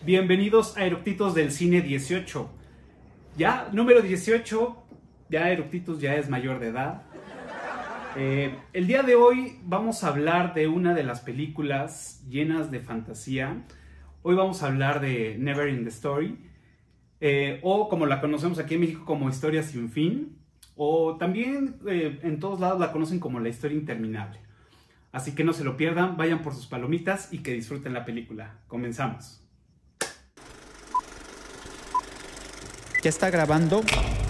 Bienvenidos a Eructitos del Cine 18. Ya, número 18, ya Eructitos ya es mayor de edad. El día de hoy vamos a hablar de una de las películas llenas de fantasía. Hoy vamos a hablar de Neverending Story, o como la conocemos aquí en México como Historia sin fin, o también en todos lados la conocen como La Historia Interminable. Así que no se lo pierdan, vayan por sus palomitas y que disfruten la película. Comenzamos. ¿Ya está grabando?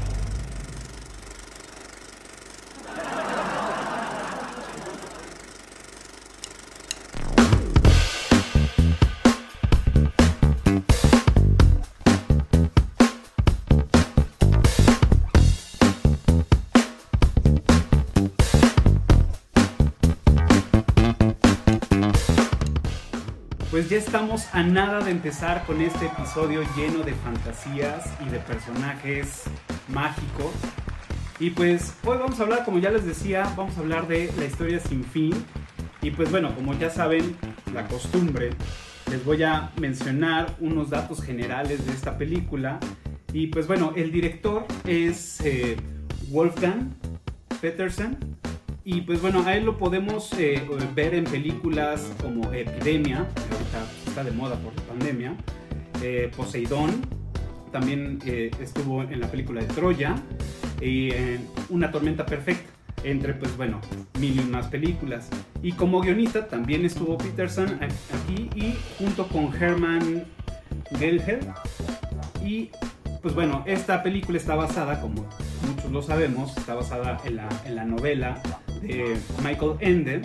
Pues ya estamos a nada de empezar con este episodio lleno de fantasías y de personajes mágicos. Y pues hoy vamos a hablar, como ya les decía, vamos a hablar de La Historia sin fin. Y pues bueno, como ya saben, la costumbre, les voy a mencionar unos datos generales de esta película. Y pues bueno, el director es Wolfgang Petersen. Y pues bueno, a él lo podemos ver en películas como Epidemia, que ahorita está de moda por la pandemia, Poseidón, también estuvo en la película de Troya, y en Una tormenta perfecta, entre pues bueno, mil y más películas. Y como guionista también estuvo Peterson aquí, y junto con Hermann Gelhel. Y pues bueno, esta película está basada, como muchos lo sabemos, está basada en la novela de Michael Ende.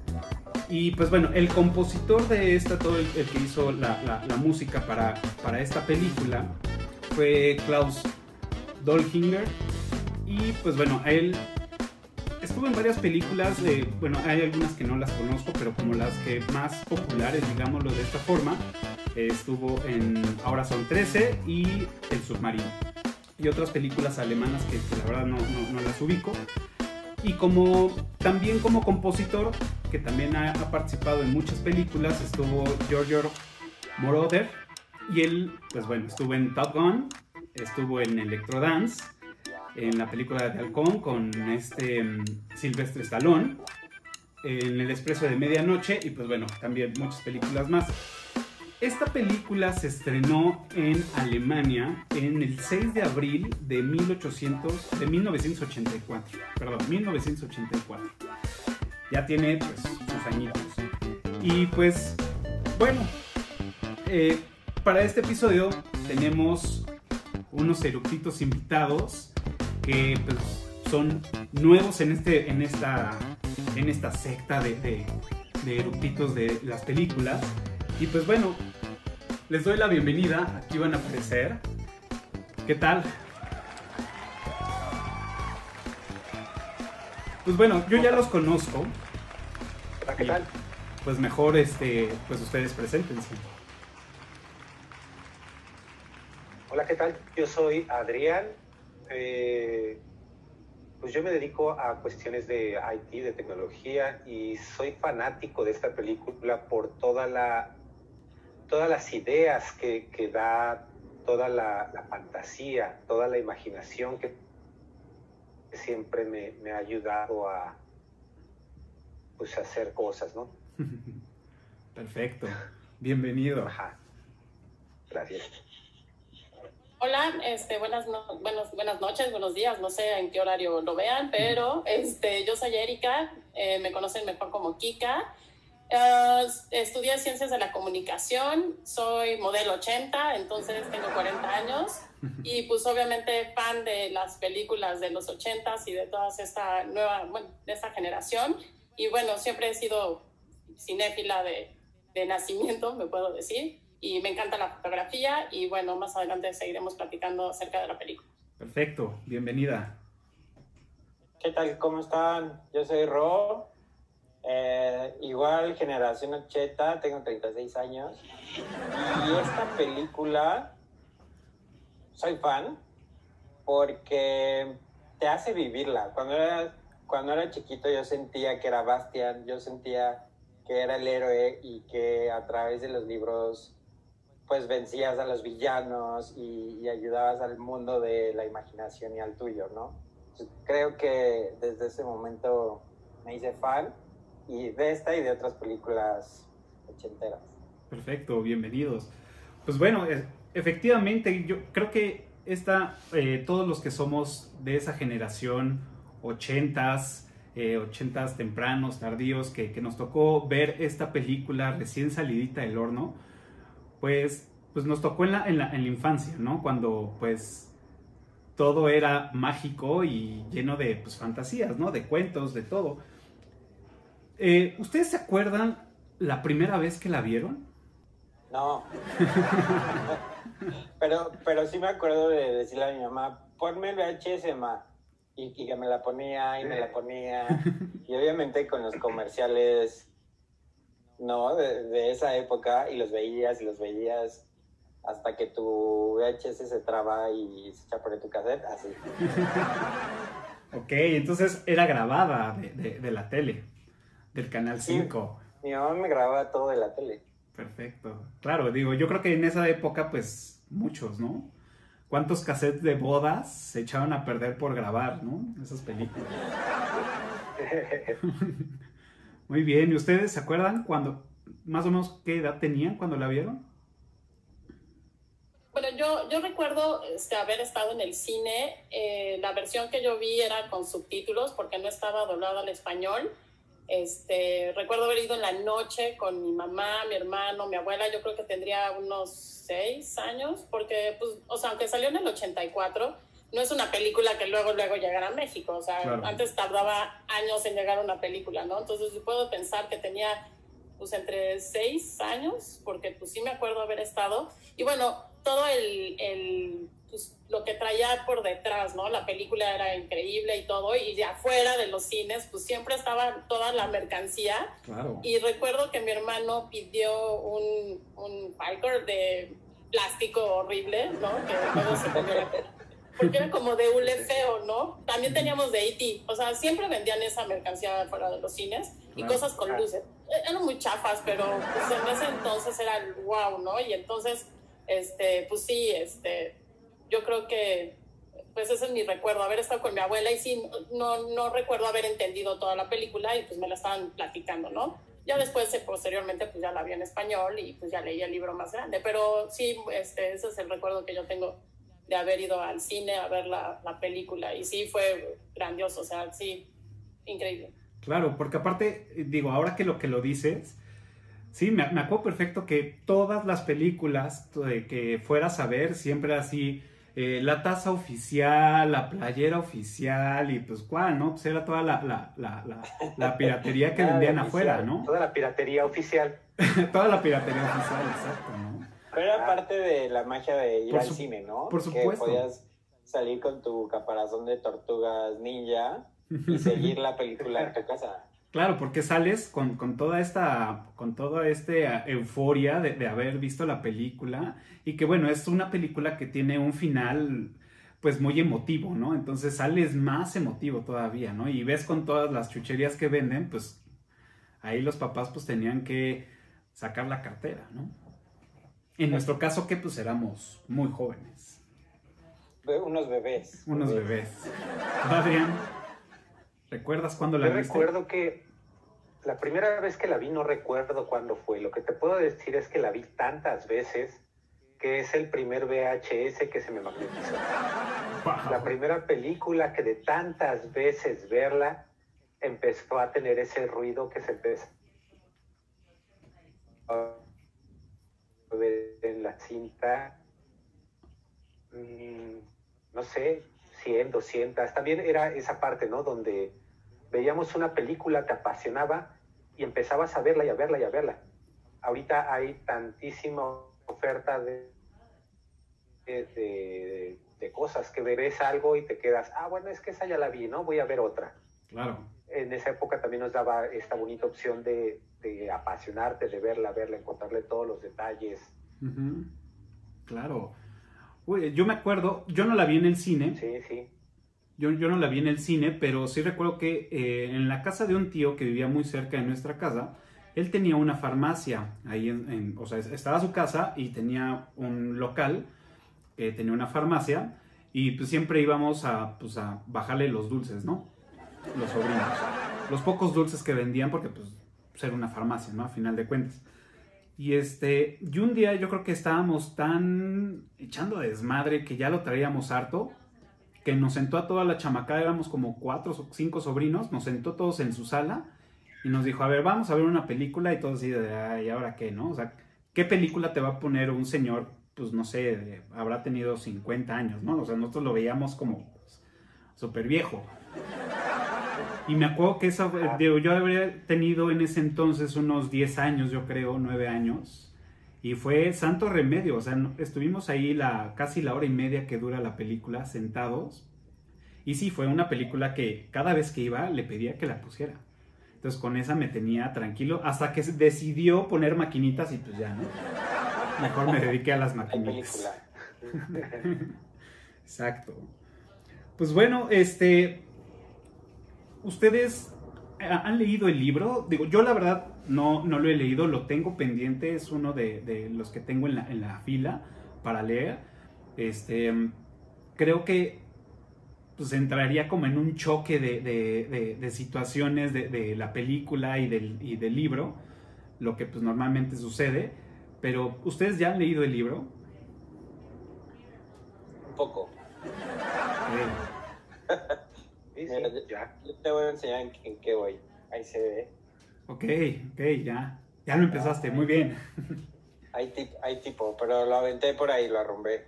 Y pues bueno, el compositor de esta, todo el que hizo la música para esta película fue Klaus Dolchinger. Y pues bueno, él estuvo en varias películas, bueno, hay algunas que no las conozco, pero como las que más populares, digámoslo de esta forma, estuvo en Ahora son 13 y El submarino. Y otras películas alemanas que la verdad no las ubico. Y también como compositor, que también ha participado en muchas películas, estuvo Giorgio Moroder. Y él, pues bueno, estuvo en Top Gun, estuvo en Electrodance, en la película de Halcón con Sylvester Stallone, en El Expreso de Medianoche, y pues bueno, también muchas películas más. Esta película se estrenó en Alemania en el 6 de abril de 1984. Perdón, 1984. Ya tiene pues sus añitos. Y pues, bueno, para este episodio tenemos unos eructitos invitados que pues son nuevos en esta secta de eructitos de las películas. Y pues bueno, les doy la bienvenida, aquí van a aparecer. ¿Qué tal? Pues bueno, yo ya los conozco. Hola, ¿qué tal? Pues mejor, pues ustedes preséntense. Hola, ¿qué tal? Yo soy Adrián. Pues yo me dedico a cuestiones de IT, de tecnología, y soy fanático de esta película por todas las ideas que da, toda la fantasía, toda la imaginación que siempre me ha ayudado a pues, hacer cosas, ¿no? Perfecto, bienvenido. Ajá, gracias. Hola, buenas noches, buenos días, no sé en qué horario lo vean, pero yo soy Erika, me conocen mejor como Kika. Estudié Ciencias de la Comunicación, soy modelo 80, entonces tengo 40 años y pues obviamente fan de las películas de los 80s y de toda esta de esta generación. Y bueno, siempre he sido cinéfila de nacimiento, me puedo decir. Y me encanta la fotografía y bueno, más adelante seguiremos platicando acerca de la película. Perfecto, bienvenida. ¿Qué tal? ¿Cómo están? Yo soy Ro, igual generación 80, tengo 36 años. Y esta película, soy fan porque te hace vivirla. Cuando era chiquito yo sentía que era Bastian, yo sentía que era el héroe y que a través de los libros pues vencías a los villanos y ayudabas al mundo de la imaginación y al tuyo, ¿no? Entonces, creo que desde ese momento me hice fan y de esta y de otras películas ochenteras. Perfecto, bienvenidos. Pues bueno, efectivamente, yo creo que todos los que somos de esa generación, ochentas tempranos, tardíos, que nos tocó ver esta película recién salidita del horno, pues nos tocó en la infancia, ¿no? Cuando pues todo era mágico y lleno de pues, fantasías, ¿no? De cuentos, de todo. ¿Ustedes se acuerdan la primera vez que la vieron? No. pero sí me acuerdo de decirle a mi mamá, ponme el VHS, ma. Y que me la ponía y me la ponía. Y obviamente con los comerciales, ¿no? De esa época, y los veías hasta que tu VHS se traba y se echa por tu cassette, así. Ok, entonces era grabada de la tele, del Canal 5. Sí, mi mamá me grababa todo de la tele. Perfecto. Claro, digo, yo creo que en esa época, pues, muchos, ¿no? ¿Cuántos cassettes de bodas se echaban a perder por grabar, ¿no? Esas películas. Muy bien, ¿y ustedes se acuerdan cuando, más o menos, qué edad tenían cuando la vieron? Bueno, yo recuerdo haber estado en el cine. La versión que yo vi era con subtítulos porque no estaba doblada al español. Recuerdo haber ido en la noche con mi mamá, mi hermano, mi abuela. Yo creo que tendría unos 6 años porque, pues, o sea, aunque salió en el 84, no es una película que luego llegara a México. O sea, claro, antes tardaba años en llegar una película, ¿no? Entonces yo puedo pensar que tenía, pues, entre 6 años, porque, pues, sí me acuerdo haber estado. Y bueno, todo pues, lo que traía por detrás, ¿no? La película era increíble y todo, y de afuera de los cines, pues siempre estaba toda la mercancía. Claro. Y recuerdo que mi hermano pidió un biker de plástico horrible, ¿no? Que luego se comió la pena. Porque era como de hule feo, ¿no? También teníamos de E.T. O sea, siempre vendían esa mercancía fuera de los cines y cosas con luces. Eran muy chafas, pero pues en ese entonces era el wow, ¿no? Y entonces, pues sí, yo creo que, pues ese es mi recuerdo, haber estado con mi abuela y sí, no recuerdo haber entendido toda la película y pues me la estaban platicando, ¿no? Ya después, posteriormente, pues ya la vi en español y pues ya leí el libro más grande, pero sí, ese es el recuerdo que yo tengo de haber ido al cine a ver la película y sí, fue grandioso, o sea, sí, increíble. Claro, porque aparte, digo, ahora que lo dices, sí, me acuerdo perfecto que todas las películas que fueras a ver siempre era así, la taza oficial, la playera oficial y pues cuál, ¿no? Pues era toda la piratería que vendían afuera, ¿no? Toda la piratería oficial. Toda la piratería oficial, exacto, ¿no? Pero era parte de la magia de ir al cine, ¿no? Por supuesto. Que podías salir con tu caparazón de tortugas ninja y seguir la película en tu casa. Claro, porque sales con toda esta euforia de haber visto la película y que bueno, es una película que tiene un final pues muy emotivo, ¿no? Entonces sales más emotivo todavía, ¿no? Y ves con todas las chucherías que venden, pues ahí los papás pues tenían que sacar la cartera, ¿no? En nuestro caso que pues éramos muy jóvenes. Unos bebés. Unos bebés. Adrián, ¿recuerdas cuándo la viste? Yo recuerdo que la primera vez que la vi no recuerdo cuándo fue. Lo que te puedo decir es que la vi tantas veces que es el primer VHS que se me magnetizó. Wow. La primera película que de tantas veces verla empezó a tener ese ruido que se empezó a ver en la cinta. No sé, 100, 200. También era esa parte, ¿no? Donde veíamos una película, te apasionaba y empezabas a verla y a verla y a verla. Ahorita hay tantísima oferta de cosas que ves algo y te quedas, bueno, es que esa ya la vi, ¿no? Voy a ver otra. Claro. En esa época también nos daba esta bonita opción de apasionarte, de verla, encontrarle todos los detalles. Uh-huh. Claro. Uy, yo me acuerdo, yo no la vi en el cine. Sí, sí. Yo no la vi en el cine, pero sí recuerdo que en la casa de un tío que vivía muy cerca de nuestra casa, Él tenía una farmacia ahí o sea, estaba su casa y tenía un local que tenía una farmacia y pues siempre íbamos pues, a bajarle los dulces, ¿no? Los sobrinos. Los pocos dulces que vendían porque pues era una farmacia, ¿no? A final de cuentas. Y un día yo creo que estábamos tan echando desmadre que ya lo traíamos harto, que nos sentó a toda la chamacada, éramos como 4 o 5 sobrinos, nos sentó todos en su sala y nos dijo, a ver, vamos a ver una película, y todos así de, ay, ¿ahora qué, no? O sea, ¿qué película te va a poner un señor, pues no sé, habrá tenido 50 años, ¿no? O sea, nosotros lo veíamos como pues, súper viejo. Y me acuerdo que yo habría tenido en ese entonces unos 10 años, yo creo, 9 años. Y fue santo remedio, o sea, estuvimos ahí casi la hora y media que dura la película, sentados. Y sí, fue una película que cada vez que iba le pedía que la pusiera. Entonces con esa me tenía tranquilo hasta que decidió poner maquinitas y pues ya, ¿no? Mejor me dediqué a las maquinitas. Exacto. Pues bueno, ¿ustedes han leído el libro? Digo, yo la verdad no lo he leído, lo tengo pendiente, es uno de los que tengo en la fila para leer. Creo que pues entraría como en un choque de situaciones de la película y del libro, lo que pues normalmente sucede. Pero, ¿ustedes ya han leído el libro? Un poco. Sí, Mira, ya. Yo te voy a enseñar en qué voy. Ahí se ve. Ok, ya lo empezaste, muy bien. Hay tipo, pero lo aventé por ahí, lo arrumbé.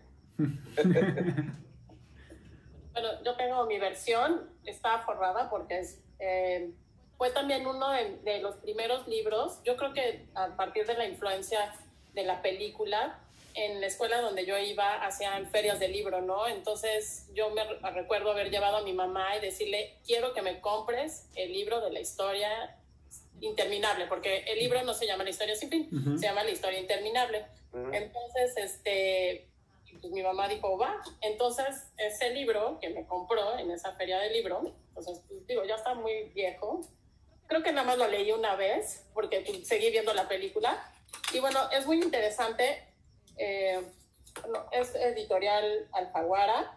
Bueno, yo tengo mi versión, está forrada porque fue también uno de los primeros libros. Yo creo que a partir de la influencia de la película, en la escuela donde yo iba hacían ferias de libro, ¿no? Entonces yo me recuerdo haber llevado a mi mamá y decirle, quiero que me compres el libro de la historia interminable, porque el libro no se llama La historia sin fin, se llama La historia interminable. Entonces, pues mi mamá dijo, va. Entonces, ese libro que me compró en esa feria de libro, entonces, pues, digo, ya está muy viejo. Creo que nada más lo leí una vez, porque pues, seguí viendo la película. Y bueno, es muy interesante. Es editorial Alfaguara.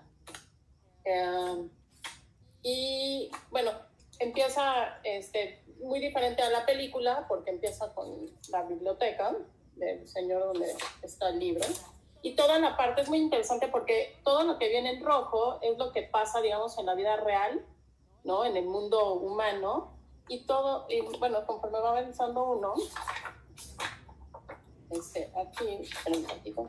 Y bueno, empieza muy diferente a la película, porque empieza con la biblioteca del señor donde está el libro. Y toda la parte es muy interesante porque todo lo que viene en rojo es lo que pasa, digamos, en la vida real, ¿no? En el mundo humano. Y todo, y bueno, conforme va avanzando uno, aquí, esperen un ratito,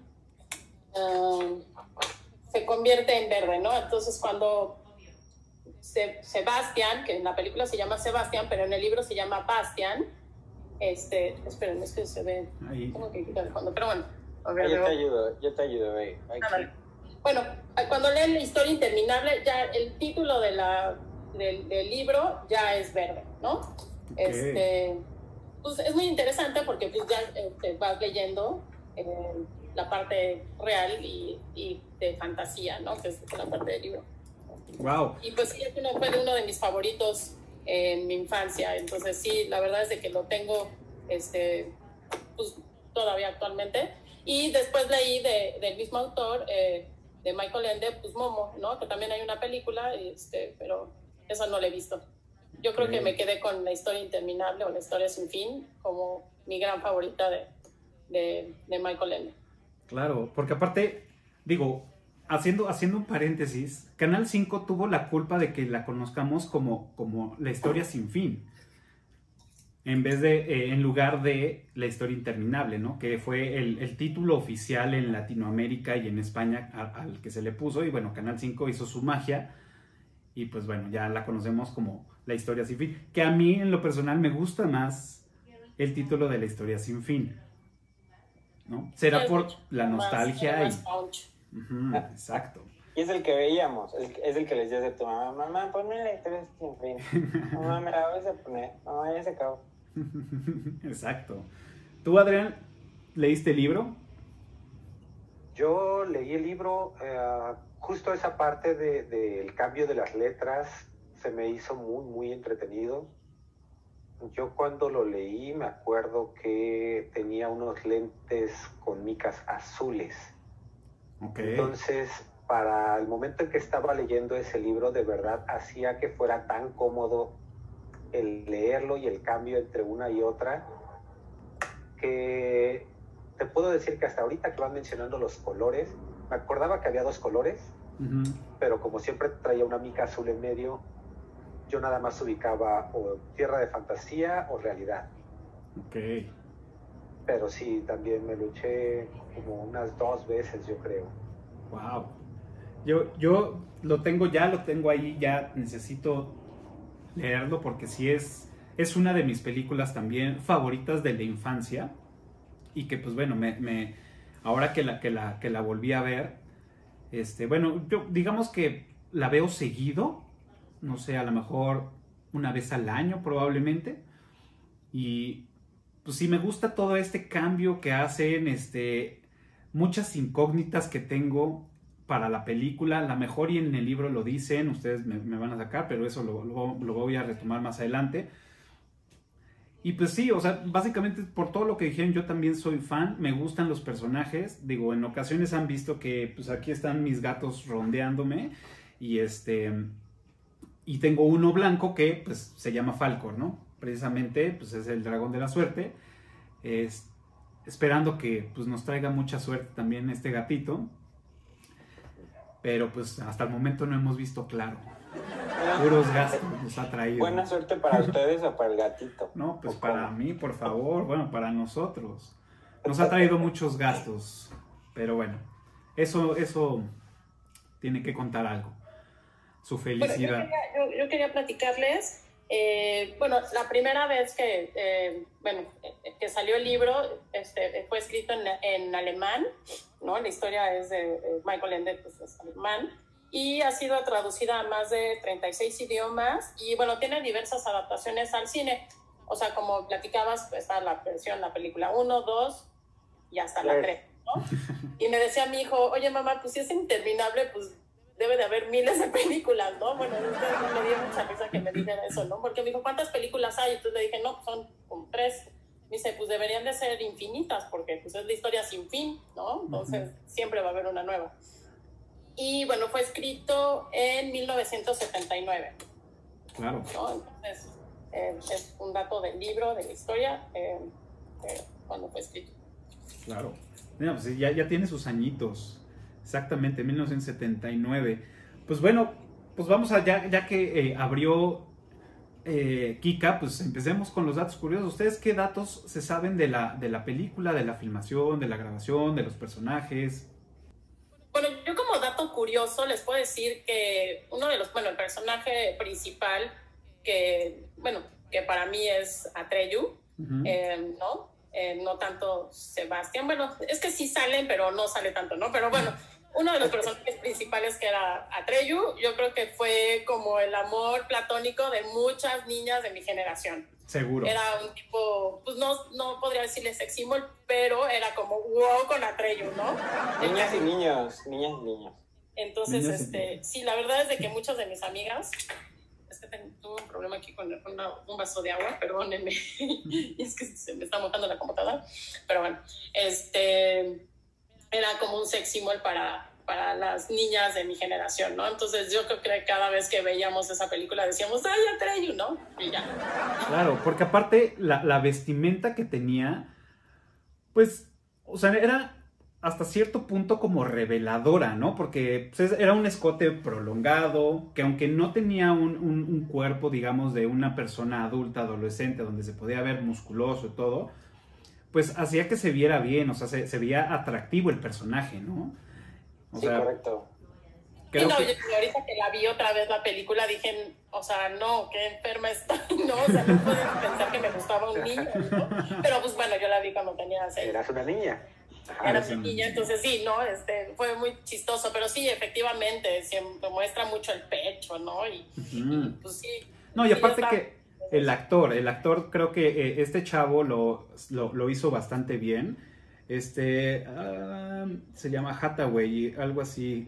se convierte en verde, ¿no? Entonces cuando Sebastián, que en la película se llama Sebastián, pero en el libro se llama Bastian, esperen, es que se ve, ahí. Tengo que quitar el fondo, pero bueno. Yo te ayudo, ve. Vale. Bueno, cuando leen La historia interminable, ya el título del libro ya es verde, ¿no? Okay. Pues es muy interesante porque pues ya te vas leyendo la parte real y de fantasía, ¿no? Que es la parte del libro. Wow. Y pues sí, fue uno de mis favoritos en mi infancia. Entonces sí, la verdad es de que lo tengo pues, todavía actualmente. Y después leí del mismo autor, de Michael Ende, pues Momo, ¿no? Que también hay una película, pero esa no la he visto. Yo creo que me quedé con La historia interminable o La historia sin fin como mi gran favorita de Michael Ende. Claro, porque aparte, digo, haciendo un paréntesis, Canal 5 tuvo la culpa de que la conozcamos como La historia sin fin, en lugar de La historia interminable, ¿no? Que fue el título oficial en Latinoamérica y en España al que se le puso. Y bueno, Canal 5 hizo su magia y pues bueno, ya la conocemos como La historia sin fin, que a mí en lo personal me gusta más el título de La historia sin fin, ¿no? Será por la nostalgia exacto. Y es el que veíamos, es el que le decías a tu mamá, mamá, ponme La historia sin fin. Mamá, me la vas a poner. Mamá, ya se acabó. Exacto. ¿Tú, Adrián, leíste el libro? Yo leí el libro, justo esa parte del cambio de las letras se me hizo muy, muy entretenido. Yo cuando lo leí me acuerdo que tenía unos lentes con micas azules. Okay. Entonces, para el momento en que estaba leyendo ese libro, de verdad hacía que fuera tan cómodo el leerlo y el cambio entre una y otra, que te puedo decir que hasta ahorita que van mencionando los colores, me acordaba que había 2 colores, pero como siempre traía una mica azul en medio, yo nada más ubicaba o tierra de fantasía o realidad. Ok. Pero sí, también me lo eché como unas 2 veces, yo creo. Wow. Yo lo tengo ahí, ya necesito leerlo porque sí es una de mis películas también favoritas de la infancia y que pues bueno, ahora que la volví a ver, bueno, yo digamos que la veo seguido, no sé, a lo mejor una vez al año probablemente, y pues sí me gusta todo este cambio que hacen, muchas incógnitas que tengo para la película, a lo mejor y en el libro lo dicen, ustedes me van a sacar, pero eso lo voy a retomar más adelante. Y pues sí, o sea, básicamente por todo lo que dijeron, yo también soy fan, me gustan los personajes, digo, en ocasiones han visto que pues aquí están mis gatos rondeándome y y tengo uno blanco que pues se llama Falcor, ¿no? Precisamente pues es el dragón de la suerte, esperando que pues nos traiga mucha suerte también este gatito, pero pues hasta el momento no hemos visto claro. Puros gastos nos ha traído. Buena suerte para ustedes o para el gatito. No, pues para mí, por favor, bueno, para nosotros. Nos ha traído muchos gastos, pero bueno, eso tiene que contar algo. Su felicidad. Bueno, yo quería platicarles, bueno, la primera vez que salió el libro, fue escrito en alemán, ¿no? La historia es de Michael Ende, pues es alemán, y ha sido traducida a más de 36 idiomas y bueno, tiene diversas adaptaciones al cine. O sea, como platicabas, está la película 1, 2 y hasta la 3, ¿no? Y me decía mi hijo, oye mamá, pues si es interminable, pues debe de haber miles de películas, ¿no? Bueno, me dio mucha risa que me dijera eso, ¿no? Porque me dijo, ¿cuántas películas hay? Entonces le dije, no, son como 3. Me dice, pues deberían de ser infinitas porque pues es la historia sin fin, ¿no? Entonces siempre va a haber una nueva. Y bueno, fue escrito en 1979. Claro. ¿No? Entonces, es un dato del libro, de la historia, cuando fue escrito. Claro. Mira, pues ya tiene sus añitos. Exactamente, 1979. Pues bueno, pues vamos allá, ya que abrió Kika, pues empecemos con los datos curiosos. ¿Ustedes qué datos se saben de la película, de la filmación, de la grabación, de los personajes? Bueno, yo como dato curioso les puedo decir que el personaje principal que para mí es Atreyu, ¿no? No tanto Sebastián, bueno, es que sí salen, pero no sale tanto, ¿no? Pero bueno, uno de los personajes principales que era Atreyu, yo creo que fue como el amor platónico de muchas niñas de mi generación. Seguro. Era un tipo, pues no podría decirle sex symbol, pero era como wow con Atreyu, ¿no? Niñas y niños. Entonces, sí, la verdad es de que muchas de mis amigas, es que tuve un problema aquí con un vaso de agua, perdónenme, y es que se me está mojando la computadora, pero bueno, era como un sex symbol para las niñas de mi generación, ¿no? Entonces yo creo que cada vez que veíamos esa película decíamos, ¡ay, Atreyu!, ¿no? Y ya. Claro, porque aparte la vestimenta que tenía, pues, o sea, era hasta cierto punto como reveladora, ¿no? Porque pues, era un escote prolongado, que aunque no tenía un cuerpo, digamos, de una persona adulta, adolescente, donde se podía ver musculoso y todo, pues hacía que se viera bien, o sea, se veía atractivo el personaje, ¿no? O sí, sea, correcto. Yo ahorita que la vi otra vez la película dije, o sea, no, qué enferma estoy, ¿no? O sea, no puedes pensar que me gustaba un niño, ¿no? Pero pues bueno, yo la vi cuando tenía 6. Eras una niña. Era una niña, entonces sí, ¿no? Fue muy chistoso, pero sí, efectivamente, siempre muestra mucho el pecho, ¿no? Y pues sí. No, y aparte que el actor creo que este chavo lo hizo bastante bien. Se llama Hathaway, algo así,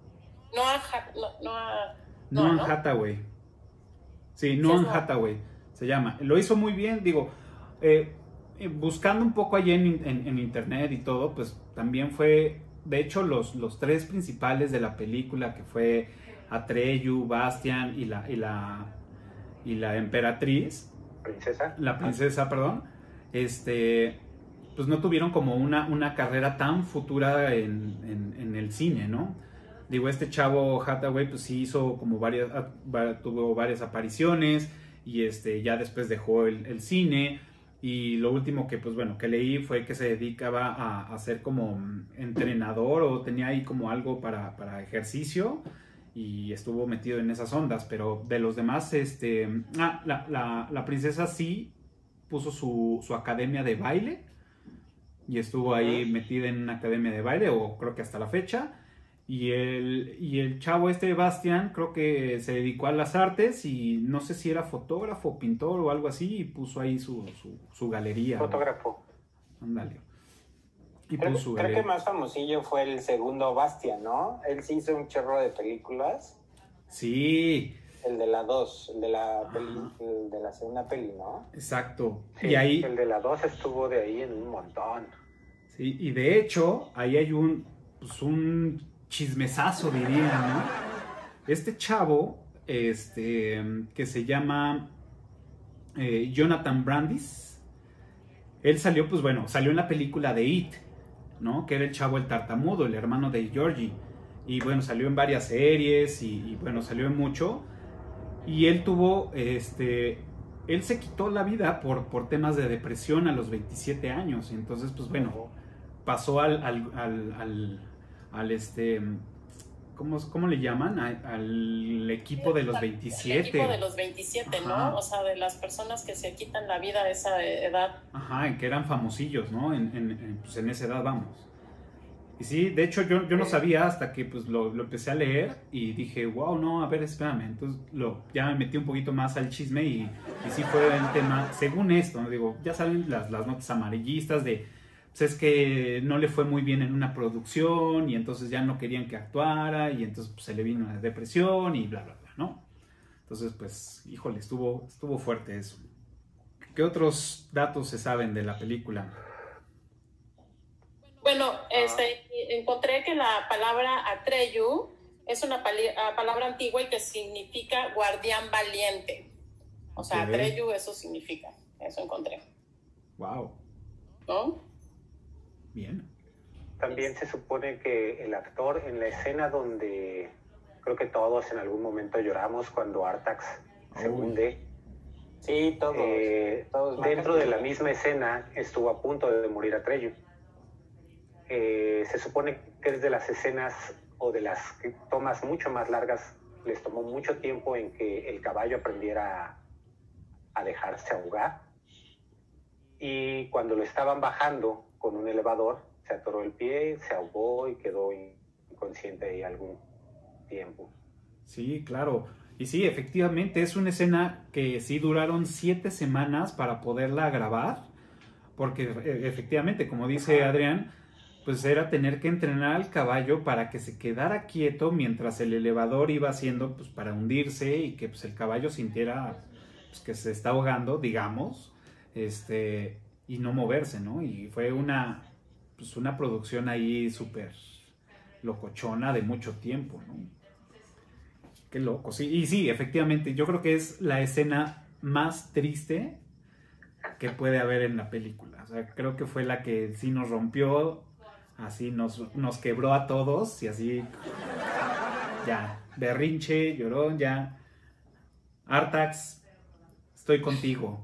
Noah Hathaway. Sí, Noah Hathaway. se llama. Lo hizo muy bien, digo, buscando un poco allí en internet y todo, pues también fue, de hecho, los tres principales de la película, que fue Atreyu, Bastian y la emperatriz, la princesa, perdón, pues no tuvieron como una carrera tan futura en el cine, ¿no? Digo, este chavo Hathaway pues sí hizo como tuvo varias apariciones y ya después dejó el cine, y lo último que pues bueno, que leí fue que se dedicaba a ser como entrenador, o tenía ahí como algo para ejercicio, y estuvo metido en esas ondas. Pero de los demás, la princesa sí puso su academia de baile, y estuvo ahí metida en una academia de baile, o creo que hasta la fecha. Y el chavo Bastian, creo que se dedicó a las artes, y no sé si era fotógrafo, pintor o algo así, y puso ahí su galería. Fotógrafo. Ándale. Creo que más famosillo fue el segundo Bastian, ¿no? Él sí hizo un chorro de películas. Sí. El de la 2, el de la segunda peli, ¿no? Exacto. Sí, y ahí, el de la 2 estuvo de ahí en un montón. Sí, y de hecho, ahí hay un chismesazo, diría, ¿no? Este chavo, que se llama Jonathan Brandis, él salió, pues bueno, salió en la película de It, ¿no? Que era el chavo el tartamudo, el hermano de Georgie. Y bueno, salió en varias series y bueno, salió en mucho. Y él tuvo, él se quitó la vida por temas de depresión a los 27 años. Y entonces, pues bueno, pasó ¿cómo le llaman? Al equipo de los 27. El equipo de los 27, Ajá. ¿no? O sea, de las personas que se quitan la vida a esa edad. Ajá, que eran famosillos, ¿no? Pues en esa edad, vamos. Y sí, de hecho yo no sabía hasta que pues lo empecé a leer y dije, wow, no, a ver, espérame. Entonces ya me metí un poquito más al chisme y sí fue el tema, según esto, ¿no? Digo, ya saben las notas amarillistas de, pues es que no le fue muy bien en una producción y entonces ya no querían que actuara y entonces pues, se le vino la depresión y bla, bla, bla, ¿no? Entonces, pues, híjole, estuvo fuerte eso. ¿Qué otros datos se saben de la película? Bueno, encontré que la palabra Atreyu es una palabra antigua y que significa guardián valiente. O sea, Ok. Atreyu eso significa. Eso encontré. Wow. ¿No? Bien. También se supone que el actor, en la escena donde creo que todos en algún momento lloramos cuando Artax se hunde, Sí, todos. dentro de la misma escena estuvo a punto de morir Atreyu. Se supone que es de las escenas o de las tomas mucho más largas, les tomó mucho tiempo en que el caballo aprendiera a dejarse ahogar, y cuando lo estaban bajando con un elevador se atoró el pie, se ahogó y quedó inconsciente ahí algún tiempo. Sí, claro. Y sí, efectivamente, es una escena que sí duraron 7 semanas para poderla grabar, porque efectivamente, como dice Adrián, pues era tener que entrenar al caballo para que se quedara quieto mientras el elevador iba haciendo, pues para hundirse y que pues, el caballo sintiera pues, que se está ahogando, digamos, y no moverse, ¿no? Y fue una producción ahí súper locochona de mucho tiempo, ¿no? Qué loco, sí. Y sí, efectivamente, yo creo que es la escena más triste que puede haber en la película. O sea, creo que fue la que sí nos rompió, así nos quebró a todos y así, ya, berrinche, llorón, ya. Artax, estoy contigo.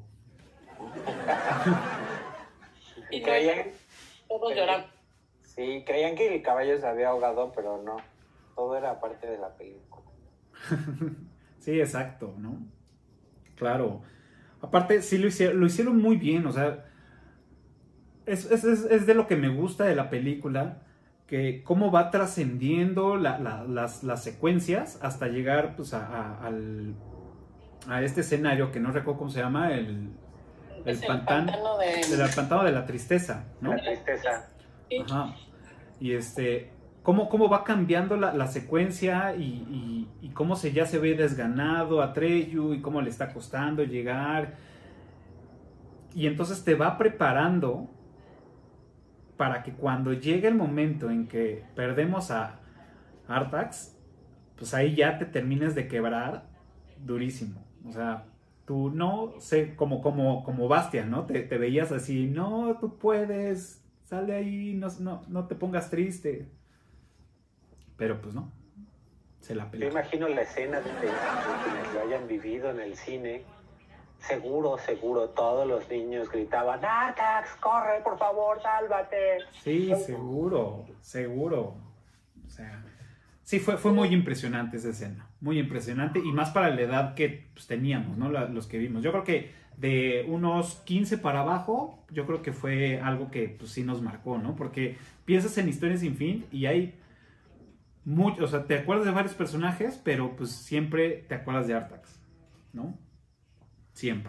Y Creían, todos lloramos. sí, creían que el caballo se había ahogado, pero no. Todo era parte de la película. Sí, exacto, ¿no? Claro. Aparte, sí lo hicieron muy bien, o sea, es de lo que me gusta de la película, que cómo va trascendiendo las secuencias hasta llegar pues, a este escenario que no recuerdo cómo se llama, el pantano del pantano de la tristeza, ¿no? La tristeza. Sí. Ajá. Y cómo va cambiando la secuencia y cómo ya se ve desganado Atreyu y cómo le está costando llegar. Y entonces te va preparando para que cuando llegue el momento en que perdemos a Artax, pues ahí ya te termines de quebrar durísimo. O sea, tú no sé, como Bastian, ¿no? Te veías así, no, tú puedes, sal de ahí, no te pongas triste. Pero pues no, se la peló. Yo imagino la escena de quienes lo hayan vivido en el cine. Seguro, todos los niños gritaban, ¡Artax, corre, por favor, sálvate! Sí, seguro. O sea, sí, fue muy impresionante esa escena. Muy impresionante y más para la edad que pues, teníamos, ¿no? Los que vimos. Yo creo que de unos 15 para abajo, yo creo que fue algo que pues sí nos marcó, ¿no? Porque piensas en Historia sin fin y hay muchos, o sea, te acuerdas de varios personajes, pero pues siempre te acuerdas de Artax, ¿no? Siempre.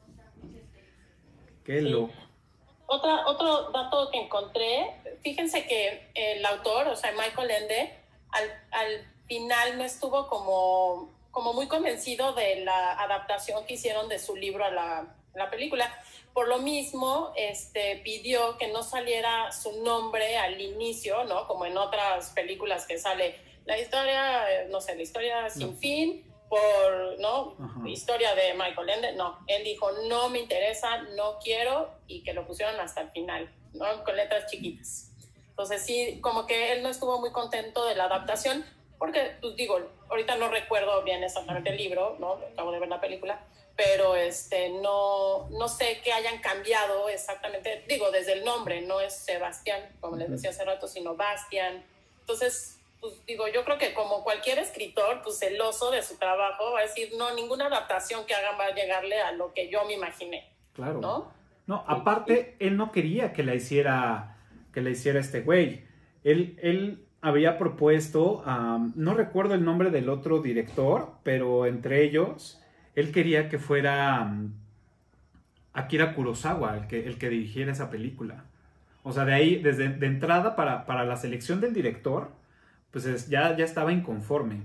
Qué sí. loco. Otro dato que encontré, fíjense que el autor, o sea, Michael Ende, al final no estuvo como muy convencido de la adaptación que hicieron de su libro a la película. Por lo mismo, pidió que no saliera su nombre al inicio, ¿no? Como en otras películas que sale la historia, no sé, la historia sin fin, ¿no? Ajá. Historia de Michael Ende. No, él dijo, no me interesa, no quiero, y que lo pusieron hasta el final, ¿no? Con letras chiquitas. Entonces sí, como que él no estuvo muy contento de la adaptación, porque, pues digo, ahorita no recuerdo bien exactamente el libro, ¿no? Acabo de ver la película, pero no sé qué hayan cambiado exactamente, digo, desde el nombre, no es Sebastián, como les decía hace rato, sino Bastian. Entonces, pues digo, yo creo que como cualquier escritor, pues celoso de su trabajo, va a decir, no, ninguna adaptación que hagan va a llegarle a lo que yo me imaginé. Claro. No, aparte, él no quería que la hiciera este güey. Él había propuesto, no recuerdo el nombre del otro director, pero entre ellos, él quería que fuera Akira Kurosawa el que dirigiera esa película. O sea, de ahí, de entrada, para la selección del director, pues ya estaba inconforme.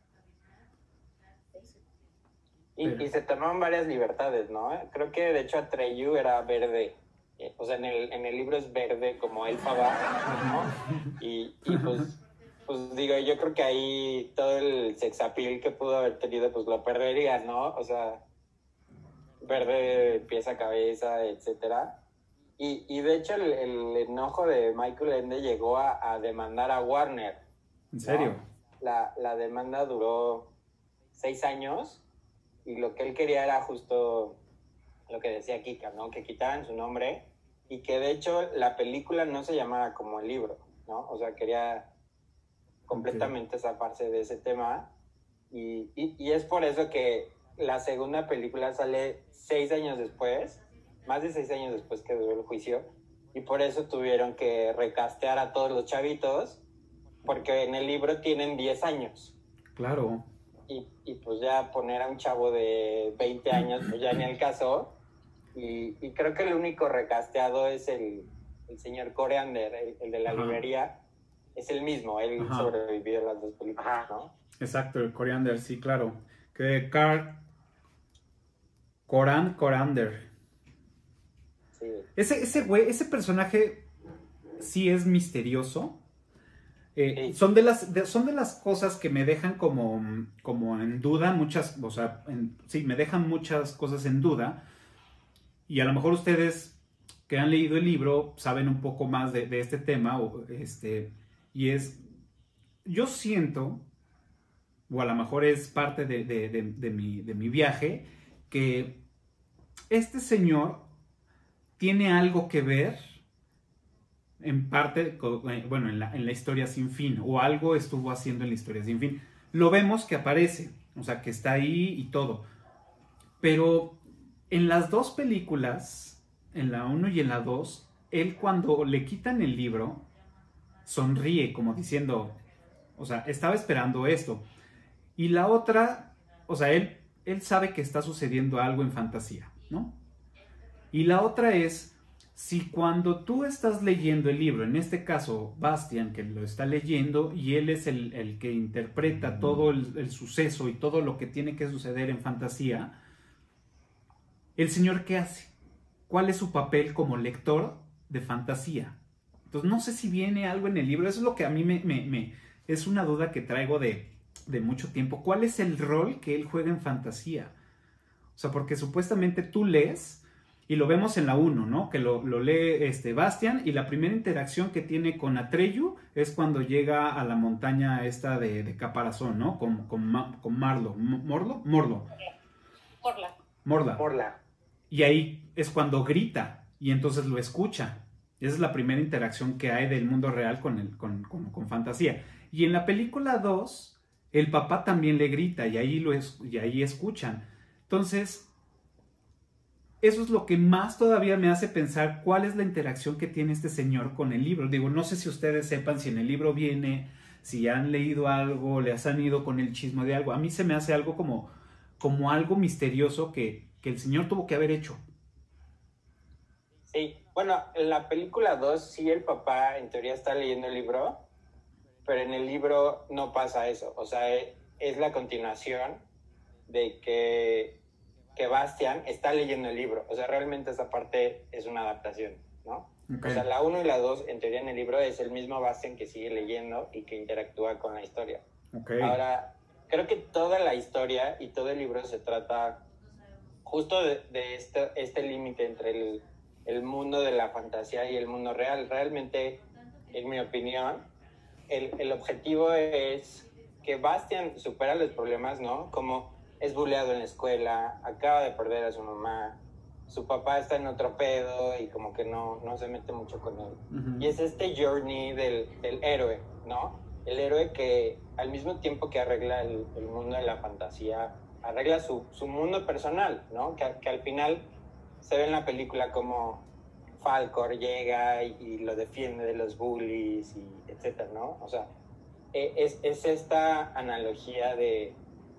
Y se tomaron varias libertades, ¿no? Creo que de hecho Atreyu era verde. O sea, en el libro es verde como Elfaba, ¿no? Y pues digo, yo creo que ahí todo el sex appeal que pudo haber tenido, pues lo perdería, ¿no? O sea, verde, pieza, cabeza, etcétera. Y de hecho el enojo de Michael Ende llegó a demandar a Warner. ¿En serio? ¿No? La demanda duró 6 años y lo que él quería era justo lo que decía Kika, ¿no? Que quitaran su nombre y que de hecho la película no se llamara como el libro, ¿no? O sea, quería completamente zafarse de ese tema y es por eso que la segunda película sale 6 años después, más de 6 años después que duró el juicio, y por eso tuvieron que recastear a todos los chavitos, porque en el libro tienen 10 años. Claro. Y pues ya poner a un chavo de 20 años, pues ya ni el caso. Y creo que el único recasteado es el señor Coriander, el de la librería. Es el mismo, él sobrevivió en las dos películas, ¿no? Exacto, el Coriander, sí, claro. Que Coriander. Sí. Ese güey, ese personaje sí es misterioso. Sí. Son de las cosas que me dejan como en duda muchas, o sea, sí, me dejan muchas cosas en duda. Y a lo mejor ustedes que han leído el libro saben un poco más de este tema, y yo siento, o a lo mejor es parte de mi viaje, que este señor tiene algo que ver en parte, bueno, en la historia sin fin, o algo estuvo haciendo en la historia sin fin. Lo vemos que aparece, o sea, que está ahí y todo. Pero en las dos películas, en la 1 y en la 2, él cuando le quitan el libro, sonríe como diciendo, o sea, estaba esperando esto. Y la otra, o sea, él sabe que está sucediendo algo en fantasía, ¿no? Y la otra es, si cuando tú estás leyendo el libro, en este caso Bastian, que lo está leyendo, y él es el que interpreta todo el suceso y todo lo que tiene que suceder en fantasía, ¿el señor qué hace? ¿Cuál es su papel como lector de fantasía? Entonces no sé si viene algo en el libro, eso es lo que a mí es una duda que traigo de mucho tiempo. ¿Cuál es el rol que él juega en fantasía? O sea, porque supuestamente tú lees, y lo vemos en la 1, ¿no? Que lo lee Bastian, y la primera interacción que tiene con Atreyu es cuando llega a la montaña esta de Caparazón, ¿no? Con Marlo. Morla. Y ahí es cuando grita, y entonces lo escucha. Esa es la primera interacción que hay del mundo real con fantasía. Y en la película 2, el papá también le grita, y ahí escuchan. Entonces, eso es lo que más todavía me hace pensar cuál es la interacción que tiene este señor con el libro. Digo, no sé si ustedes sepan si en el libro viene, si han leído algo, les han ido con el chisme de algo. A mí se me hace algo como algo misterioso que el señor tuvo que haber hecho. Sí, bueno, en la película 2 sí el papá en teoría está leyendo el libro, pero en el libro no pasa eso. O sea, es la continuación de que Bastian está leyendo el libro. O sea, realmente esa parte es una adaptación, ¿no? Okay. O sea, la 1 y la 2, en teoría en el libro, es el mismo Bastian que sigue leyendo y que interactúa con la historia. Okay. Ahora, creo que toda la historia y todo el libro se trata justo de este límite entre el mundo de la fantasía y el mundo real. Realmente, en mi opinión, el objetivo es que Bastian supera los problemas, ¿no? Como es bulleado en la escuela, acaba de perder a su mamá, su papá está en otro pedo y como que no se mete mucho con él. Uh-huh. Y es este journey del héroe, ¿no? El héroe que al mismo tiempo que arregla el mundo de la fantasía, arregla su mundo personal, ¿no? Que al final se ve en la película como Falkor llega y lo defiende de los bullies y etcétera, ¿no? O sea, es esta analogía de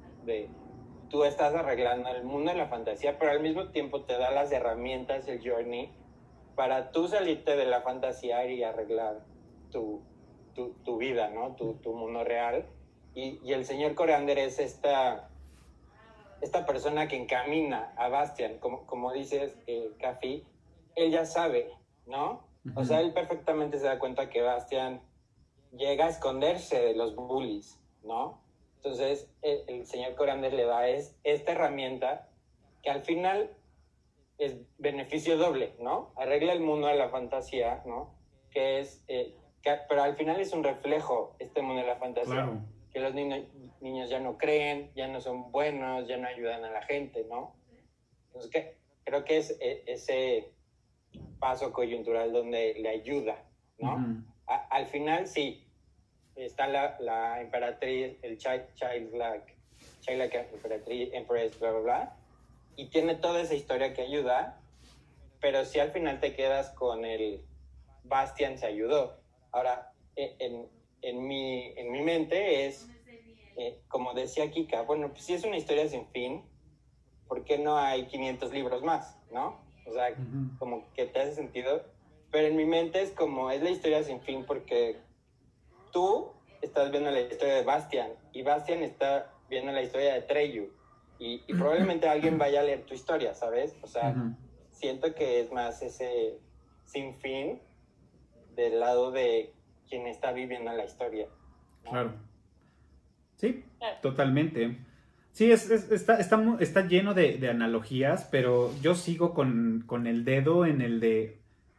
tú estás arreglando el mundo de la fantasía, pero al mismo tiempo te da las herramientas, el journey, para tú salirte de la fantasía y arreglar tu vida, ¿no? Tu mundo real. Y el señor Coriander es esta persona que encamina a Bastian, como dices, Cafi, él ya sabe, ¿no? Uh-huh. O sea, él perfectamente se da cuenta que Bastian llega a esconderse de los bullies, ¿no? Entonces, el señor Coriander le da esta herramienta que al final es beneficio doble, ¿no? Arregla el mundo de la fantasía, ¿no? Pero al final es un reflejo, este mundo de la fantasía. Claro. Que los niños ya no creen, ya no son buenos, ya no ayudan a la gente, ¿no? Entonces, creo que es ese paso coyuntural donde le ayuda, ¿no? Uh-huh. Al final, sí. Está la emperatriz, el Childlike emperatriz, empress, bla, bla, bla, y tiene toda esa historia que ayuda, pero si al final te quedas con el Bastian se ayudó. Ahora, en mi mente es, como decía Kika, bueno, pues si es una historia sin fin, ¿por qué no hay 500 libros más, no? O sea, uh-huh. Como que te hace sentido, pero en mi mente es como, es la historia sin fin porque tú estás viendo la historia de Bastian y Bastian está viendo la historia de Atreyu y probablemente alguien vaya a leer tu historia, ¿sabes? O sea, uh-huh. Siento que es más ese sinfín del lado de quien está viviendo la historia, ¿no? Claro. Sí, totalmente. Sí, está lleno de analogías, pero yo sigo con el dedo en el de...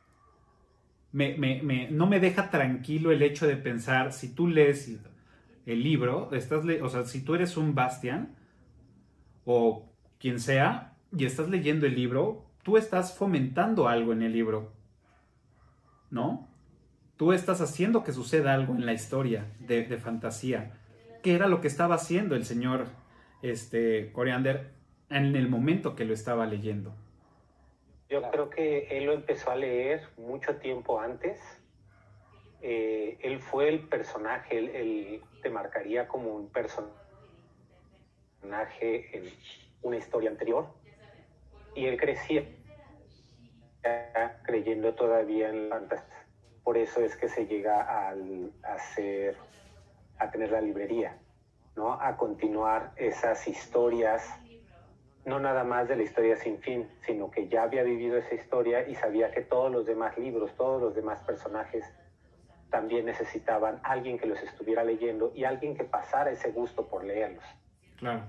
no me deja tranquilo el hecho de pensar, si tú lees el libro, o sea, si tú eres un Bastian o quien sea y estás leyendo el libro, tú estás fomentando algo en el libro, ¿no? Tú estás haciendo que suceda algo en la historia de fantasía. ¿Qué era lo que estaba haciendo el señor Coriander en el momento que lo estaba leyendo? Yo creo que él lo empezó a leer mucho tiempo antes. Él fue el personaje, él te marcaría como un personaje en una historia anterior. Y él crecía creyendo todavía en la fantasía. Por eso es que se llega a tener la librería, ¿no? A continuar esas historias, no nada más de la historia sin fin, sino que ya había vivido esa historia y sabía que todos los demás libros, todos los demás personajes también necesitaban alguien que los estuviera leyendo y alguien que pasara ese gusto por leerlos. Claro.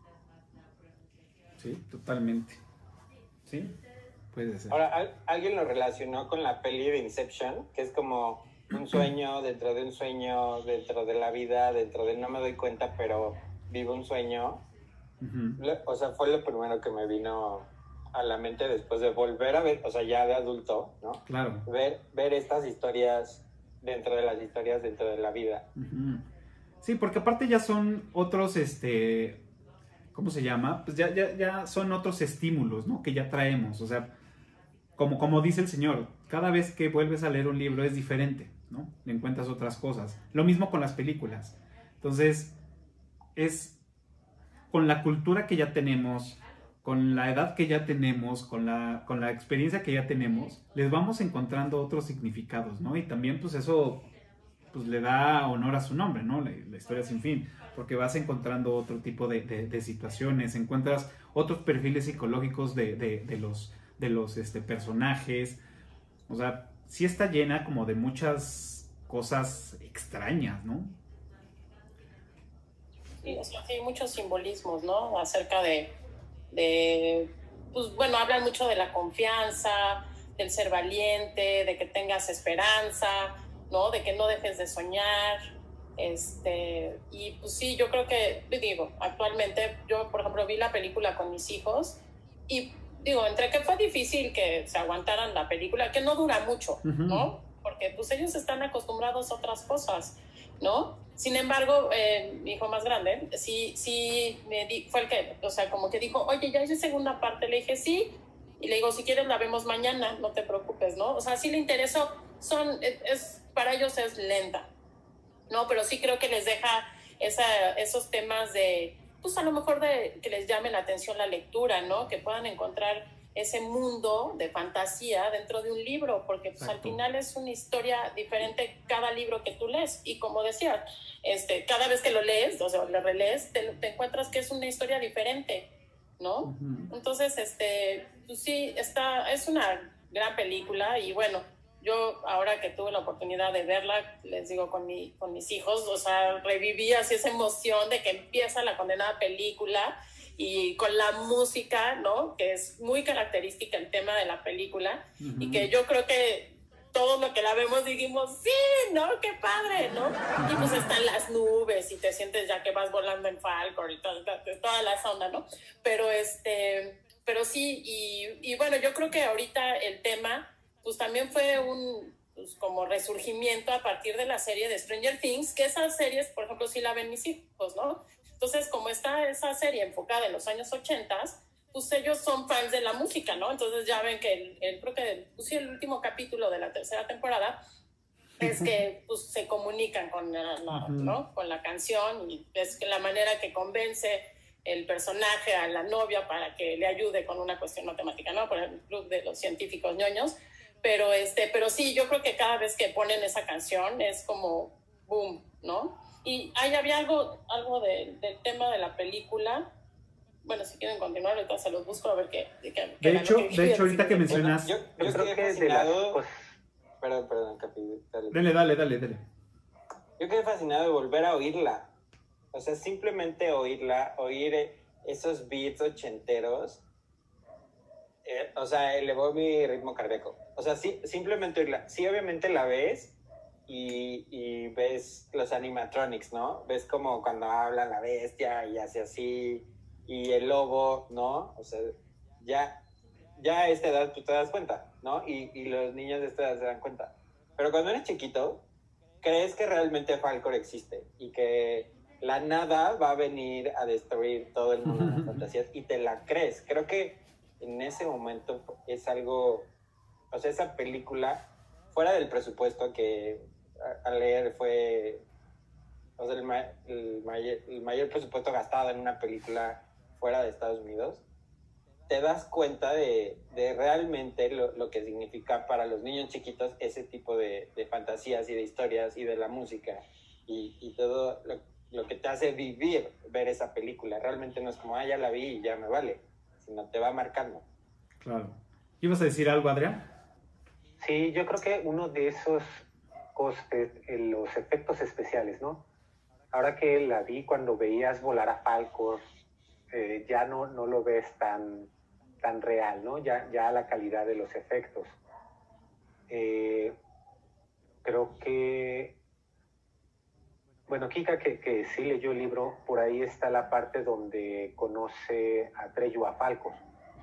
Sí, totalmente. Sí, puede ser. Ahora, alguien lo relacionó con la peli de Inception, que es como un sueño dentro de un sueño, dentro de la vida, dentro de no me doy cuenta, pero vivo un sueño. O sea, fue lo primero que me vino a la mente después de volver a ver, o sea, ya de adulto, ¿no? Claro. Ver estas historias dentro de las historias dentro de la vida. Sí, porque aparte ya son otros, ¿cómo se llama? Pues ya son otros estímulos, ¿no? Que ya traemos, o sea, como dice el señor, cada vez que vuelves a leer un libro es diferente, ¿no? Le encuentras otras cosas. Lo mismo con las películas. Entonces, es con la cultura que ya tenemos, con la edad que ya tenemos, con la experiencia que ya tenemos, les vamos encontrando otros significados, ¿no? Y también, pues eso, pues le da honor a su nombre, ¿no? La historia sin fin, porque vas encontrando otro tipo de situaciones, encuentras otros perfiles psicológicos de los personajes, o sea, sí está llena como de muchas cosas extrañas, ¿no? Sí, o sea, hay muchos simbolismos, ¿no? Acerca pues bueno, hablan mucho de la confianza, del ser valiente, de que tengas esperanza, ¿no? De que no dejes de soñar. Y pues sí, yo creo que, digo, actualmente yo, por ejemplo, vi la película con mis hijos y digo, entre que fue difícil que se aguantaran la película, que no dura mucho, ¿no? Porque pues ellos están acostumbrados a otras cosas, ¿no? Sin embargo, mi hijo más grande, sí fue el que, o sea, como que dijo, oye, ya hice segunda parte, le dije, sí, y le digo, si quieres la vemos mañana, no te preocupes, ¿no? O sea, sí le interesó, para ellos es lenta, ¿no? Pero sí creo que les deja esos temas de, pues a lo mejor que les llame la atención la lectura, ¿no? Que puedan encontrar ese mundo de fantasía dentro de un libro, porque pues, al final es una historia diferente cada libro que tú lees. Y como decía, cada vez que lo lees, o sea, lo relees, te encuentras que es una historia diferente, ¿no? Entonces, pues sí, es una gran película y bueno, yo ahora que tuve la oportunidad de verla, les digo con mis hijos, o sea, reviví así esa emoción de que empieza la condenada película y con la música, ¿no? Que es muy característica el tema de la película y que yo creo que todos los que la vemos dijimos, sí, ¿no? ¡Qué padre!, ¿no? Y pues están las nubes y te sientes ya que vas volando en Falcon y toda la onda, ¿no? Pero sí, y bueno, yo creo que ahorita el tema pues también fue pues, como resurgimiento a partir de la serie de Stranger Things, que esas series, por ejemplo, sí la ven mis hijos, ¿no? Entonces, como está esa serie enfocada en los años 80, pues ellos son fans de la música, ¿no? Entonces ya ven que creo que pues, sí, el último capítulo de la tercera temporada es que pues, se comunican con ¿no? Con la canción y es la manera que convence el personaje a la novia para que le ayude con una cuestión matemática, ¿no? Por el club de los científicos ñoños. Pero sí, yo creo que cada vez que ponen esa canción es como boom, ¿no? Y ahí había algo del tema de la película. Bueno, si quieren continuar, ahorita se los busco a ver qué de hecho, ahorita que mencionas... Yo creo que fascinado... Perdón, Capi. Dale. Yo quedé fascinado de volver a oírla. O sea, simplemente oírla, oír esos beats ochenteros... o sea, elevó mi ritmo cardíaco. O sea, sí, simplemente oírla. Sí, obviamente la ves y ves los animatronics, ¿no? Ves como cuando habla la bestia y hace así, y el lobo, ¿no? O sea, ya a esta edad tú te das cuenta, ¿no? Y los niños de esta edad se dan cuenta. Pero cuando eres chiquito, crees que realmente Falcor existe y que la nada va a venir a destruir todo el mundo de las fantasías y te la crees. Creo que en ese momento es algo, o sea, esa película, fuera del presupuesto que al leer fue, o sea, el mayor presupuesto gastado en una película fuera de Estados Unidos, te das cuenta de realmente lo que significa para los niños chiquitos ese tipo de fantasías y de historias y de la música y todo lo que te hace vivir ver esa película. Realmente no es como, ya la vi y ya me vale, sino te va marcando. Claro. ¿Ibas a decir algo, Adrián? Sí, yo creo que uno de esos los efectos especiales, ¿no? Ahora que la vi, cuando veías volar a Falcor, ya no lo ves tan real, ¿no? Ya la calidad de los efectos. Creo que, bueno, Kika, que sí leyó el libro, por ahí está la parte donde conoce a Treyu a Falcor.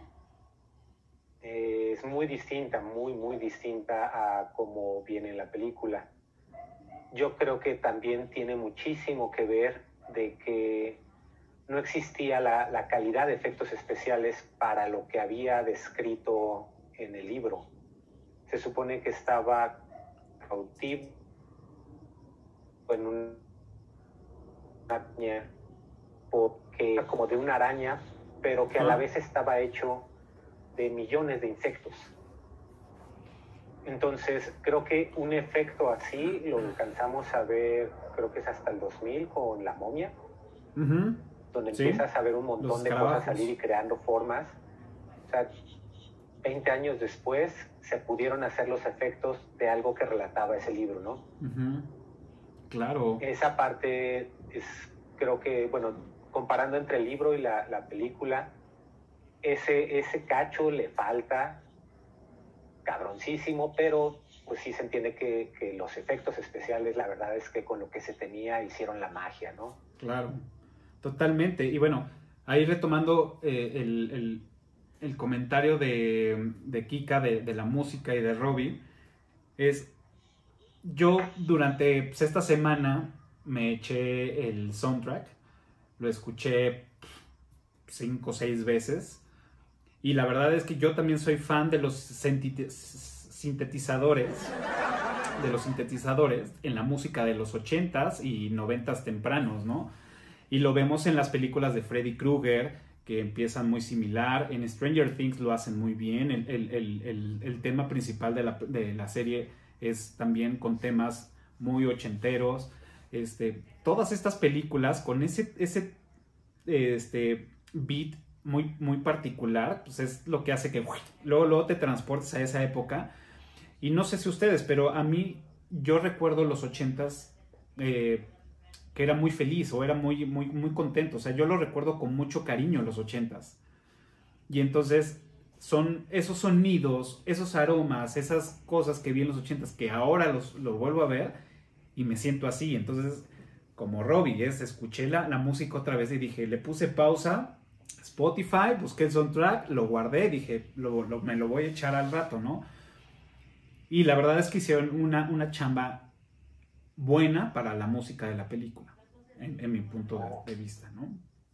Es muy distinta, muy distinta a cómo viene en la película. Yo creo que también tiene muchísimo que ver de que no existía la calidad de efectos especiales para lo que había descrito en el libro. Se supone que estaba cautivo en una araña, porque era como de una araña, pero que a la vez estaba hecho de millones de insectos. Entonces, creo que un efecto así lo alcanzamos a ver, creo que es hasta el 2000 con La Momia, donde empiezas a ver un montón de cosas salir y creando formas. O sea, 20 años después se pudieron hacer los efectos de algo que relataba ese libro, ¿no? Claro. Esa parte es, creo que, bueno, comparando entre el libro y la película, ese cacho le falta cabroncísimo, pero pues sí se entiende que los efectos especiales, la verdad es que con lo que se tenía hicieron la magia, ¿no? Claro, totalmente. Y bueno, ahí retomando el comentario de Kika, de la música y de Robbie, yo durante pues, esta semana me eché el soundtrack, lo escuché 5 o 6 veces. Y la verdad es que yo también soy fan de los sintetizadores en la música de los 80s y 90s tempranos, ¿no? Y lo vemos en las películas de Freddy Krueger, que empiezan muy similar. En Stranger Things lo hacen muy bien. El tema principal de la serie es también con temas muy ochenteros. Todas estas películas con ese beat muy particular, pues es lo que hace que luego te transportes a esa época. Y no sé si ustedes, pero a mí, yo recuerdo los 80s que era muy feliz o era muy contento. O sea, yo lo recuerdo con mucho cariño los 80s. Y entonces son esos sonidos, esos aromas, esas cosas que vi en los 80s que ahora los vuelvo a ver y me siento así. Entonces, como Robbie, escuché la música otra vez y dije, le puse pausa, Spotify, busqué el soundtrack, lo guardé, dije, me lo voy a echar al rato, ¿no? Y la verdad es que hicieron una chamba buena para la música de la película, en mi punto de vista, ¿no?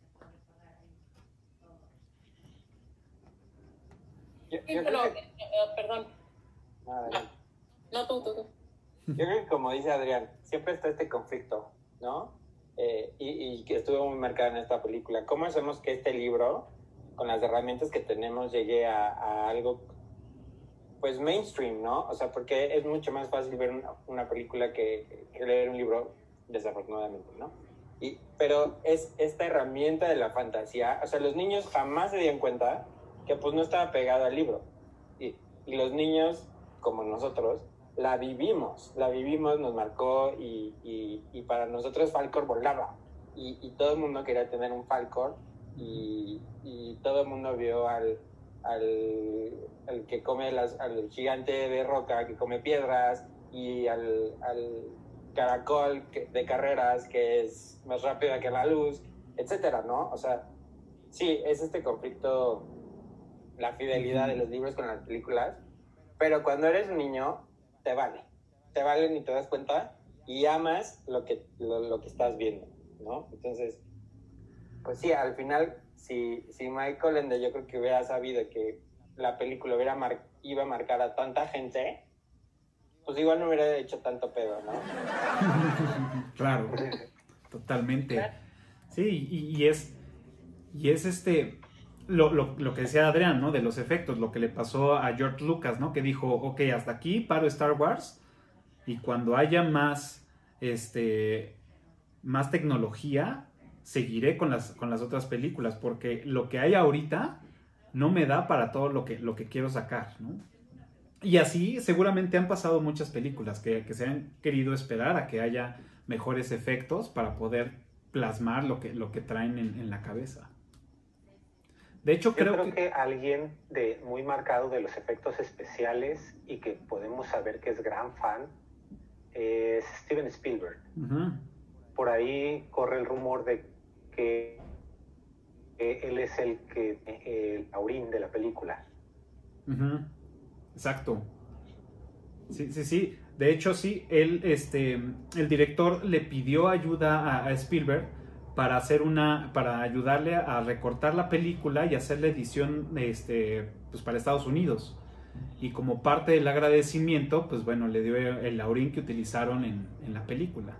Perdón. No, tú. Yo creo que como dice Adrián, siempre está este conflicto, ¿no? Y que estuvo muy marcado en esta película. ¿Cómo hacemos que este libro, con las herramientas que tenemos, llegue a algo, pues, mainstream, ¿no? O sea, porque es mucho más fácil ver una película que leer un libro, desafortunadamente, ¿no? Pero es esta herramienta de la fantasía. O sea, los niños jamás se dieron cuenta que, pues, no estaba pegado al libro. Y los niños, como nosotros, la vivimos, nos marcó y para nosotros Falcor volaba y todo el mundo quería tener un Falcor y todo el mundo vio al que come al gigante de roca que come piedras y al caracol de carreras que es más rápido que la luz, etcétera, ¿no? O sea, sí, es este conflicto, la fidelidad de los libros con las películas, pero cuando eres un niño te valen y te das cuenta y amas lo que estás viendo, ¿no? Entonces, pues sí, al final, si Michael Ende yo creo que hubiera sabido que la película iba a marcar a tanta gente, pues igual no hubiera hecho tanto pedo, ¿no? Claro, totalmente. Sí, y es lo que decía Adrián, ¿no? De los efectos, lo que le pasó a George Lucas, ¿no? Que dijo, ok, hasta aquí paro Star Wars y cuando haya más tecnología, seguiré con las otras películas, porque lo que hay ahorita no me da para todo lo que quiero sacar, ¿no? Y así seguramente han pasado muchas películas que se han querido esperar a que haya mejores efectos para poder plasmar lo que traen en la cabeza. De hecho, Yo creo que alguien muy marcado de los efectos especiales y que podemos saber que es gran fan es Steven Spielberg. Uh-huh. Por ahí corre el rumor de que él es el Aurín de la película. Uh-huh. Exacto. Sí. De hecho, sí, el director le pidió ayuda a Spielberg para ayudarle a recortar la película y hacer la edición pues para Estados Unidos. Y como parte del agradecimiento, pues bueno, le dio el Aurín que utilizaron en la película.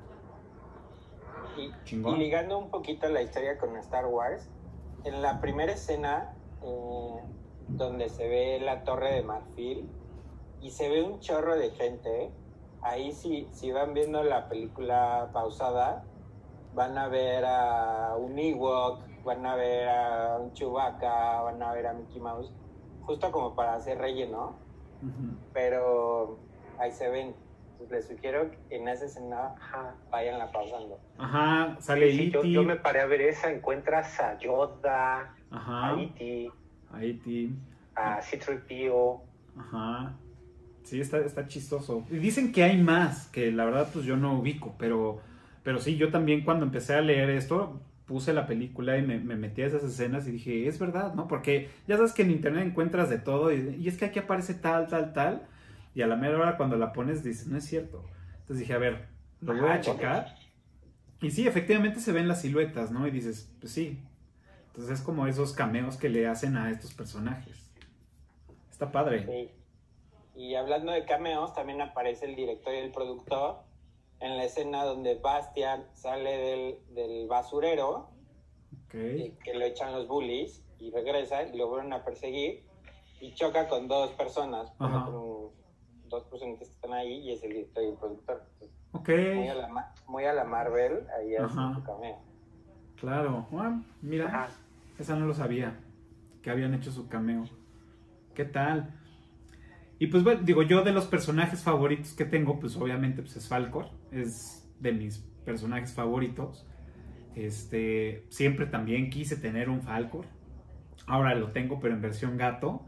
Y ligando un poquito la historia con Star Wars, en la primera escena donde se ve la Torre de Marfil y se ve un chorro de gente, ahí si van viendo la película pausada, van a ver a un Ewok, van a ver a un Chewbacca, van a ver a Mickey Mouse, justo como para hacer relleno, uh-huh. Pero ahí se ven. Les sugiero que en esa escena vayanla pausando. Ajá, sale sí, yo me paré a ver esa, encuentras a Yoda, ajá, a E.T., a C-3PO. Ajá. Sí, está chistoso. Y dicen que hay más, que la verdad pues yo no ubico, pero sí, yo también cuando empecé a leer esto, puse la película y me metí a esas escenas y dije, es verdad, ¿no? Porque ya sabes que en internet encuentras de todo y es que aquí aparece tal, y a la mera hora cuando la pones dices, no es cierto. Entonces dije, a ver, lo voy a checar. Y sí, efectivamente se ven las siluetas, ¿no? Y dices, pues sí. Entonces es como esos cameos que le hacen a estos personajes. Está padre. Sí. Y hablando de cameos, también aparece el director y el productor en la escena donde Bastian sale del basurero, okay. Que lo echan los bullies, y regresa y lo vuelven a perseguir y choca con dos personas, con dos personas que están ahí, y es el director y el productor. Okay. Muy a la Marvel, ahí hace su cameo. Claro, mira, esa no lo sabía, que habían hecho su cameo. ¿Qué tal? Y pues bueno, digo, yo de los personajes favoritos que tengo, pues obviamente pues es Falkor, es de mis personajes favoritos. Siempre también quise tener un Falkor. Ahora lo tengo, pero en versión gato.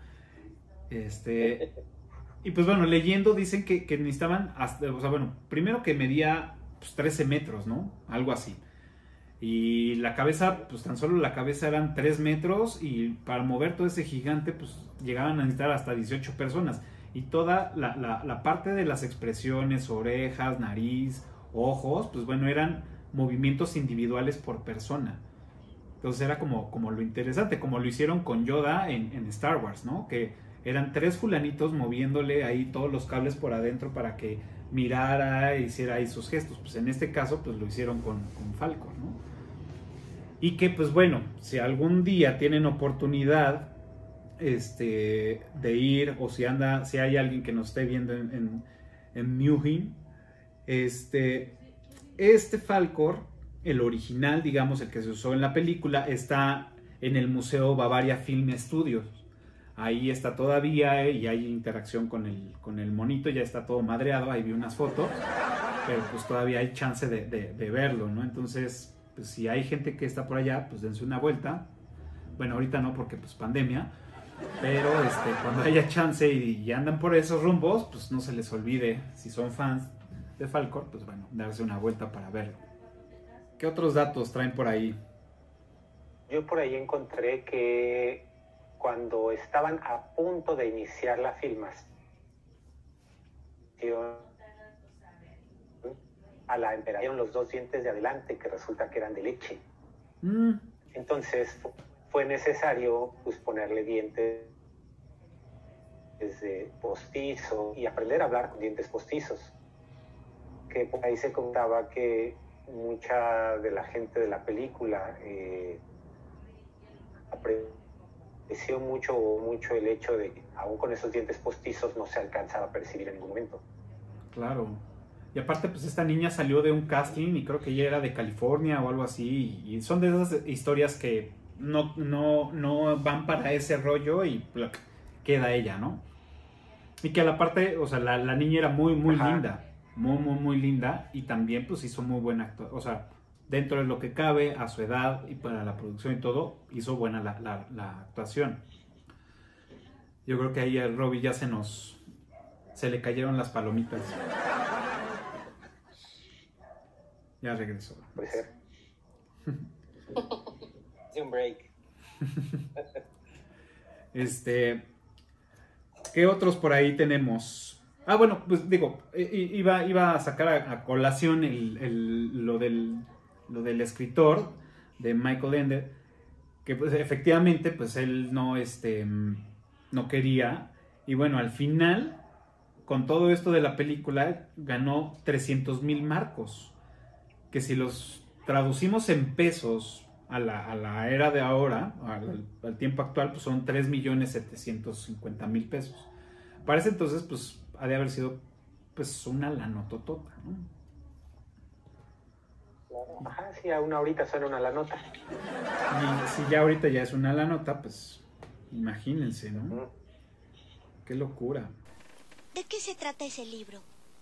Y pues bueno, leyendo dicen que necesitaban, primero que medía pues 13 metros, ¿no? Algo así. Y la cabeza, pues tan solo la cabeza eran 3 metros y para mover todo ese gigante, pues llegaban a necesitar hasta 18 personas. Y toda la parte de las expresiones, orejas, nariz, ojos, pues bueno, eran movimientos individuales por persona. Entonces era como lo interesante, como lo hicieron con Yoda en Star Wars, ¿no? Que eran 3 fulanitos moviéndole ahí todos los cables por adentro para que mirara e hiciera ahí sus gestos. Pues en este caso, pues lo hicieron con Falkor, ¿no? Y que pues bueno, si algún día tienen oportunidad de ir, o si hay alguien que nos esté viendo en Newhin, este Falkor, el original, digamos, el que se usó en la película, está en el Museo Bavaria Film Studios. Ahí está todavía y hay interacción con el monito, ya está todo madreado, ahí vi unas fotos, pero pues todavía hay chance de verlo, ¿no? Entonces, pues si hay gente que está por allá, pues dense una vuelta. Bueno, ahorita no porque pues pandemia, pero cuando haya chance y andan por esos rumbos, pues no se les olvide, si son fans de Falkor, pues bueno, darse una vuelta para verlo. ¿Qué otros datos traen por ahí? Yo por ahí encontré que cuando estaban a punto de iniciar la filmación, a la emperaron los 2 dientes de adelante, que resulta que eran de leche. Entonces fue necesario pues ponerle dientes de postizo y aprender a hablar con dientes postizos. Que por ahí se contaba que mucha de la gente de la película aprendió apreció mucho el hecho de que aún con esos dientes postizos no se alcanzaba a percibir en ningún momento. Claro. Y aparte, pues esta niña salió de un casting y creo que ella era de California o algo así. Y son de esas historias que no van para ese rollo y ¡plac! Queda ella, ¿no? Y que a la parte, o sea, la niña era muy linda. Muy linda. Y también pues hizo muy buena actuación. O sea, dentro de lo que cabe, a su edad y para la producción y todo, hizo buena la actuación. Yo creo que ahí a Robbie ya se le cayeron las palomitas. Ya regresó. Puede ser. Es un break. ¿Qué otros por ahí tenemos? Ah, bueno, pues digo, iba a sacar a colación lo del escritor de Michael Ende, que pues efectivamente pues él no quería, y bueno, al final con todo esto de la película ganó 300,000 marcos, que si los traducimos en pesos a la era de ahora, al tiempo actual, pues son 3,750,000 pesos. Para ese entonces, pues ha de haber sido pues una lanototota, ¿no? Ajá, sí, aún ahorita suena una lanota. Y si ya ahorita ya es una lanota, pues imagínense, ¿no? Qué locura. ¿De qué se trata ese libro?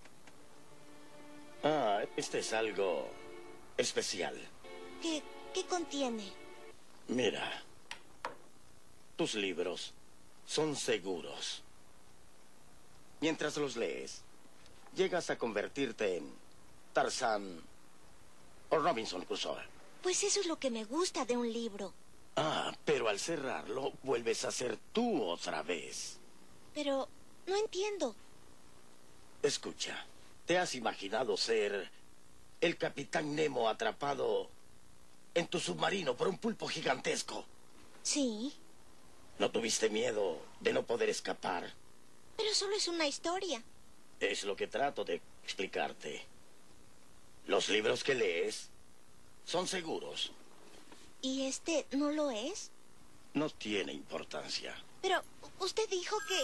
Este es algo especial. ¿Qué contiene? Mira, tus libros son seguros. Mientras los lees, llegas a convertirte en Tarzán o Robinson Crusoe. Pues eso es lo que me gusta de un libro. Pero al cerrarlo, vuelves a ser tú otra vez. Pero no entiendo. Escucha, ¿te has imaginado ser el Capitán Nemo atrapado en tu submarino por un pulpo gigantesco? Sí. ¿No tuviste miedo de no poder escapar? Pero solo es una historia. Es lo que trato de explicarte. Los libros que lees son seguros. ¿Y este no lo es? No tiene importancia. Pero usted dijo que...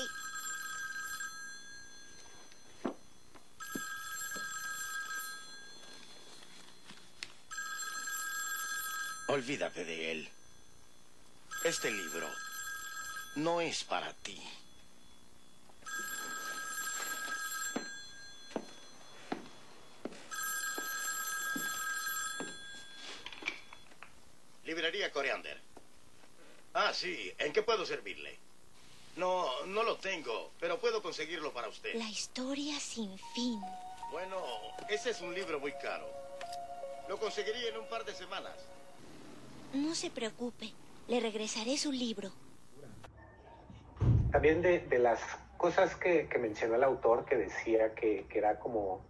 Olvídate de él. Este libro no es para ti. Librería Coriander. Sí, ¿en qué puedo servirle? No lo tengo, pero puedo conseguirlo para usted. La historia sin fin. Bueno, ese es un libro muy caro. Lo conseguiría en un par de semanas. No se preocupe, le regresaré su libro. También de las cosas que mencionó el autor, que decía que era como...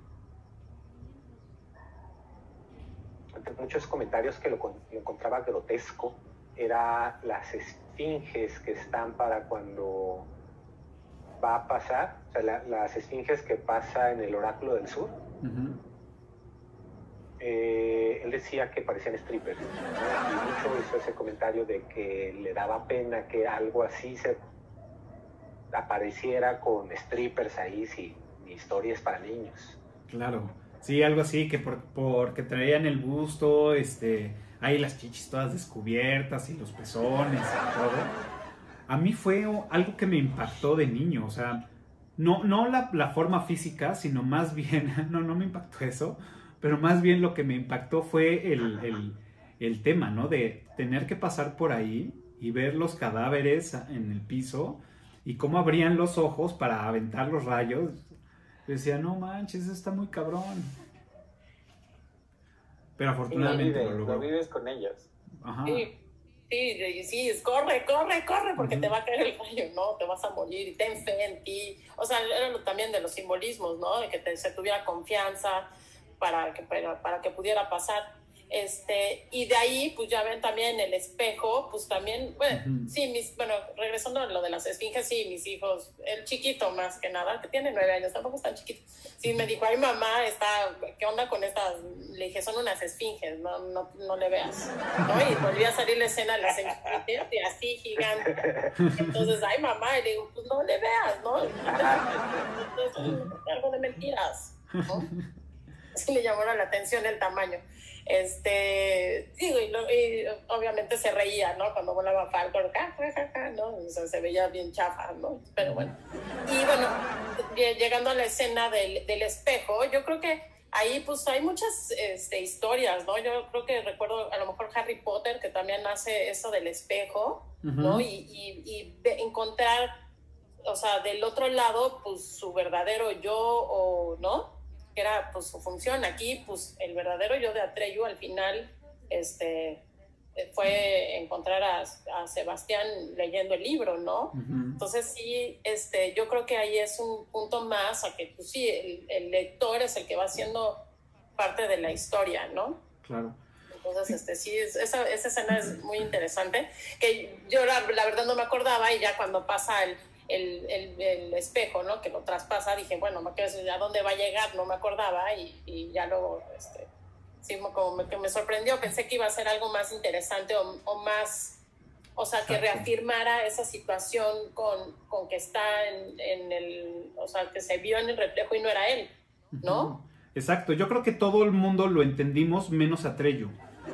muchos comentarios que lo encontraba grotesco, era las esfinges que están para cuando va a pasar, o sea, las esfinges que pasa en el Oráculo del Sur. Él decía que parecían strippers, ¿no? Y mucho hizo ese comentario de que le daba pena que algo así se apareciera con strippers ahí, si mi historia es para niños. Claro, sí, algo así, que porque traían el busto, ahí las chichis todas descubiertas y los pezones y todo. A mí fue algo que me impactó de niño, o sea, no la forma física, sino más bien, no me impactó eso, pero más bien lo que me impactó fue el tema, ¿no? De tener que pasar por ahí y ver los cadáveres en el piso y cómo abrían los ojos para aventar los rayos. Yo decía, no manches, eso está muy cabrón. Pero afortunadamente lo vives con ellos. Ajá. Sí, corre, porque te va a caer el rayo, ¿no? Te vas a morir y ten fe en ti. O sea, era también de los simbolismos, ¿no? De que se tuviera confianza para que pudiera pasar. Y de ahí, pues ya ven también el espejo, pues también, bueno, sí, regresando a lo de las esfinges, sí, mis hijos, el chiquito más que nada, que tiene 9 años, tampoco es tan chiquito, sí me dijo, ay mamá, ¿qué onda con estas le dije, son unas esfinges, no le veas, ¿no? Y volví a salir la escena de las esfinges y así gigante. Entonces, ay, mamá, y le digo, pues no le veas, ¿no? Entonces, algo de mentiras, ¿no? Sí le llamó la atención el tamaño. Digo, y obviamente se reía, ¿no? Cuando volaba Falcon, ¿no? O sea, se veía bien chafa, ¿no? Pero bueno. Y bueno, llegando a la escena del espejo, yo creo que ahí pues hay muchas historias, ¿no? Yo creo que recuerdo a lo mejor Harry Potter, que también hace eso del espejo, ¿no? Y encontrar, o sea, del otro lado, pues su verdadero yo, o ¿no? Que era pues su función. Aquí pues el verdadero yo de Atreyu al final fue encontrar a Sebastián leyendo el libro, ¿no? Entonces sí, yo creo que ahí es un punto más a que pues sí, el lector es el que va haciendo parte de la historia, ¿no? Claro. Entonces, sí, esa escena es muy interesante, que yo la verdad no me acordaba, y ya cuando pasa el espejo, ¿no? Que lo traspasa, dije, bueno, ¿a dónde va a llegar? No me acordaba, y ya luego, sí, como que me sorprendió. Pensé que iba a ser algo más interesante o más, o sea, que reafirmara esa situación con que está en el, o sea, que se vio en el reflejo y no era él, ¿no? Exacto, yo creo que todo el mundo lo entendimos menos Atreyu.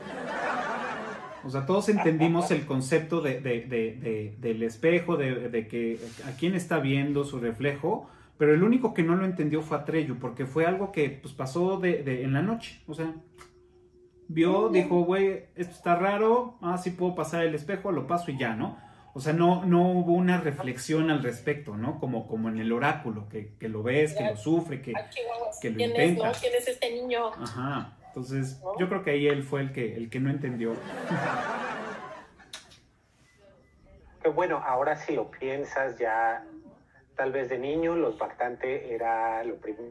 O sea, todos entendimos el concepto del espejo, de que a quién está viendo su reflejo, pero el único que no lo entendió fue Atreyu, porque fue algo que pues pasó en la noche. O sea, vio, dijo, güey, esto está raro, sí puedo pasar el espejo, lo paso y ya, ¿no? O sea, no hubo una reflexión al respecto, ¿no? Como en el oráculo, que lo ves, que lo sufre, que lo intenta. ¿Quién es este niño? Ajá. Entonces, yo creo que ahí él fue el que no entendió. Que bueno, ahora si lo piensas ya, tal vez de niño lo impactante era lo primero,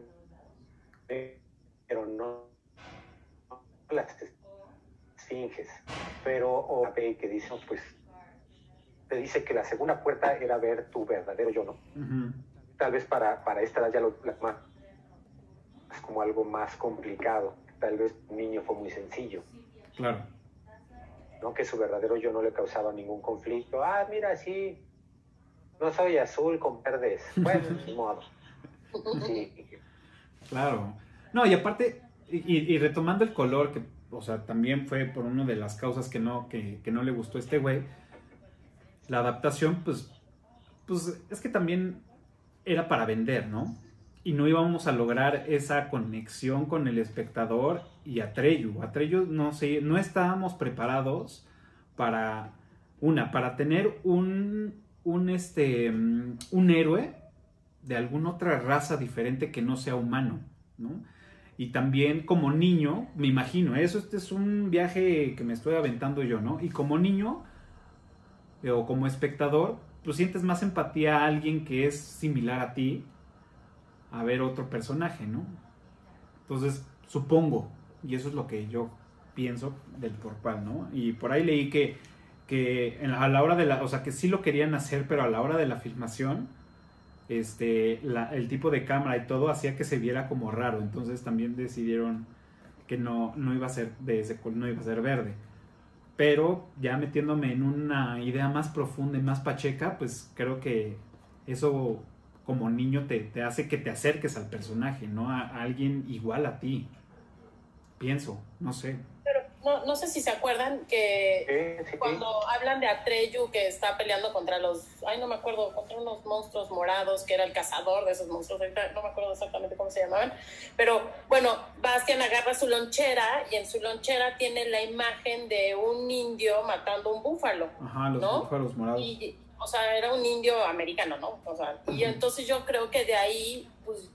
pero no las esfinges. Pero o que dice, pues, te dice que la segunda puerta era ver tu verdadero yo, ¿no? Tal vez para esta edad ya más como algo más complicado. Tal vez un niño fue muy sencillo. Claro. ¿No? Que su verdadero yo no le causaba ningún conflicto. Mira, sí, no soy azul con verdes. Bueno, ni modo. Sí. Claro. No, y aparte, y retomando el color, que, o sea, también fue por una de las causas que no le gustó a este güey, la adaptación, pues es que también era para vender, ¿no? Y no íbamos a lograr esa conexión con el espectador y Atreyu. Atreyu, no estábamos preparados para tener un héroe de alguna otra raza diferente que no sea humano, ¿no? Y también como niño, me imagino, este es un viaje que me estoy aventando yo, ¿no? Y como niño, o como espectador, pues sientes más empatía a alguien que es similar a ti, a ver otro personaje, ¿no? Entonces, supongo, y eso es lo que yo pienso del por cual, ¿no? Y por ahí leí que a la hora o sea, que sí lo querían hacer, pero a la hora de la filmación, el tipo de cámara y todo hacía que se viera como raro. Entonces también decidieron que no iba a ser no iba a ser verde. Pero ya metiéndome en una idea más profunda y más pacheca, pues creo que eso como niño te hace que te acerques al personaje, ¿no? A alguien igual a ti. Pienso, no sé. Pero no sé si se acuerdan que sí. Cuando hablan de Atreyu, que está peleando contra no me acuerdo, contra unos monstruos morados, que era el cazador de esos monstruos, ahorita no me acuerdo exactamente cómo se llamaban, pero bueno, Bastian agarra su lonchera, y en su lonchera tiene la imagen de un indio matando un búfalo. Ajá, los búfalos morados. O sea, era un indio americano, ¿no? O sea, y entonces yo creo que de ahí, pues,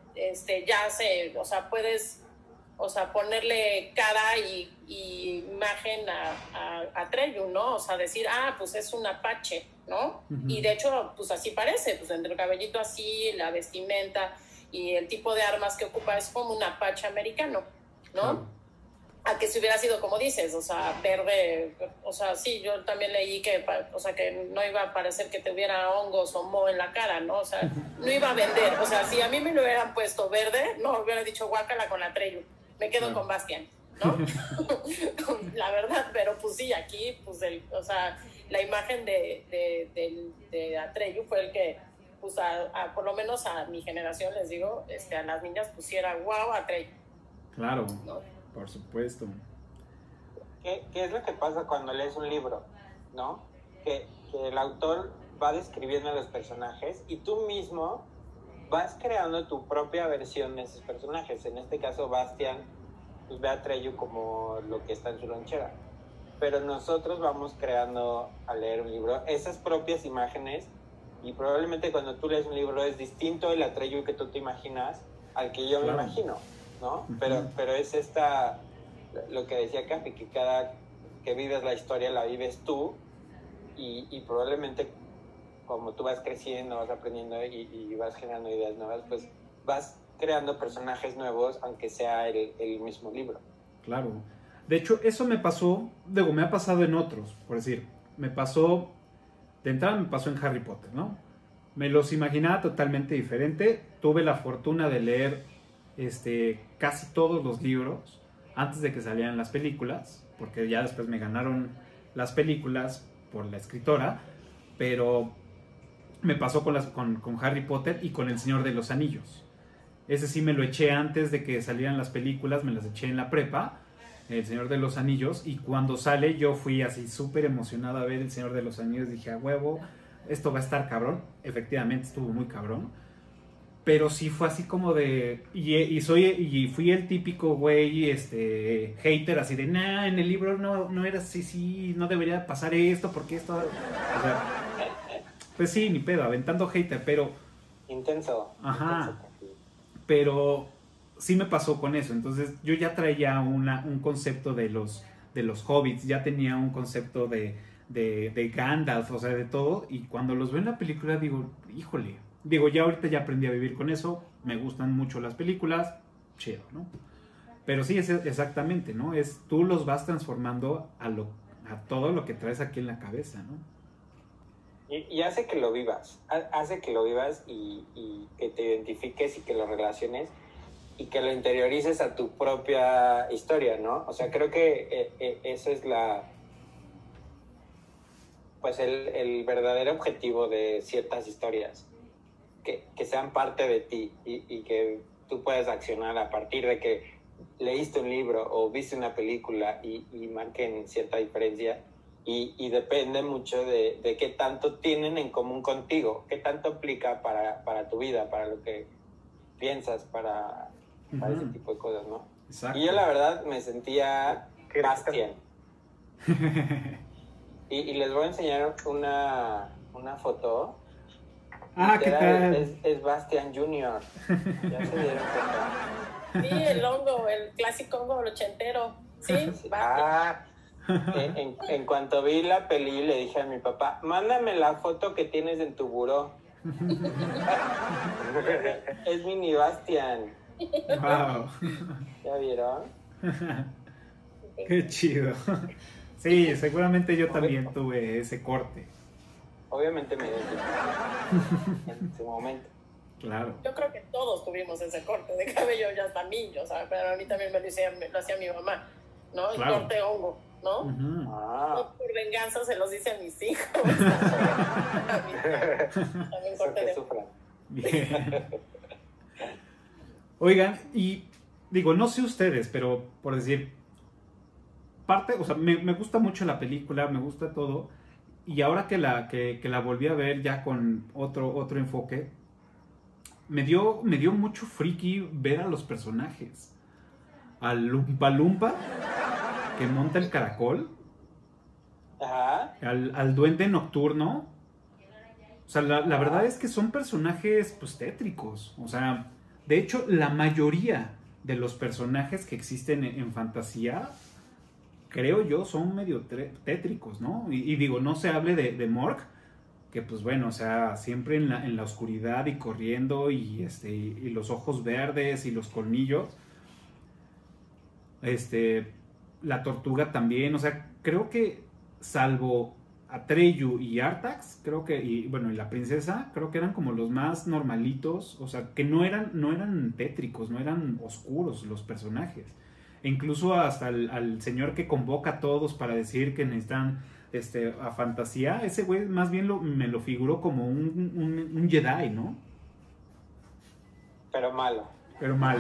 o sea, puedes, o sea, ponerle cara y imagen a Atreyu, ¿no? O sea, decir, pues es un apache, ¿no? Y de hecho, pues así parece, pues entre el cabellito así, la vestimenta y el tipo de armas que ocupa es como un apache americano, ¿no? Claro. A que si hubiera sido como dices, o sea, verde, o sea, sí, yo también leí que, o sea, que no iba a parecer que tuviera hongos o moho en la cara, ¿no? O sea, no iba a vender, o sea, si a mí me lo hubieran puesto verde, no hubiera dicho guácala con Atreyu, me quedo Claro. con Bastian, ¿no? La verdad, pero pues sí, aquí, pues, o sea, la imagen de Atreyu fue el que, pues, por lo menos a mi generación, les digo, a las niñas pusiera, wow, Atreyu, Claro, ¿no? por supuesto. ¿Qué es lo que pasa cuando lees un libro? ¿No? Que el autor va describiendo a los personajes y tú mismo vas creando tu propia versión de esos personajes. En este caso, Bastian pues, ve a Atreyu como lo que está en su lonchera. Pero nosotros vamos creando, al leer un libro, esas propias imágenes, y probablemente cuando tú lees un libro es distinto el Atreyu que tú te imaginas al que yo Claro. me imagino, ¿no? Ujú. Pero es lo que decía Capi, que cada que vives la historia la vives tú, y probablemente como tú vas creciendo, vas aprendiendo y vas generando ideas nuevas, pues vas creando personajes nuevos, aunque sea el mismo libro. Claro. De hecho, eso me pasó, me ha pasado en otros, por decir, de entrada me pasó en Harry Potter, ¿no? Me los imaginaba totalmente diferente. Tuve la fortuna de leer casi todos los libros antes de que salieran las películas, porque ya después me ganaron las películas por la escritora, pero me pasó con Harry Potter y con El Señor de los Anillos. Ese sí me lo eché antes de que salieran las películas, me las eché en la prepa, El Señor de los Anillos, y cuando sale yo fui así súper emocionado a ver El Señor de los Anillos, dije, a huevo, esto va a estar cabrón. Efectivamente estuvo muy cabrón, pero sí fue así como de, y fui el típico güey, hater, así de, nah, en el libro no era así, sí, no debería pasar esto, porque esto, o sea, pues sí, ni pedo, aventando hater, pero, Intenso. ajá, Intenso. pero sí me pasó con eso. Entonces yo ya traía un concepto de los hobbits, ya tenía un concepto de Gandalf, o sea, de todo, y cuando los veo en la película digo, híjole, digo, ya ahorita ya aprendí a vivir con eso, me gustan mucho las películas, chido, ¿no? Pero sí, es exactamente, ¿no? Tú los vas transformando a todo lo que traes aquí en la cabeza, ¿no? Y hace que lo vivas, y que te identifiques y que lo relaciones y que lo interiorices a tu propia historia, ¿no? O sea, creo que eso es pues el verdadero objetivo de ciertas historias, que sean parte de ti y que tú puedas accionar a partir de que leíste un libro o viste una película y marquen cierta diferencia. Y depende mucho de qué tanto tienen en común contigo, qué tanto aplica para tu vida, para lo que piensas, para ese tipo de cosas, ¿no? Exacto. Y yo la verdad me sentía Bastian. y les voy a enseñar una foto. Ah, ¿qué tal? Es Bastian Junior. Ya se dieron cuenta. Sí, el hongo, el clásico hongo ochentero. Sí, Ah, en cuanto vi la peli, le dije a mi papá, mándame la foto que tienes en tu buró. Es mini Bastian. Wow. ¿Ya vieron? Qué chido. Sí, seguramente yo también tuve ese corte. Obviamente me identifico en su momento. Claro. Yo creo que todos tuvimos ese corte de cabello ya hasta a mí, o sea, pero a mí también lo hacía mi mamá, ¿no? El Claro. corte hongo, ¿no? Uh-huh. Ah, Por venganza se los dice a mis hijos. También eso corte que de... sufran. Bien. Oigan, y digo, no sé ustedes, pero por decir, o sea, me gusta mucho la película, me gusta todo, y ahora que la volví a ver ya con otro enfoque, me dio mucho friki ver a los personajes. Al Lumpa Lumpa, que monta el caracol, Ajá. al duende nocturno. O sea, la verdad es que son personajes, pues, tétricos. O sea, de hecho, la mayoría de los personajes que existen en fantasía, creo yo, son medio tétricos, ¿no? Y digo, no se hable de Morg, que pues bueno, o sea, siempre en la oscuridad y corriendo y los ojos verdes y los colmillos. La tortuga también, o sea, creo que salvo Atreyu y Artax, creo que, y la princesa, creo que eran como los más normalitos, o sea, que no eran tétricos, no eran oscuros los personajes. e incluso hasta al señor que convoca a todos para decir que necesitan a fantasía, ese güey más bien me lo figuró como un Jedi, ¿no? Pero malo. Pero mal.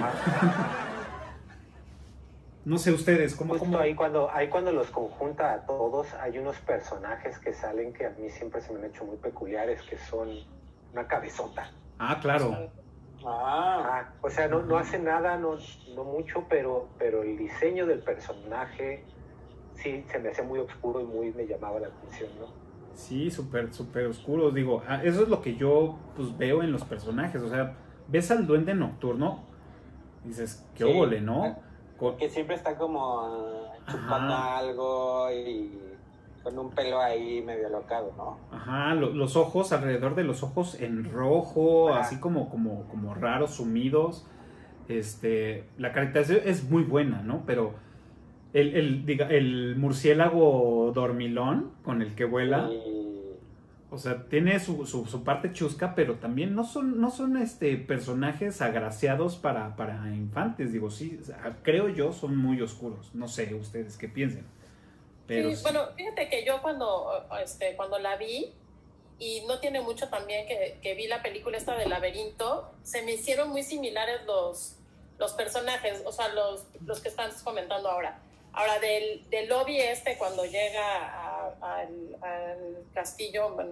No sé ustedes, ¿cómo? Ahí cuando los conjunta a todos, hay unos personajes que salen que a mí siempre se me han hecho muy peculiares, que son una cabezota. Ah, claro. O sea, no hace nada, no mucho, pero el diseño del personaje sí se me hacía muy oscuro y me llamaba la atención, ¿no? Sí, súper oscuro. Digo, eso es lo que yo pues veo en los personajes. O sea, ves al duende nocturno y dices, qué óvole, ¿no? Que siempre está como chupando algo y con un pelo ahí medio locado, ¿no? Ajá, los ojos, alrededor de los ojos en rojo, así como raros, sumidos. La caracterización es muy buena, ¿no? Pero el murciélago dormilón con el que vuela, o sea, tiene su parte chusca, pero también no son personajes agraciados para infantes, digo, sí, o sea, creo yo son muy oscuros, no sé ustedes qué piensen. Pero sí, bueno, fíjate que yo cuando la vi, y no tiene mucho también que vi la película esta de Laberinto, se me hicieron muy similares los personajes, o sea, los que están comentando ahora. Ahora, del lobby cuando llega al castillo, bueno,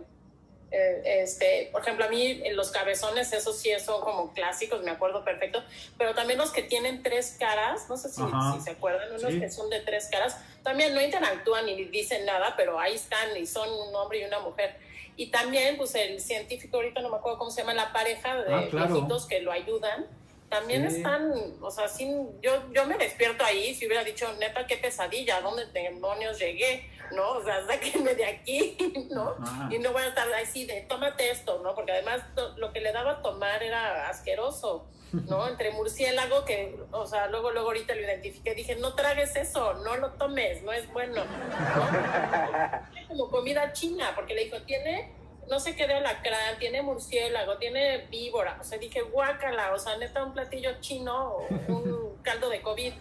por ejemplo, a mí los cabezones, esos sí son como clásicos, me acuerdo perfecto, pero también los que tienen 3 caras, no sé si se acuerdan, unos que son de 3 caras, también no interactúan ni dicen nada, pero ahí están y son un hombre y una mujer. Y también, pues el científico, ahorita no me acuerdo cómo se llama, la pareja de viejitos que lo ayudan, también están, o sea, yo me despierto ahí, si hubiera dicho, neta, qué pesadilla, ¿a dónde demonios llegué? ¿No? O sea, sáquenme de aquí, ¿no? Y no voy a estar así de, tómate esto, ¿no? Porque además lo que le daba a tomar era asqueroso, ¿no? Entre murciélago, que, o sea, luego ahorita lo identifiqué, dije, no tragues eso, no lo tomes, no es bueno, ¿no? Como comida china, porque le dijo, tiene no sé qué de alacrán, tiene murciélago, tiene víbora, o sea, dije, guácala, o sea, neta, un platillo chino o un caldo de COVID.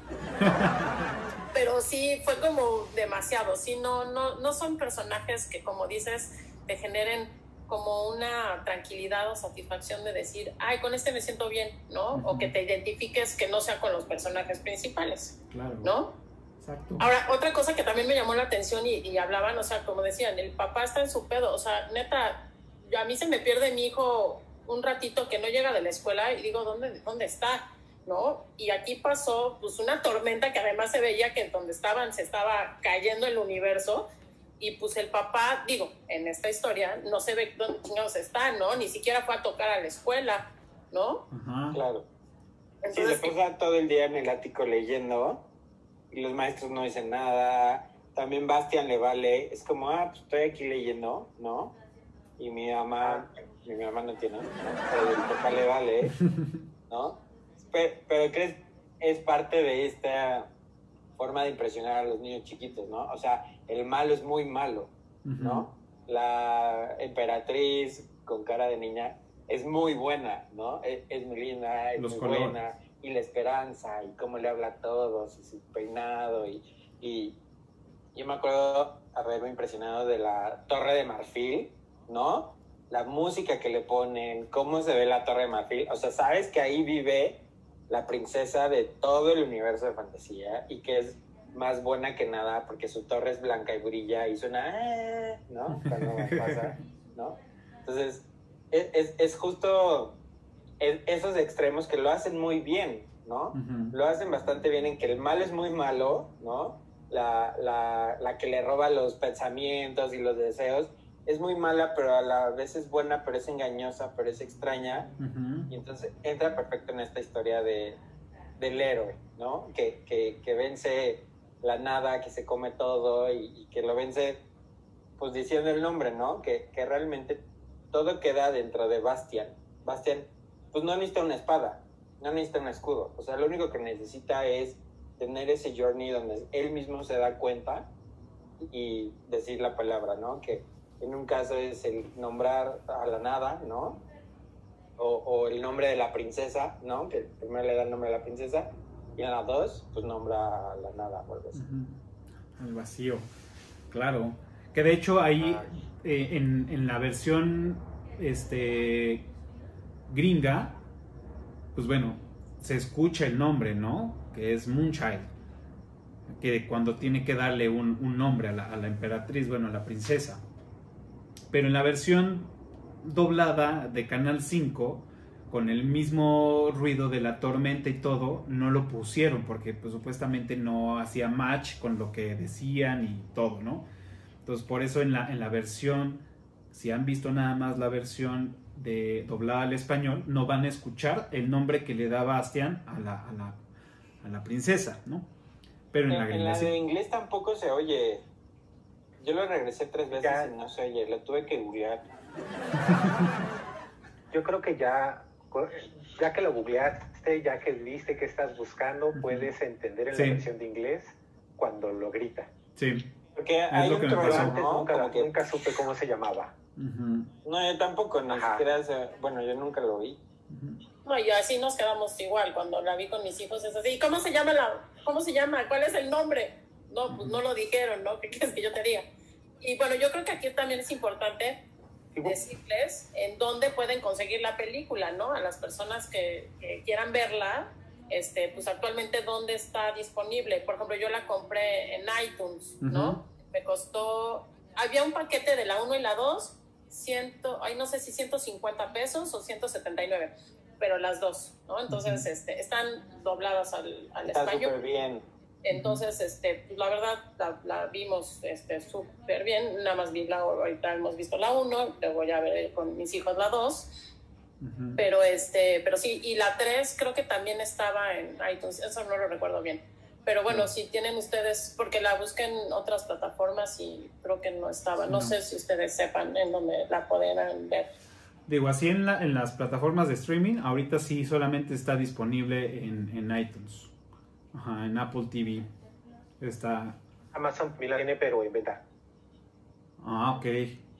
Pero sí, fue como demasiado, sí, no son personajes que, como dices, te generen como una tranquilidad o satisfacción de decir, ay, con me siento bien, ¿no? O que te identifiques que no sea con los personajes principales, claro, ¿no? Exacto. Ahora, otra cosa que también me llamó la atención y hablaban, o sea, como decían, el papá está en su pedo, o sea, neta, a mí se me pierde mi hijo un ratito que no llega de la escuela y digo, ¿dónde está? ¿No? Y aquí pasó, pues, una tormenta que además se veía que donde estaban se estaba cayendo el universo y, pues, el papá, digo, en esta historia no se ve dónde chingados está, ¿no? Ni siquiera fue a tocar a la escuela, ¿no? Ajá. Claro. Entonces, sí, se pasa todo el día en el ático leyendo y los maestros no dicen nada. También Bastian le vale, es como, pues estoy aquí leyendo, ¿no? Y mi mamá no tiene, ¿no? Pero el papá le vale, ¿no? Pero ¿crees? Es parte de esta forma de impresionar a los niños chiquitos, ¿no? O sea, el malo es muy malo, ¿no? La emperatriz con cara de niña es muy buena, ¿no? Es muy linda, es muy buena. Y la esperanza, y cómo le habla a todos, y su peinado, y yo me acuerdo haberme impresionado de la Torre de Marfil, ¿no? La música que le ponen, cómo se ve la Torre de Marfil, o sea, sabes que ahí vive la princesa de todo el universo de fantasía, y que es más buena que nada, porque su torre es blanca y brilla, y suena, ¿no? Cuando pasa, ¿no? Entonces, es justo esos extremos que lo hacen muy bien, ¿no? Lo hacen bastante bien en que el malo es muy malo, ¿no? La que le roba los pensamientos y los deseos es muy mala, pero a la vez es buena, pero es engañosa, pero es extraña. Y entonces entra perfecto en esta historia del héroe, ¿no? Que vence la nada, que se come todo y que lo vence, pues diciendo el nombre, ¿no? Que realmente todo queda dentro de Bastian. Bastian pues no necesita una espada, no necesita un escudo, o sea, lo único que necesita es tener ese journey donde él mismo se da cuenta y decir la palabra, ¿no? Que en un caso es el nombrar a la nada, ¿no? O el nombre de la princesa, ¿no? Que primero le da el nombre a la princesa, Y en la 2, pues nombra a la nada o algo así. Al vacío, claro. Que de hecho ahí, en la versión gringa, pues bueno, se escucha el nombre, ¿no? Que es Moonchild. Que cuando tiene que darle un nombre a la emperatriz, bueno, a la princesa. Pero en la versión doblada de Canal 5, con el mismo ruido de la tormenta y todo, no lo pusieron porque pues supuestamente no hacía match con lo que decían y todo, ¿no? Entonces por eso en la versión, si han visto nada más la versión de doblada al español, no van a escuchar el nombre que le da Bastian a la princesa, ¿no? Pero en la de inglés tampoco se oye. Yo lo regresé 3 veces y no se oye, lo tuve que googlear. Yo creo que ya que lo googleaste, ya que viste que estás buscando, puedes entender en la versión de inglés cuando lo grita. Sí. Porque hay un problema, ¿no? Nunca supe cómo se llamaba. No, yo tampoco, ni siquiera bueno, yo nunca lo vi. No, y así nos quedamos igual, cuando la vi con mis hijos es así, ¿cómo se llama? ¿Cuál es el nombre? No, pues no lo dijeron, ¿no? ¿Qué quieres que yo te diga? Y bueno, yo creo que aquí también es importante decirles en dónde pueden conseguir la película, ¿no? A las personas que quieran verla, pues actualmente dónde está disponible. Por ejemplo, yo la compré en iTunes, ¿no? Me costó, había un paquete de la 1 y la 2, no sé si 150 pesos o 179, pero las dos, ¿no? Entonces, están dobladas al está español. Súper bien. Entonces, pues, la verdad, la vimos súper bien. Nada más ahorita hemos visto la 1, luego ya veré con mis hijos la 2. Pero sí, y la 3 creo que también estaba en iTunes, eso no lo recuerdo bien. Pero bueno, si tienen ustedes, porque la busqué en otras plataformas y creo que no estaba. No sé si ustedes sepan en dónde la podrán ver. Digo, así en las plataformas de streaming, ahorita sí solamente está disponible en iTunes. Ajá, en Apple TV está. Amazon la tiene, pero en beta. Ah, ok.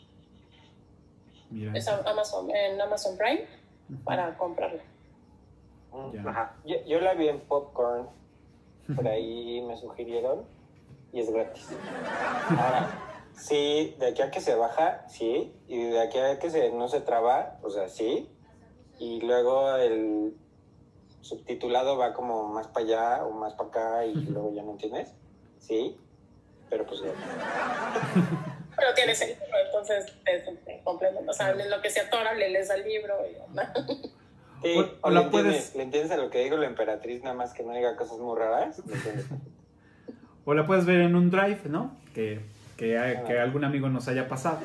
Mira. Es en Amazon Prime para comprarla. Ajá. Yo la vi en Popcorn, por ahí me sugirieron, y es gratis. Ahora, sí, de aquí a que se baja, sí, y de aquí a que no se traba, o sea, sí, y luego el subtitulado va como más para allá o más para acá y luego ya no entiendes, sí, pero pues ya. Pero tienes el libro, entonces te complementa, o sea, en lo que se atora le lees al libro y sí, o le puedes... entiendes a lo que digo la emperatriz, nada más que no diga cosas muy raras, ¿me entiendes? O la puedes ver en un drive, ¿no? Que algún amigo nos haya pasado.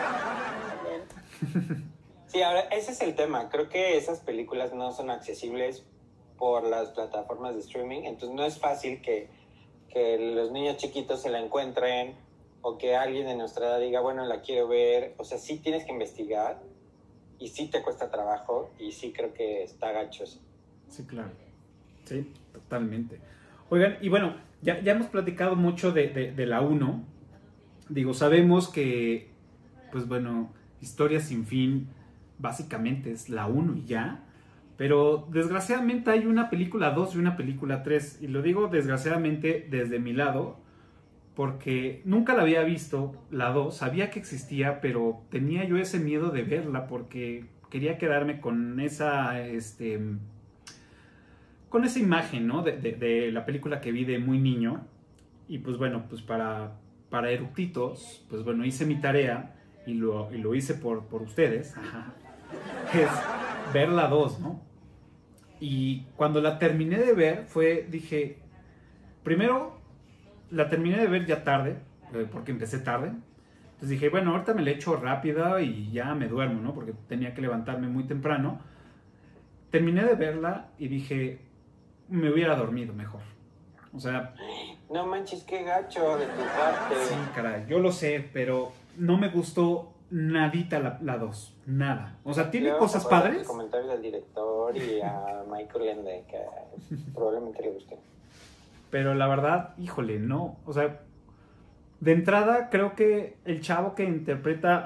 Sí, ahora, ese es el tema. Creo que esas películas no son accesibles por las plataformas de streaming, entonces no es fácil que los niños chiquitos se la encuentren o que alguien de nuestra edad diga, bueno, la quiero ver. O sea, sí tienes que investigar y sí te cuesta trabajo y sí creo que está gacho eso. Sí, claro. Sí, totalmente. Oigan, y bueno, ya hemos platicado mucho de la 1. Digo, sabemos que, pues bueno, Historia sin fin básicamente es la 1 y ya. Pero desgraciadamente hay una película 2 y una película 3. Y lo digo desgraciadamente desde mi lado, porque nunca la había visto, la 2. Sabía que existía, pero tenía yo ese miedo de verla porque quería quedarme con esa imagen, ¿no? de la película que vi de muy niño. Y pues bueno, pues para eructitos, pues bueno, hice mi tarea y lo hice por ustedes. Es ver la 2, ¿no? Y cuando la terminé de ver, dije, primero la terminé de ver ya tarde, porque empecé tarde. Entonces dije, bueno, ahorita me la echo rápida y ya me duermo, ¿no? Porque tenía que levantarme muy temprano. Terminé de verla y dije, me hubiera dormido mejor. O sea... No manches, qué gacho de tu parte. Sí, caray, yo lo sé, pero no me gustó nadita la 2, nada. O sea, tiene cosas padres. Comentarios del director y a Michael Ende, que probablemente le guste. Pero la verdad, híjole, no. O sea, de entrada creo que el chavo que interpreta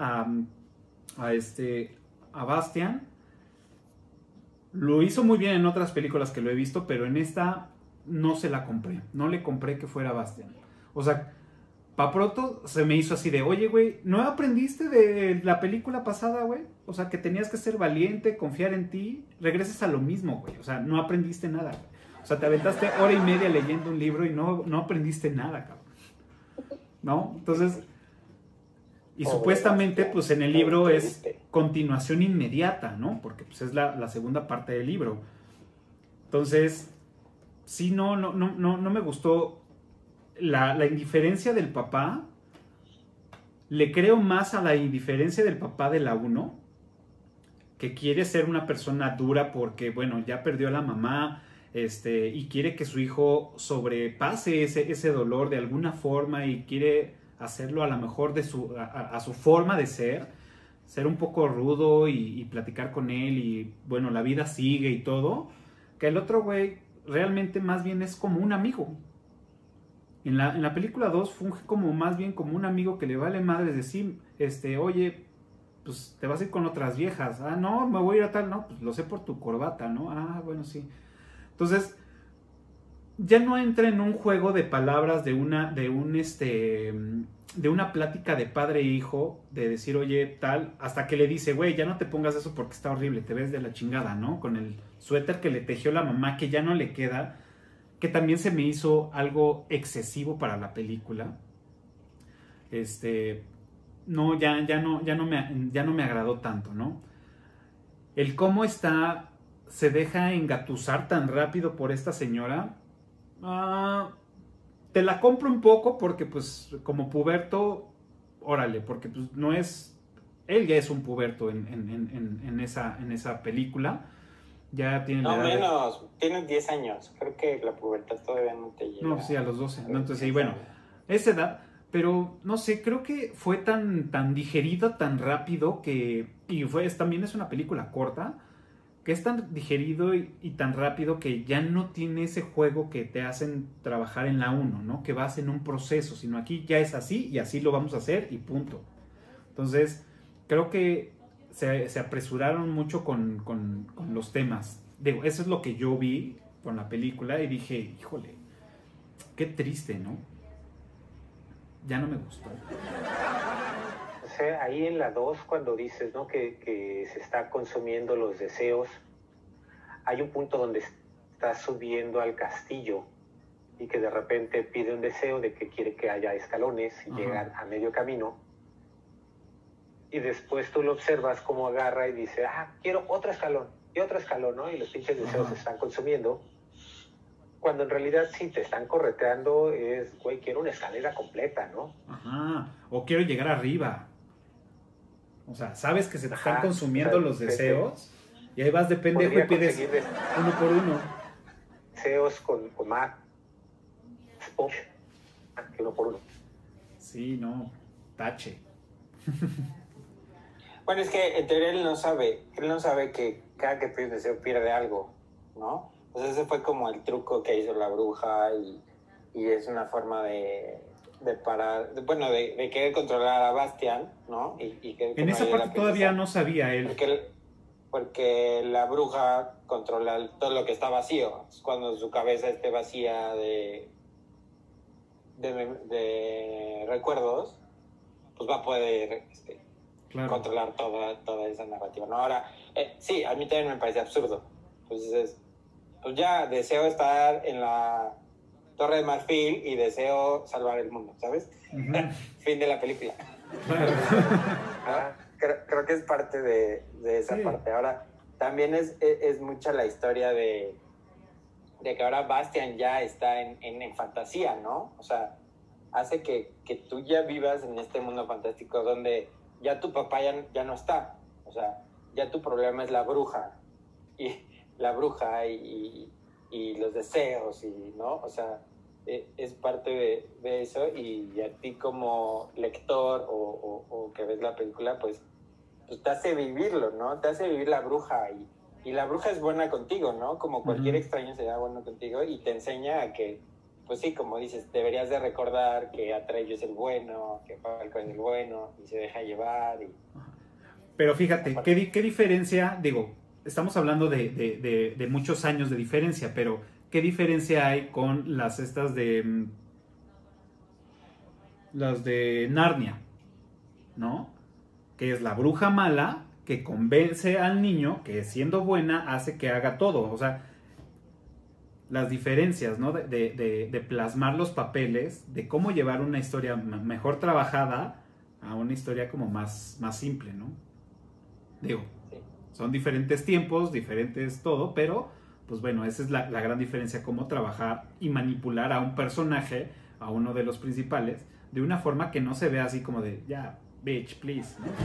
a Bastian lo hizo muy bien en otras películas que lo he visto, pero en esta no se la compré. No le compré que fuera Bastian. O sea, pa' pronto se me hizo así de, oye, güey, ¿no aprendiste de la película pasada, güey? O sea, que tenías que ser valiente, confiar en ti. Regresas a lo mismo, güey. O sea, no aprendiste nada, güey. O sea, te aventaste hora y media leyendo un libro y no aprendiste nada, cabrón. ¿No? Entonces, y supuestamente, pues en el libro es continuación inmediata, ¿no? Porque pues es la segunda parte del libro. Entonces, sí, no me gustó la indiferencia del papá. Le creo más a la indiferencia del papá de la 1, que quiere ser una persona dura porque, bueno, ya perdió a la mamá, y quiere que su hijo sobrepase ese dolor de alguna forma y quiere hacerlo a lo mejor a su forma de ser un poco rudo y platicar con él y, bueno, la vida sigue y todo. Que el otro güey realmente más bien es como un amigo. En la película 2 funge como más bien como un amigo que le vale madre decir, oye, pues te vas a ir con otras viejas. Ah, no, me voy a ir a tal, no, pues lo sé por tu corbata, ¿no? Ah, bueno, sí. Entonces, ya no entra en un juego de palabras de una plática de padre e hijo, de decir, oye, tal, hasta que le dice, güey, ya no te pongas eso porque está horrible, te ves de la chingada, ¿no? Con el suéter que le tejió la mamá, que ya no le queda, que también se me hizo algo excesivo para la película. No, ya no me agradó tanto, ¿no? El cómo se deja engatusar tan rápido por esta señora, te la compro un poco porque pues como puberto, órale, porque pues no es, él ya es un puberto en esa película, ya tiene no menos, tiene 10 años, creo que la pubertad todavía no te llega. No, sí, a los 12, ¿no? Entonces sí, bueno, esa edad, pero no sé, creo que fue tan digerido, tan rápido también es una película corta, que es tan digerido y tan rápido que ya no tiene ese juego que te hacen trabajar en la 1, ¿no? Que vas en un proceso, sino aquí ya es así y así lo vamos a hacer y punto. Entonces, creo que se apresuraron mucho con los temas. Digo, eso es lo que yo vi con la película y dije, híjole, qué triste, ¿no? Ya no me gustó. O sea, ahí en la 2, cuando dices, ¿no? que se está consumiendo los deseos, hay un punto donde está subiendo al castillo y que de repente pide un deseo de que quiere que haya escalones y llegan a medio camino. Y después tú lo observas como agarra y dice, quiero otro escalón y otro escalón, ¿no? Y los pinches deseos se están consumiendo. Cuando en realidad sí te están correteando es, güey, quiero una escalera completa, ¿no? Ajá, o quiero llegar arriba. O sea, sabes que se te están consumiendo los deseos y ahí vas de pendejo y pides uno por uno. Deseos con más que uno por uno. Sí, no, tache. Bueno, es que en teoría él no sabe que cada que pide un deseo pierde algo, ¿no? Pues ese fue como el truco que hizo la bruja y es una forma de parar, bueno, de querer controlar a Bastian, ¿no? Y que en esa parte todavía no sabía él. Porque la bruja controla todo lo que está vacío. Cuando su cabeza esté vacía de recuerdos, pues va a poder controlar toda esa narrativa, ¿no? Ahora, sí, a mí también me parece absurdo. Entonces, pues ya deseo estar en la Torre de Marfil y deseo salvar el mundo, ¿sabes? Fin de la película. Creo que es parte de esa parte. Ahora, también es mucha la historia de que ahora Bastian ya está en fantasía, ¿no? O sea, hace que tú ya vivas en este mundo fantástico donde ya tu papá ya no está. O sea, ya tu problema es la bruja. Y los deseos, y ¿no? O sea, es parte de eso, y a ti como lector o que ves la película, pues te hace vivirlo, ¿no? Te hace vivir la bruja, y la bruja es buena contigo, ¿no? Como cualquier extraño será bueno contigo, y te enseña a que, pues sí, como dices, deberías de recordar que Atreyu es el bueno, que Falcon es el bueno, y se deja llevar. Pero fíjate, ¿qué diferencia? Digo, estamos hablando de muchos años de diferencia, pero ¿qué diferencia hay con las estas de las de Narnia? ¿No? Que es la bruja mala que convence al niño que siendo buena hace que haga todo. O sea, las diferencias, ¿no? De plasmar los papeles, de cómo llevar una historia mejor trabajada a una historia como más simple, ¿no? Digo, Sí. son diferentes tiempos, diferentes todo, pero pues bueno, esa es la gran diferencia, cómo trabajar y manipular a un personaje, a uno de los principales, de una forma que no se vea así como de, ya, bitch, please, ¿no?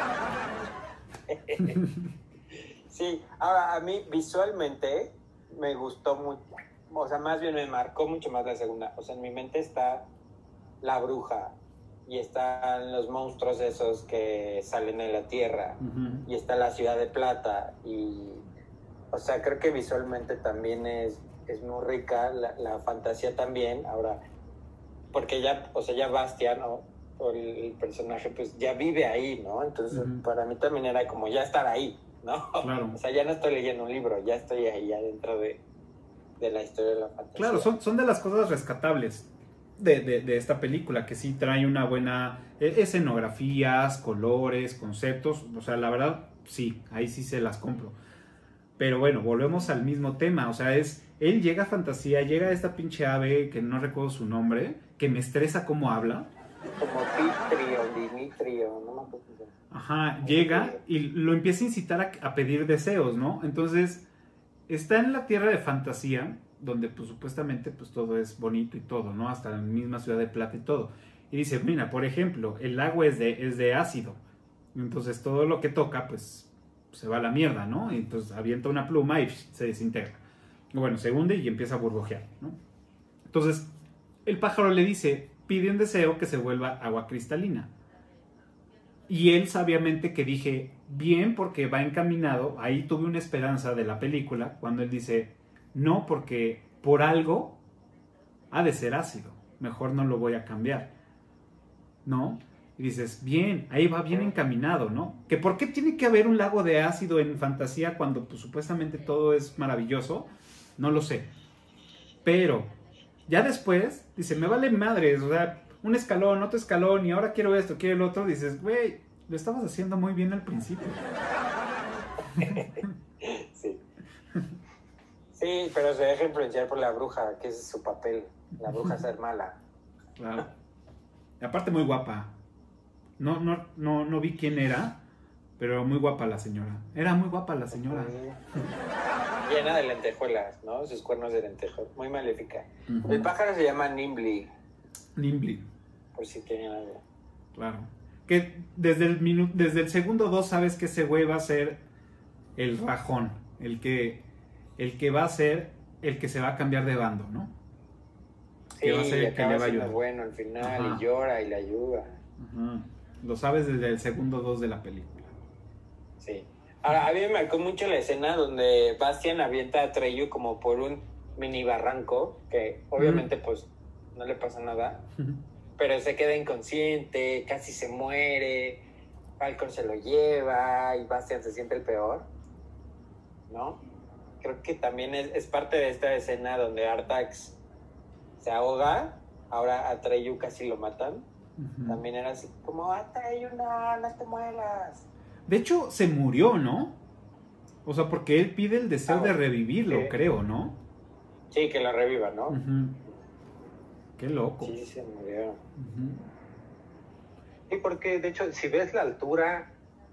Sí, ahora a mí visualmente me gustó mucho, o sea, más bien me marcó mucho más la segunda. O sea, en mi mente está la bruja y están los monstruos esos que salen de la tierra y está la ciudad de plata y, o sea, creo que visualmente también es muy rica, la fantasía también. Ahora, porque ya, o sea, ya Bastian o el personaje pues ya vive ahí, ¿no? Entonces para mí también era como ya estar ahí, ¿no? Claro. O sea, ya no estoy leyendo un libro, ya estoy ahí adentro de la historia de la fantasía. Claro, son de las cosas rescatables de esta película, que sí trae una buena escenografías, colores, conceptos, o sea, la verdad, sí, ahí sí se las compro. Pero bueno, volvemos al mismo tema, o sea, él llega a fantasía, llega a esta pinche ave, que no recuerdo su nombre, que me estresa cómo habla. Como Dimitrio, no me acuerdo. Ajá, llega y lo empieza a incitar a pedir deseos, ¿no? Entonces, está en la tierra de fantasía, donde pues supuestamente pues todo es bonito y todo, ¿no? Hasta la misma ciudad de plata y todo. Y dice, mira, por ejemplo, el agua es de ácido. Entonces todo lo que toca pues se va a la mierda, ¿no? Y entonces avienta una pluma y se desintegra. Bueno, se hunde y empieza a burbujear, ¿no? Entonces el pájaro le dice, pide un deseo que se vuelva agua cristalina. Y él sabiamente que dije, bien, porque va encaminado, ahí tuve una esperanza de la película, cuando él dice, no, porque por algo ha de ser ácido, mejor no lo voy a cambiar, ¿no? Y dices, bien, ahí va bien encaminado, ¿no? Que por qué tiene que haber un lago de ácido en fantasía cuando pues supuestamente todo es maravilloso, no lo sé. Pero ya después, dice, me vale madres, o sea, un escalón, otro escalón, y ahora quiero esto, quiero el otro, dices, güey, lo estabas haciendo muy bien al principio. Sí. Sí, pero se deja influenciar por la bruja, que es su papel. La bruja ser mala. Claro. Y aparte muy guapa. No vi quién era, pero muy guapa la señora. Era muy guapa la señora. Llena de lentejuelas, ¿no? Sus cuernos de lentejuelas. Muy maléfica. Uh-huh. El pájaro se llama Nimble. Nimble. Por si tienen algo. Claro. Que desde el segundo 2 sabes que ese güey va a ser el rajón. El que va a ser el que se va a cambiar de bando, ¿no? Sí, que va a ser el que le va a ayudar. Bueno al final. Ajá. Y llora y le ayuda. Uh-huh. Lo sabes desde el segundo 2 de la película. Sí. Ahora, a mí me marcó mucho la escena donde Bastian avienta a Treyu como por un mini barranco, que obviamente pues no le pasa nada, pero se queda inconsciente, casi se muere, Falcon se lo lleva y Bastian se siente el peor, ¿no? Creo que también es parte de esta escena donde Artax se ahoga, ahora a Treyu casi lo matan. Uh-huh. También era así como, Treyu, no te mueras. De hecho, se murió, ¿no? O sea, porque él pide el deseo de revivirlo, creo, ¿no? Sí, que lo reviva, ¿no? Uh-huh. Qué loco. Sí, se murió. Uh-huh. Sí, porque de hecho, si ves la altura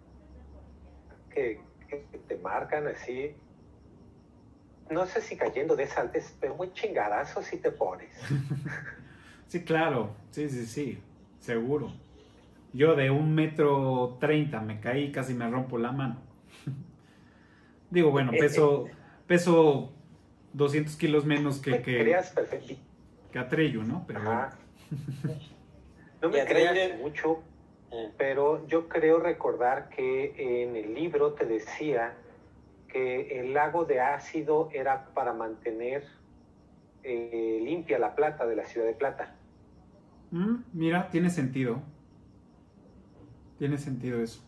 que te marcan así, no sé si cayendo de esa altura, pero muy chingadazo si te pones. Sí, claro. Sí. Seguro. Yo de 1.30 m me caí, casi me rompo la mano. Digo, bueno, peso 200 kilos menos que Atreyu, ¿no? Pero ajá. No me creas mucho, pero yo creo recordar que en el libro te decía que el lago de ácido era para mantener limpia la plata de la ciudad de plata. Mira, tiene sentido. Tiene sentido eso.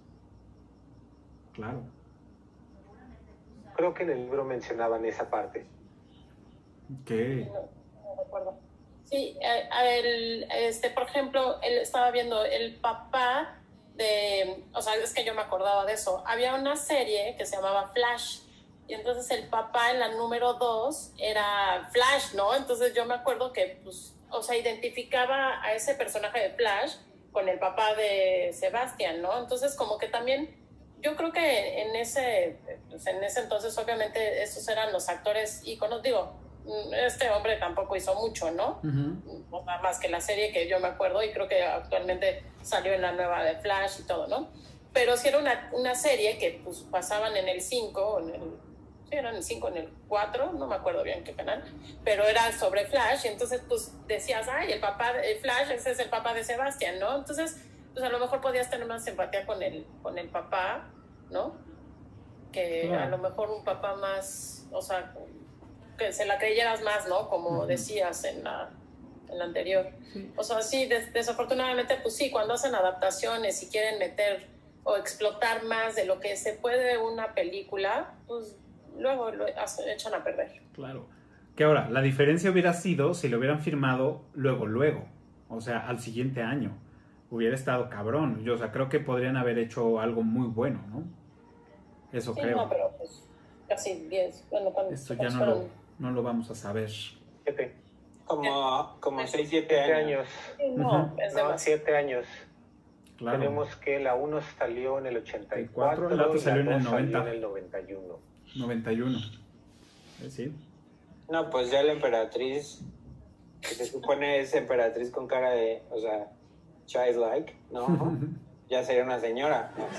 Claro. Creo que en el libro mencionaban esa parte. ¿Qué? No recuerdo. Sí, por ejemplo, él estaba viendo el papá o sea, es que yo me acordaba de eso. Había una serie que se llamaba Flash, y entonces el papá en la número 2 era Flash, ¿no? Entonces yo me acuerdo que, pues, o sea, identificaba a ese personaje de Flash con el papá de Sebastián, ¿no? Entonces como que también, yo creo que pues en ese entonces obviamente esos eran los actores íconos, digo, este hombre tampoco hizo mucho, ¿no? O sea, más que la serie que yo me acuerdo, y creo que actualmente salió en la nueva de Flash y todo, ¿no? Pero sí era una serie que pues pasaban en el 5, sí, era en el 5, en el 4, no me acuerdo bien qué canal, pero era sobre Flash, y entonces pues decías, ay, el papá de Flash, ese es el papá de Sebastián, ¿no? Entonces, pues a lo mejor podías tener más empatía con el papá, ¿no? Que a lo mejor un papá más, o sea, que se la creyeras más, ¿no? Como decías en la anterior. Sí. O sea, sí, desafortunadamente, pues sí, cuando hacen adaptaciones y quieren meter o explotar más de lo que se puede una película, pues luego lo echan a perder. Claro. Que ahora, la diferencia hubiera sido si lo hubieran firmado luego. O sea, al siguiente año. Hubiera estado cabrón. Yo, o sea, creo que podrían haber hecho algo muy bueno, ¿no? Eso sí, creo. No, pero pues casi 10. Bueno, esto ya no lo vamos a saber. 7. Como 6, 7 años. No, es no, 7 años. Claro. Tenemos que la 1 salió en el 84, el otro salió en el 90. Salió en el 91. 91. ¿Sí? No, pues ya la emperatriz, que se supone es emperatriz con cara de, o sea, childlike, ¿no? Ya sería una señora, ¿no?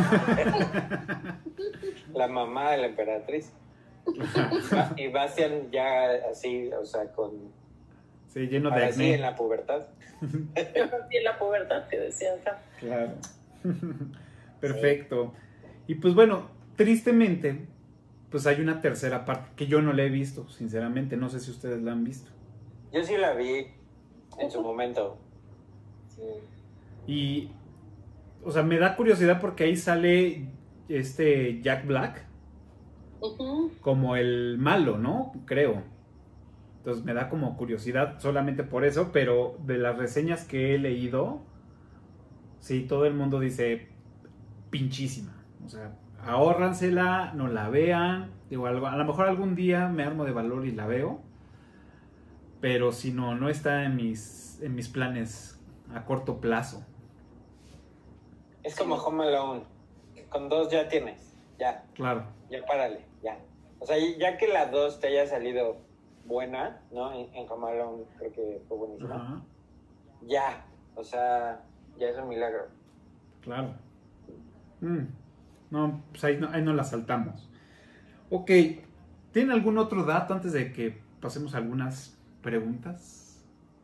La mamá de la emperatriz. Y Bastian ya así, o sea, con... Sí, lleno de acné. Sí, en la pubertad. Sí, en la pubertad que decía acá. Claro. Perfecto. Sí. Y pues bueno, tristemente, pues hay una tercera parte que yo no la he visto, sinceramente. No sé si ustedes la han visto. Yo sí la vi en su momento. Sí. Y, o sea, me da curiosidad porque ahí sale Jack Black como el malo, ¿no? Creo. Entonces me da como curiosidad solamente por eso, pero de las reseñas que he leído, sí, todo el mundo dice pinchísima. O sea, ahórransela, no la vean. Digo, a lo mejor algún día me armo de valor y la veo, pero si no está en mis planes a corto plazo. Es como Home Alone. Con 2 ya tienes. Ya. Claro. Ya párale, ya. O sea, ya que la 2 te haya salido buena, ¿no? En Home Alone creo que fue buenísima. Ajá. Ya. O sea, ya es un milagro. Claro. No, pues ahí no la saltamos. Ok. ¿Tienen algún otro dato antes de que pasemos a algunas preguntas?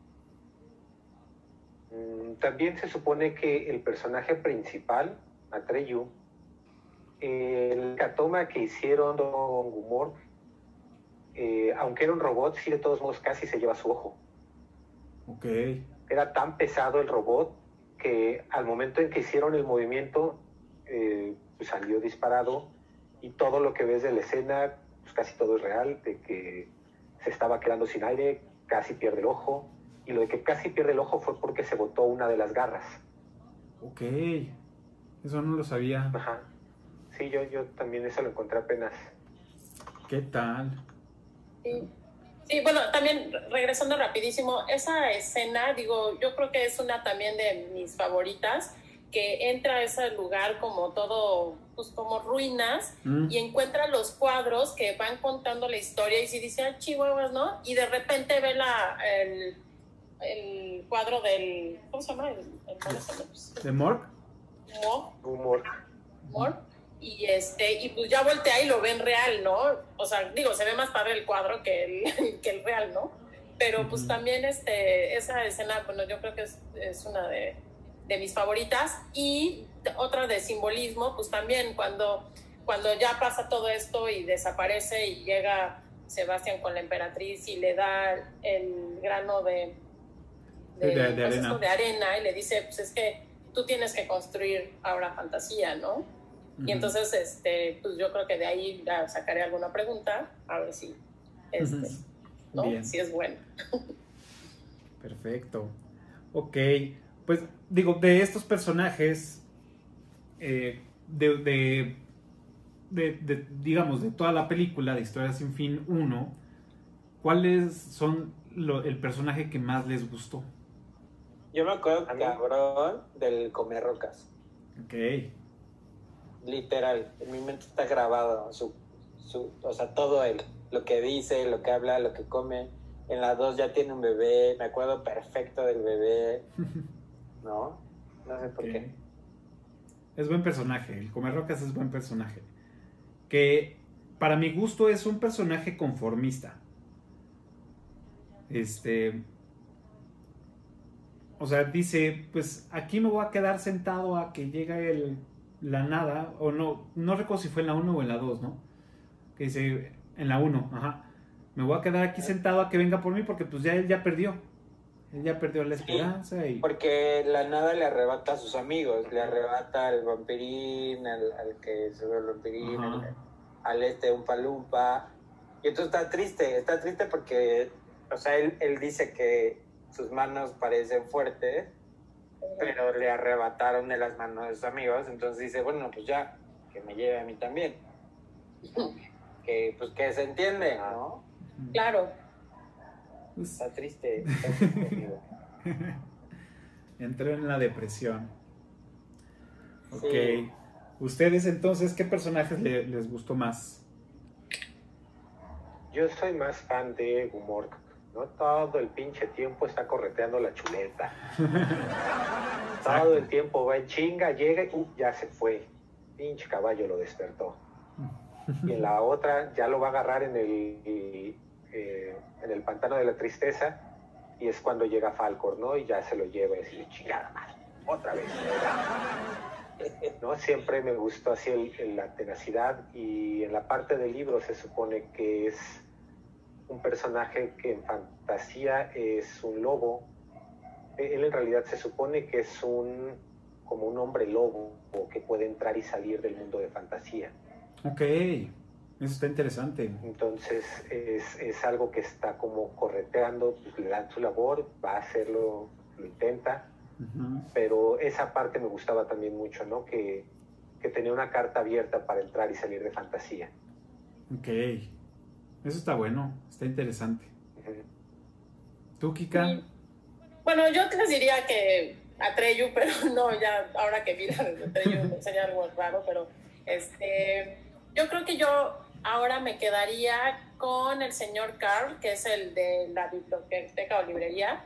También se supone que el personaje principal, Atreyu, el catoma que hicieron Don Gumor, aunque era un robot, sí de todos modos casi se lleva su ojo. Ok. Era tan pesado el robot que al momento en que hicieron el movimiento pues salió disparado, y todo lo que ves de la escena, pues casi todo es real, de que se estaba quedando sin aire, casi pierde el ojo, y lo de que casi pierde el ojo fue porque se botó una de las garras. Ok, eso no lo sabía. Ajá. Sí, yo también eso lo encontré apenas. ¿Qué tal? Sí, bueno, también regresando rapidísimo, esa escena, digo, yo creo que es una también de mis favoritas, que entra a ese lugar como todo, pues como ruinas, y encuentra los cuadros que van contando la historia, y si dice, ah, chihuahuas, ¿no? Y de repente ve el cuadro del, ¿cómo se llama? ¿De Morg? Humor. Y pues ya voltea y lo ven real, ¿no? O sea, digo, se ve más padre el cuadro que el real, ¿no? Pero pues también esa escena, bueno, yo creo que es una de mis favoritas. Y otra de simbolismo, pues también cuando ya pasa todo esto y desaparece y llega Sebastián con la emperatriz y le da el grano de arena y le dice, pues es que tú tienes que construir ahora fantasía, ¿no? Y entonces, pues yo creo que de ahí ya sacaré alguna pregunta, a ver si ¿no? Bien. Si es bueno. Perfecto. Ok, pues digo, de estos personajes, digamos, de toda la película de Historia sin fin 1, ¿cuáles son el personaje que más les gustó? Yo me acuerdo, cabrón, del Comerrocas. Ok. Literal, en mi mente está grabado o sea, todo él, lo que dice, lo que habla, lo que come. En la 2 ya tiene un bebé, me acuerdo perfecto del bebé, ¿no? No sé por qué. Es buen personaje, el Comerrocas es buen personaje. Que para mi gusto es un personaje conformista. O sea, dice, pues aquí me voy a quedar sentado a que llegue la nada, o no recuerdo si fue en la 1 o en la 2, ¿no? Que dice, en la 1, ajá. Me voy a quedar aquí sentado a que venga por mí porque pues ya él ya perdió. Él ya perdió la esperanza sí, y... porque la nada le arrebata a sus amigos, le arrebata al vampirín, al que se ve el vampirín, al Umpa Lumpa. Y entonces está triste porque, o sea, él dice que sus manos parecen fuertes, pero le arrebataron de las manos de sus amigos, entonces dice, bueno, pues ya, que me lleve a mí también. Que se entiende, ¿no? Claro. Está triste, amigo. Entró en la depresión. Ok. Sí. ¿Ustedes entonces qué personajes les gustó más? Yo soy más fan de Gumor. No todo el pinche tiempo está correteando la chuleta. Todo el tiempo va en chinga, llega y ya se fue. Pinche caballo lo despertó. Y en la otra ya lo va a agarrar en el pantano de la tristeza, y es cuando llega Falcor, ¿no? Y ya se lo lleva y dice, chingada madre, otra vez. ¿No? Siempre me gustó así la tenacidad, y en la parte del libro se supone que es un personaje que en fantasía es un lobo. Él en realidad se supone que es como un hombre lobo que puede entrar y salir del mundo de fantasía. Ok, eso está interesante. Entonces es algo que está como correteando, pues, le dan su labor, va a hacerlo, lo intenta, pero esa parte me gustaba también mucho, ¿no? Que tenía una carta abierta para entrar y salir de fantasía. Ok, eso está bueno, está interesante. ¿Tú, Kika? Sí. Bueno, yo les diría que Atreyu, pero no, ya ahora que vi la de Atreyu sería algo raro, pero yo creo que yo ahora me quedaría con el señor Carl, que es el de la biblioteca o librería,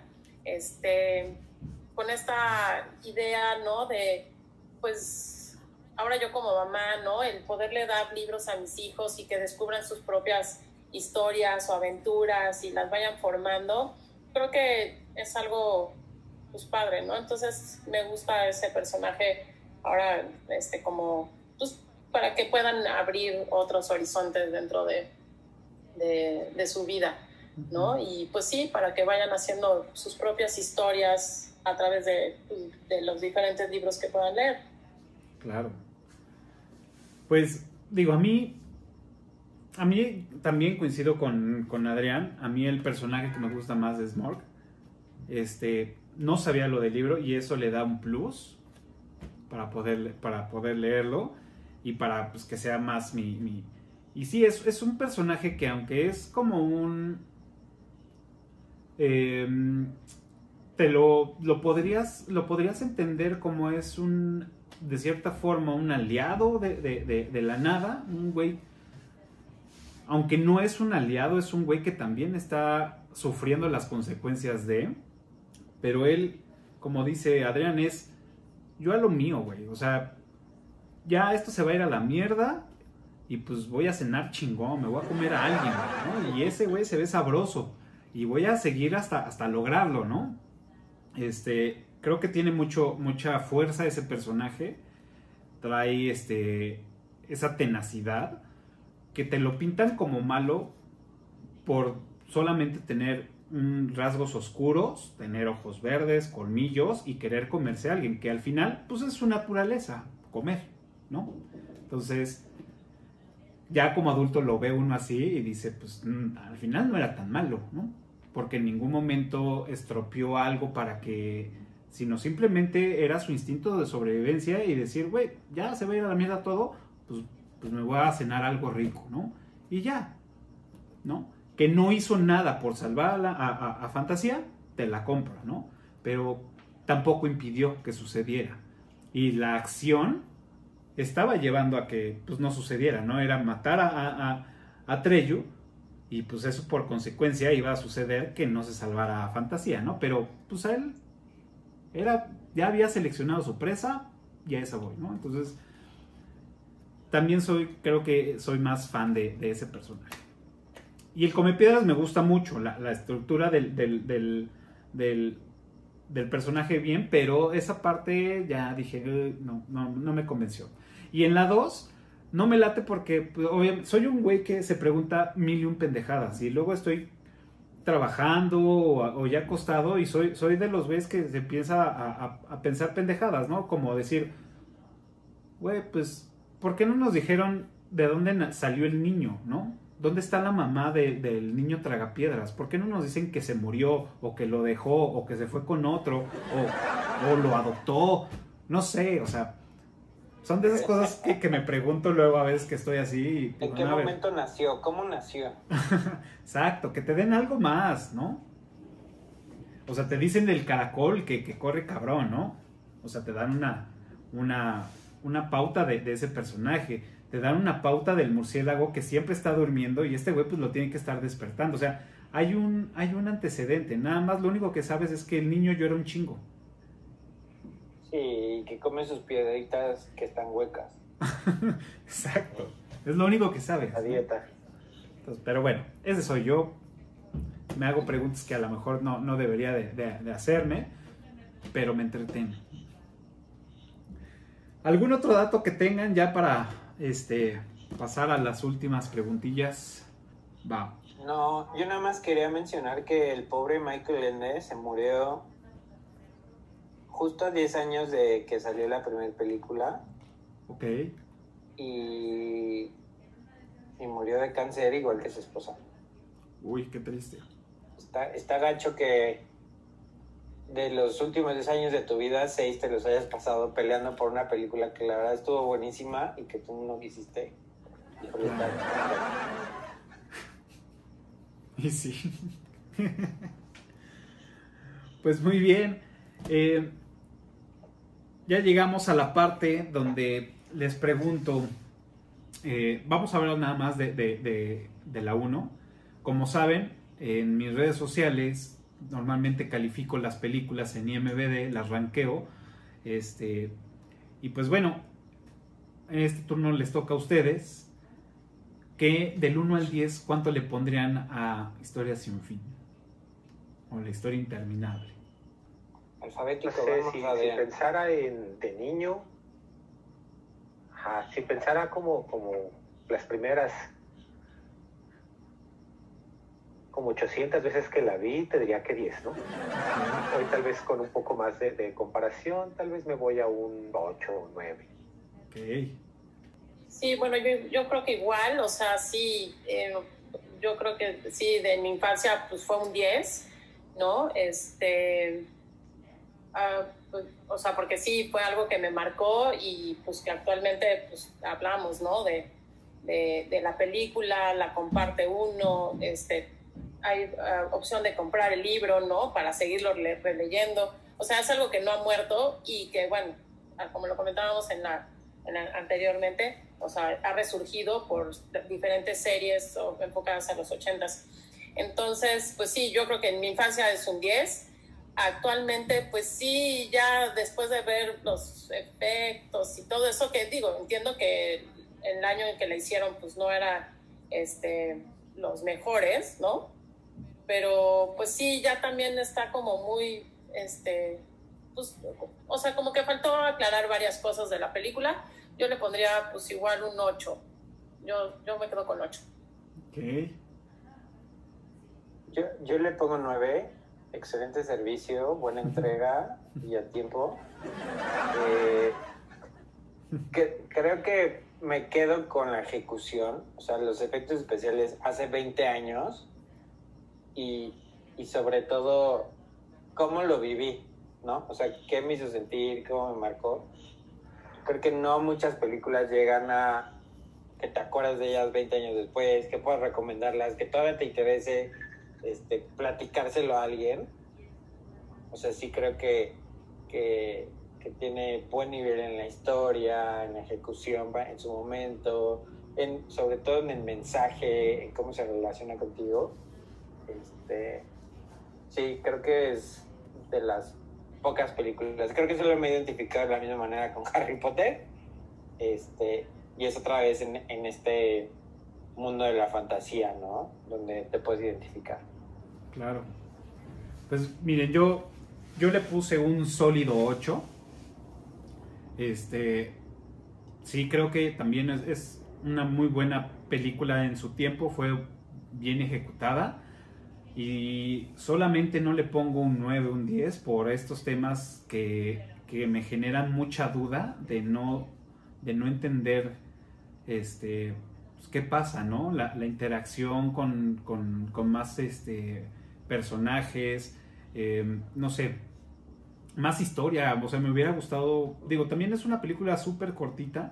con esta idea, ¿no? De, pues, ahora yo como mamá, ¿no? El poderle dar libros a mis hijos y que descubran sus propias historias o aventuras y las vayan formando, creo que es algo, pues, padre, ¿no? Entonces me gusta ese personaje ahora, como, pues, para que puedan abrir otros horizontes dentro de su vida, ¿no? Y pues sí, para que vayan haciendo sus propias historias a través de los diferentes libros que puedan leer. Claro. Pues digo, a mí también coincido con Adrián. A mí el personaje que me gusta más es Mork. No sabía lo del libro y eso le da un plus para poder leerlo y para, pues, que sea más mi... Y sí, es un personaje que, aunque es como un... lo podrías entender como es de cierta forma un aliado de la nada, un güey, aunque no es un aliado, es un güey que también está sufriendo las consecuencias pero él, como dice Adrián, es yo a lo mío, güey, o sea, ya esto se va a ir a la mierda y pues voy a cenar chingón, me voy a comer a alguien, ¿no? Y ese güey se ve sabroso y voy a seguir hasta lograrlo, ¿no? Creo que tiene mucha fuerza ese personaje, trae esa tenacidad, que te lo pintan como malo por solamente tener rasgos oscuros, tener ojos verdes, colmillos y querer comerse a alguien, que al final pues es su naturaleza, comer, ¿no? Entonces ya como adulto lo ve uno así y dice, pues al final no era tan malo, ¿no? Porque en ningún momento estropeó algo para que, sino simplemente era su instinto de sobrevivencia y decir, güey, ya se va a ir a la mierda todo, pues me voy a cenar algo rico, ¿no? Y ya, ¿no? Que no hizo nada por salvar a Fantasía, te la compro, ¿no? Pero tampoco impidió que sucediera. Y la acción estaba llevando a que pues no sucediera, ¿no? Era matar a Treyu y pues eso por consecuencia iba a suceder que no se salvara a Fantasía, ¿no? Pero pues a él ya había seleccionado su presa y a esa voy, ¿no? Entonces también creo que soy más fan de ese personaje. Y el Comepiedras me gusta mucho, la estructura del personaje bien, pero esa parte ya dije, no me convenció. Y en la 2, no me late porque pues, obviamente, soy un güey que se pregunta mil y un pendejadas, y luego estoy trabajando o ya acostado y soy de los güeyes que se empieza a pensar pendejadas, ¿no? Como decir, güey, pues, ¿por qué no nos dijeron de dónde salió el niño, no? ¿Dónde está la mamá del niño tragapiedras? ¿Por qué no nos dicen que se murió o que lo dejó o que se fue con otro o lo adoptó? No sé, o sea, son de esas cosas que me pregunto luego a veces que estoy así. ¿En qué momento nació? ¿Cómo nació? Exacto, que te den algo más, ¿no? O sea, te dicen del caracol que corre cabrón, ¿no? O sea, te dan una pauta de ese personaje. Te dan una pauta del murciélago que siempre está durmiendo y este güey pues lo tiene que estar despertando. O sea, hay un antecedente. Nada más lo único que sabes es que el niño llora un chingo. Sí, que come sus piedritas que están huecas. Exacto. Es lo único que sabes. La dieta. Entonces, pero bueno, ese soy yo. Me hago preguntas que a lo mejor no debería de hacerme, pero me entretengo. ¿Algún otro dato que tengan ya para pasar a las últimas preguntillas? Va. No, yo nada más quería mencionar que el pobre Michael Ende se murió justo a 10 años de que salió la primera película. Ok. Y murió de cáncer igual que su esposa. Uy, qué triste. Está gacho que de los últimos 10 años de tu vida, 6 te los hayas pasado peleando por una película que la verdad estuvo buenísima y que tú no quisiste. Y sí. Pues muy bien. Ya llegamos a la parte donde les pregunto. Vamos a hablar nada más de la 1. Como saben, en mis redes sociales normalmente califico las películas en IMDb, las ranqueo. Y pues bueno, en este turno les toca a ustedes. Que del 1 al 10, ¿cuánto le pondrían a Historia sin fin? O la historia interminable. Alfabético, No sé, vamos si a pensara de niño, si pensara como las primeras, como 800 veces que la vi, te diría que 10, ¿no? Hoy tal vez con un poco más de comparación, tal vez me voy a un 8 o 9. Ok. Sí, bueno, yo creo que igual, o sea, sí, yo creo que sí, de mi infancia pues fue un 10, ¿no? Pues, o sea, porque sí fue algo que me marcó y pues que actualmente pues hablamos, ¿no? De la película, la comparte uno, hay opción de comprar el libro, ¿no? Para seguirlo releyendo. O sea, es algo que no ha muerto y que, bueno, como lo comentábamos anteriormente, o sea, ha resurgido por diferentes series enfocadas a los 80s. Entonces, pues sí, yo creo que en mi infancia es un 10. Actualmente, pues sí, ya después de ver los efectos y todo eso, que digo, entiendo que el año en que la hicieron, pues no era los mejores, ¿no? Pero pues sí, ya también está como muy, pues, o sea, como que faltó aclarar varias cosas de la película. Yo le pondría pues igual un 8. Yo me quedo con 8. Ok. Yo le pongo 9. Excelente servicio, buena entrega y a tiempo. Creo que me quedo con la ejecución, o sea, los efectos especiales hace 20 años y sobre todo cómo lo viví, ¿no? O sea, qué me hizo sentir, cómo me marcó. Creo que no muchas películas llegan a que te acuerdas de ellas 20 años después, que puedas recomendarlas, que todavía te interese platicárselo a alguien. O sea, sí creo que tiene buen nivel en la historia, en la ejecución en su momento, sobre todo en el mensaje, en cómo se relaciona contigo. Sí, creo que es de las pocas películas. Creo que solo me he identificado de la misma manera con Harry Potter. Y es otra vez en este mundo de la fantasía, ¿no? Donde te puedes identificar. Claro. Pues miren, yo le puse un sólido 8. Sí, creo que también es una muy buena película en su tiempo, fue bien ejecutada. Y solamente no le pongo un 9, un 10 por estos temas que me generan mucha duda de no entender pues, qué pasa, ¿no? La interacción con más personajes, no sé, más historia. O sea, me hubiera gustado, digo, también es una película súper cortita,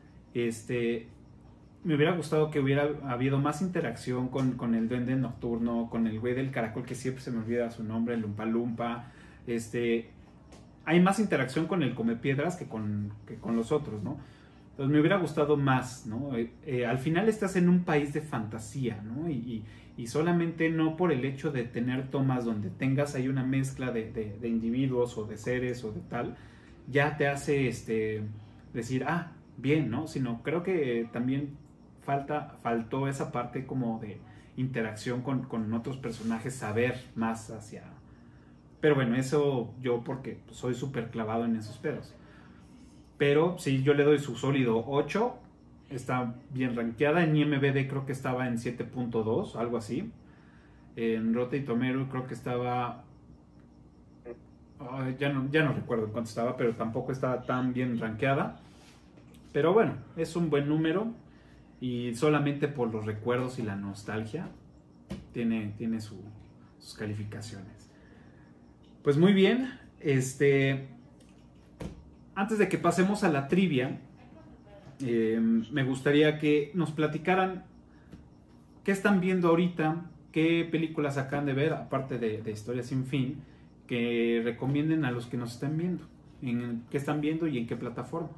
me hubiera gustado que hubiera habido más interacción con el duende nocturno, con el güey del caracol, que siempre se me olvida su nombre, el Lumpa Lumpa. Hay más interacción con el Comepiedras que con los otros, ¿no? Entonces me hubiera gustado más, ¿no? Al final estás en un país de fantasía, ¿no? Y solamente no por el hecho de tener tomas donde tengas ahí una mezcla de individuos o de seres o de tal, ya te hace decir, ah, bien, ¿no? Sino creo que también faltó esa parte como de interacción con otros personajes, saber más hacia... Pero bueno, eso yo porque soy súper clavado en esos pedos. Pero sí, yo le doy su sólido 8. Está bien rankeada. En IMDb creo que estaba en 7.2, algo así. En Rotten Tomatoes creo que estaba... ya no recuerdo en cuánto estaba, pero tampoco estaba tan bien rankeada. Pero bueno, es un buen número. Y solamente por los recuerdos y la nostalgia tiene sus calificaciones. Pues muy bien. Antes de que pasemos a la trivia, me gustaría que nos platicaran qué están viendo ahorita, qué películas acaban de ver, aparte de Historia Sin Fin, que recomienden a los que nos estén viendo, en qué están viendo y en qué plataforma.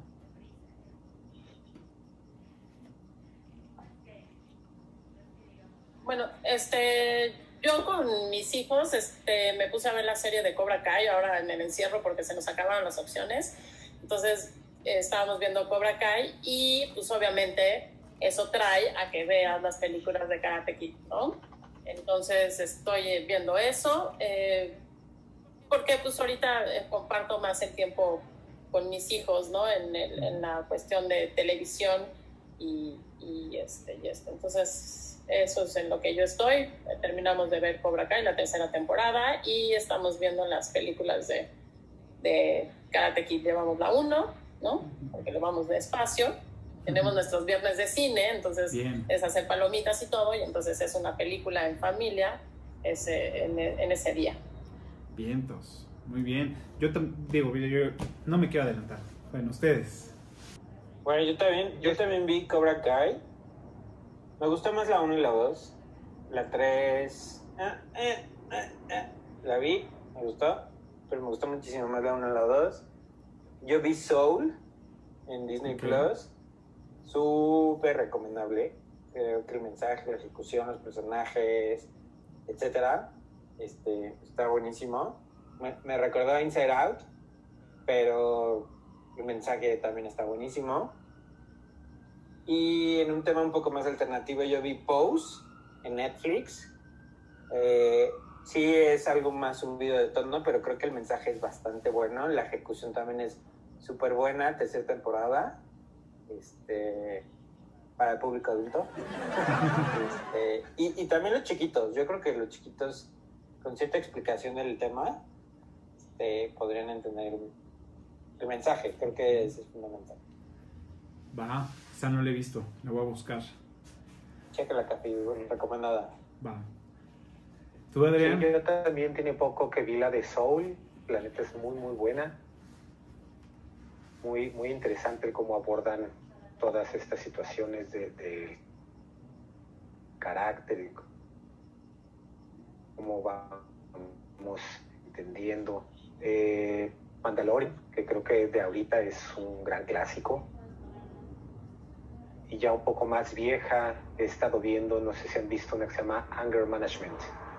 Bueno, yo con mis hijos me puse a ver la serie de Cobra Kai ahora en el encierro porque se nos acabaron las opciones. Entonces estábamos viendo Cobra Kai y pues obviamente eso trae a que veas las películas de Karate Kid, ¿no? Entonces estoy viendo eso porque pues ahorita comparto más el tiempo con mis hijos, ¿no? En la cuestión de televisión y esto. Entonces eso es en lo que yo estoy. Terminamos de ver Cobra Kai, la 3ª temporada, y estamos viendo las películas de Karate Kid. Llevamos la 1, ¿no? Porque lo vamos despacio. Tenemos nuestros viernes de cine, entonces bien. Es hacer palomitas y todo, y entonces es una película en familia en ese día. Vientos, muy bien. Yo no me quiero adelantar. Bueno, ustedes. Bueno, yo también vi Cobra Kai. Me gustó más la 1 y la 2. La 3... la vi, me gustó. Pero me gustó muchísimo más la 1 y la 2. Yo vi Soul en Disney Plus. Súper recomendable. Creo que el mensaje, la ejecución, los personajes, etcétera, está buenísimo. Me recordó a Inside Out, pero el mensaje también está buenísimo. Y en un tema un poco más alternativo, yo vi Pose en Netflix. Sí es algo más subido de tono, pero creo que el mensaje es bastante bueno. La ejecución también es súper buena, 3ª temporada. Para el público adulto. Y también los chiquitos. Yo creo que los chiquitos, con cierta explicación del tema, podrían entender el mensaje. Creo que es fundamental. Va, esa no la he visto, la voy a buscar. Checa la café, recomendada. Va. ¿Tú, Adrián? Sí, yo también tiene poco que vi la de Soul. La neta es muy, muy buena. Muy, muy interesante cómo abordan todas estas situaciones de carácter y cómo vamos entendiendo. Mandalorian, que creo que de ahorita es un gran clásico. Y ya un poco más vieja, he estado viendo, no sé si han visto una que se llama Anger Management.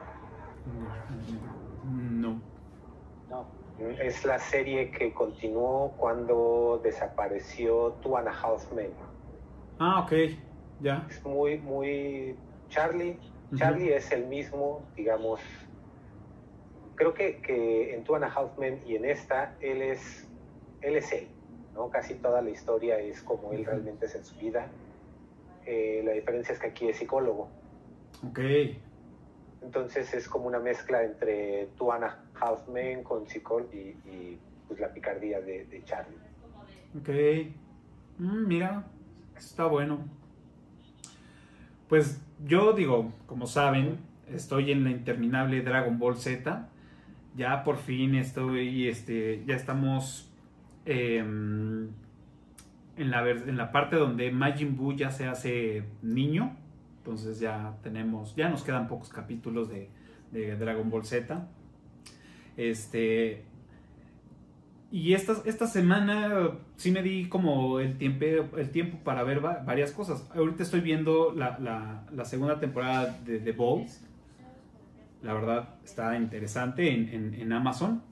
No. No. Es la serie que continuó cuando desapareció Two and a Half Men. Ah, ok, ya. Es muy, muy... Charlie es el mismo, digamos... Creo que en Two and a Half Men y en esta, él es él, ¿no? Casi toda la historia es como él realmente es en su vida. La diferencia es que aquí es psicólogo. Ok. Entonces es como una mezcla entre Two and a Half Men con psicólogo y pues la picardía de Charlie. Ok. Mira, está bueno. Pues yo digo, como saben, estoy en la interminable Dragon Ball Z. Ya por fin estoy, ya estamos en la parte donde Majin Buu ya se hace niño. Entonces ya nos quedan pocos capítulos de Dragon Ball Z. Y esta semana sí me di como el tiempo para ver varias cosas. Ahorita estoy viendo la segunda temporada de The Boys. La verdad está interesante en Amazon.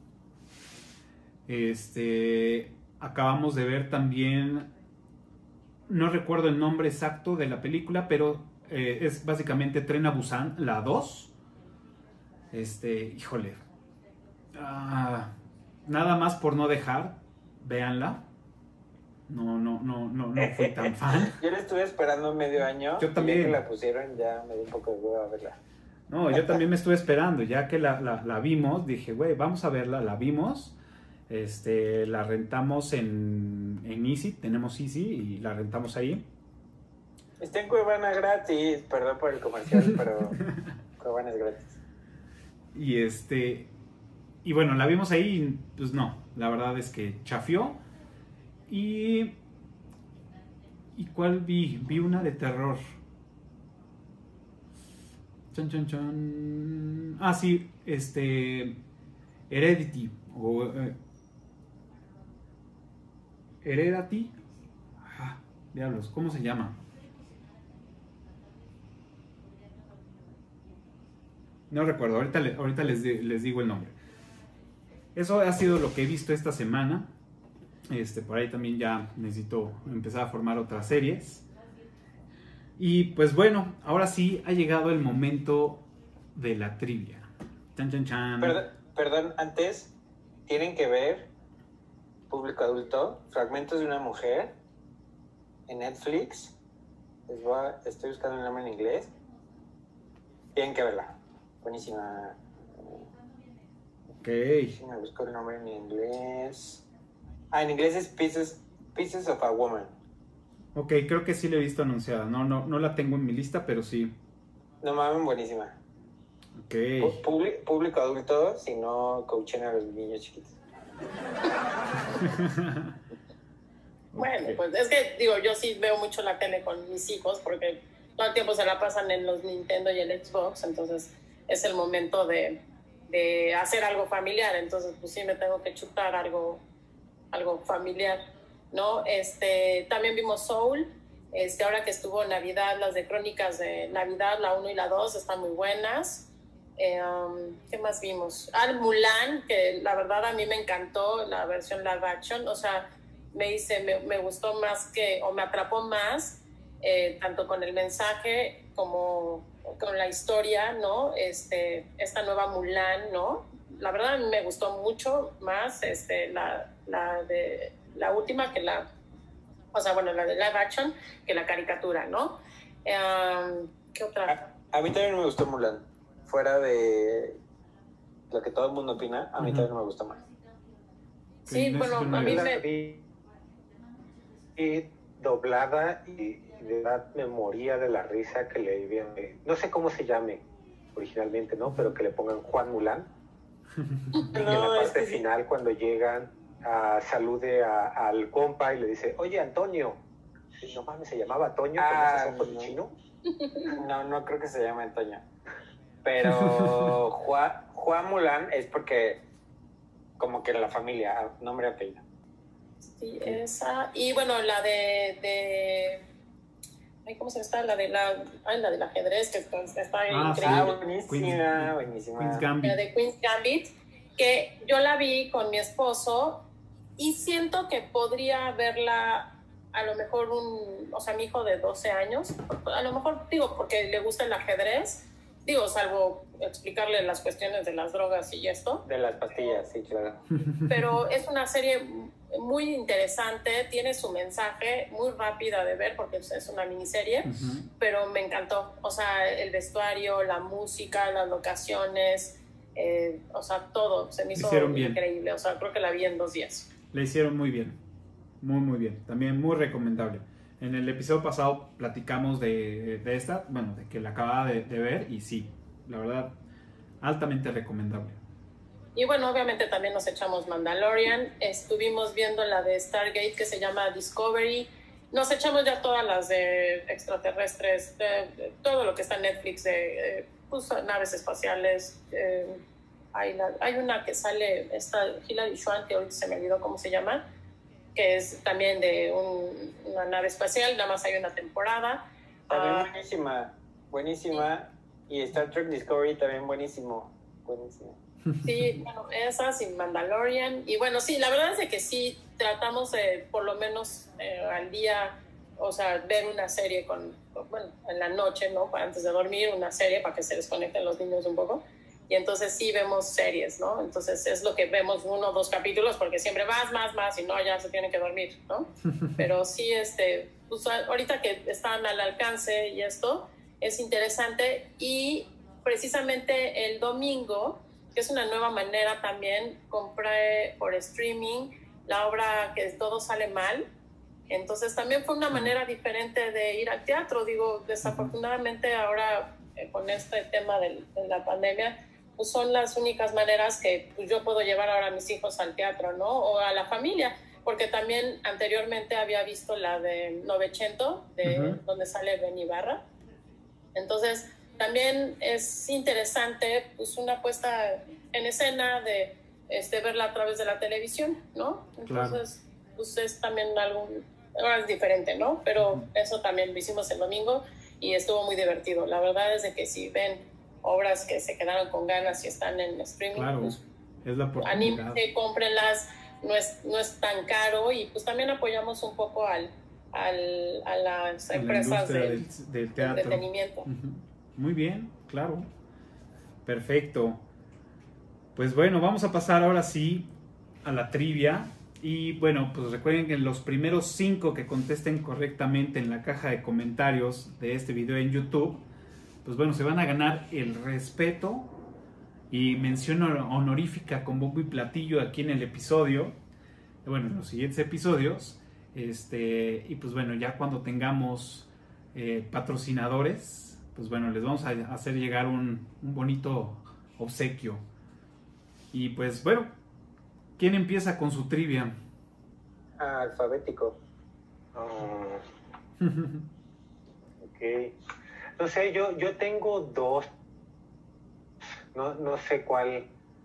Acabamos de ver también, no recuerdo el nombre exacto de la película, pero es básicamente Tren a Busan, la 2. Híjole. Nada más por no dejar, véanla. No fui tan fan. Yo la estuve esperando medio año. Yo también. Ya que la pusieron, ya me dio un poco de hueva a verla. No, yo también me estuve esperando, ya que la vimos, dije, güey, vamos a verla, la vimos, la rentamos en Easy, tenemos Easy y la rentamos ahí. Está en Cuevana gratis, perdón por el comercial, pero Cuevana es gratis. Y bueno, la vimos ahí y pues no, la verdad es que chafió. ¿Y cuál vi? Vi una de terror. Chan, chan, chan. Ah, sí, Heredity. O Heredity. Ah, diablos, ¿cómo se llama? No recuerdo, ahorita les digo el nombre. Eso ha sido lo que he visto esta semana. Por ahí también ya necesito empezar a formar otras series. Y pues bueno, ahora sí ha llegado el momento de la trivia. Chan, chan, chan. Perdón, antes tienen que ver, público adulto, Fragmentos de una mujer en Netflix. Estoy buscando el nombre en inglés. Tienen que verla. Buenísima. Ok. Sí, me busco el nombre en inglés. En inglés es Pieces of a Woman. Ok, creo que sí la he visto anunciada. No la tengo en mi lista, pero sí. No mames, buenísima. Ok. Público adulto, si no coachen a los niños chiquitos. Bueno, pues es que digo, yo sí veo mucho la tele con mis hijos porque todo el tiempo se la pasan en los Nintendo y el Xbox, entonces es el momento de hacer algo familiar, entonces pues sí me tengo que chutar algo familiar, ¿no? También vimos Soul, ahora que estuvo Navidad, las de Crónicas de Navidad, la 1 y la 2 están muy buenas. ¿Qué más vimos? Mulan, que la verdad a mí me encantó la versión live action, o sea, me gustó más o me atrapó más, tanto con el mensaje como con la historia, ¿no? Esta nueva Mulan, ¿no? La verdad a mí me gustó mucho más la última que la de live action que la caricatura, ¿no? ¿Qué otra? A mí también me gustó Mulan. Fuera de lo que todo el mundo opina, a mí también me gustó más. Sí, bueno, a mí doblada y de verdad me moría de la risa que le habían... No sé cómo se llame originalmente, ¿no? Pero que le pongan Juan Mulan. Y que en la parte final, cuando llegan, salude al compa y le dice, oye, Antonio. Y no mames, se llamaba Toño con esos ojos de chino. No creo que se llame Antonio. Pero Juan Mulan es porque como que era la familia, nombre y apellido. Sí, esa. Y bueno, la de ay, ¿cómo se llama? La del ajedrez, que está increíble. Buenísima. Queen's Gambit. La de Queen's Gambit, que yo la vi con mi esposo y siento que podría verla a lo mejor mi hijo de 12 años, a lo mejor, digo, porque le gusta el ajedrez, digo, salvo explicarle las cuestiones de las drogas y esto. De las pastillas, sí, claro. Pero es una serie muy interesante, tiene su mensaje, muy rápida de ver porque es una miniserie, pero me encantó. O sea, el vestuario, la música, las locaciones, o sea, todo se me hizo increíble. O sea, creo que la vi en 2 días. Le hicieron muy bien, muy bien. También muy recomendable. En el episodio pasado platicamos de esta, bueno, de que la acababa de ver y sí, la verdad, altamente recomendable. Y bueno, obviamente también nos echamos Mandalorian, estuvimos viendo la de Stargate que se llama Discovery, nos echamos ya todas las de extraterrestres, todo lo que está en Netflix, de naves espaciales, hay una que sale, esta Hilary Swank, que ahorita se me olvidó cómo se llama, que es también de una nave espacial, nada más hay una temporada. También buenísima, y Star Trek Discovery también buenísimo. Sí, bueno, esas y Mandalorian. Y bueno, sí, la verdad es de que sí tratamos de, por lo menos al día, o sea, ver una serie en la noche, ¿no? Antes de dormir, una serie para que se desconecten los niños un poco. Y entonces sí vemos series, ¿no? Entonces es lo que vemos 1 o 2 capítulos, porque siempre más, y no, ya se tienen que dormir, ¿no? Pero sí, pues ahorita que están al alcance y esto, es interesante. Y precisamente el domingo, que es una nueva manera también, compré por streaming la obra que Todo Sale Mal. Entonces también fue una manera diferente de ir al teatro. Digo, desafortunadamente ahora con este tema de la pandemia, pues son las únicas maneras que pues, yo puedo llevar ahora a mis hijos al teatro, ¿no? O a la familia, porque también anteriormente había visto la de Novecento, donde sale Ben Ibarra. Entonces también es interesante, pues una puesta en escena de verla a través de la televisión, ¿no? Entonces, pues es también ahora es diferente, ¿no? Pero eso también lo hicimos el domingo y estuvo muy divertido. La verdad es de que si ven obras que se quedaron con ganas y están en streaming, pues, es la oportunidad. Anímense, cómprenlas, no es tan caro y pues también apoyamos un poco a las empresas del teatro. Entretenimiento. Muy bien, claro. Perfecto. Pues bueno, vamos a pasar ahora sí a la trivia. Y bueno, pues recuerden que los primeros 5 que contesten correctamente en la caja de comentarios de este video en YouTube, pues bueno, se van a ganar el respeto y mención honorífica con bombo y platillo aquí en el episodio. Bueno, en los siguientes episodios. Y pues bueno, ya cuando tengamos patrocinadores, pues bueno, les vamos a hacer llegar un bonito obsequio. Y pues bueno, ¿quién empieza con su trivia? Alfabético. Ok. No sé, yo tengo 2. No sé cuál.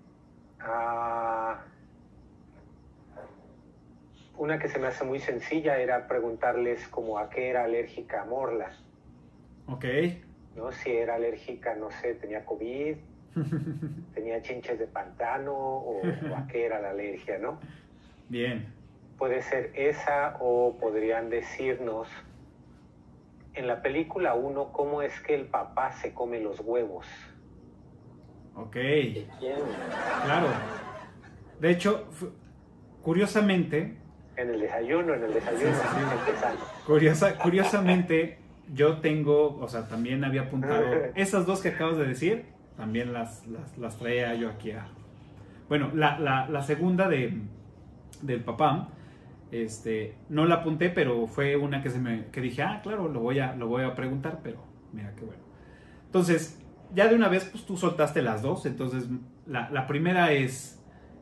Una que se me hace muy sencilla era preguntarles como a qué era alérgica Morla. Ok. ¿No? Si era alérgica, no sé, tenía COVID, tenía chinches de pantano o a qué era la alergia, ¿no? Bien. Puede ser esa o podrían decirnos en la película 1 cómo es que el papá se come los huevos. Ok. Claro. De hecho, curiosamente... En el desayuno, sí. Curiosamente, yo tengo, o sea, también había apuntado esas 2 que acabas de decir, también las traía yo aquí. Bueno, la segunda del papá, No la apunté, pero fue una que dije, claro, lo voy a preguntar, pero mira qué bueno. Entonces, ya de una vez, pues tú soltaste las dos. Entonces, la primera es,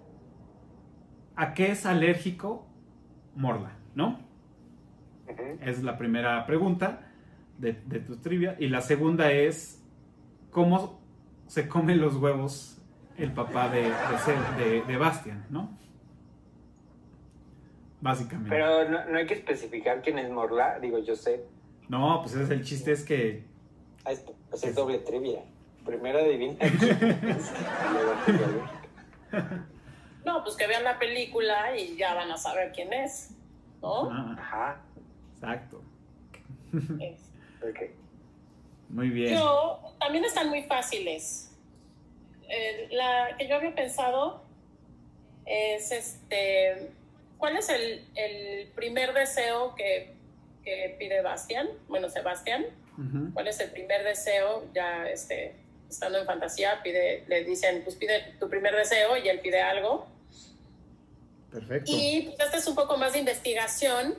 ¿a qué es alérgico Morla? ¿No? Es la primera pregunta de tu trivia. Y la segunda es, ¿cómo se comen los huevos el papá de Bastian? ¿No? Básicamente. Pero no hay que especificar quién es Morla, digo, yo sé. No, pues el chiste es que... Es doble trivia. Primero adivina quién es, y luego trivia lógica. No, pues que vean la película y ya van a saber quién es, ¿no? Ajá. Exacto. Ok. Muy bien. También están muy fáciles. La que yo había pensado es ¿cuál es el primer deseo que pide Bastian? Bueno, Sebastián. Uh-huh. ¿Cuál es el primer deseo? Ya estando en fantasía, le dicen, pues pide tu primer deseo y él pide algo. Perfecto. Y pues este es un poco más de investigación.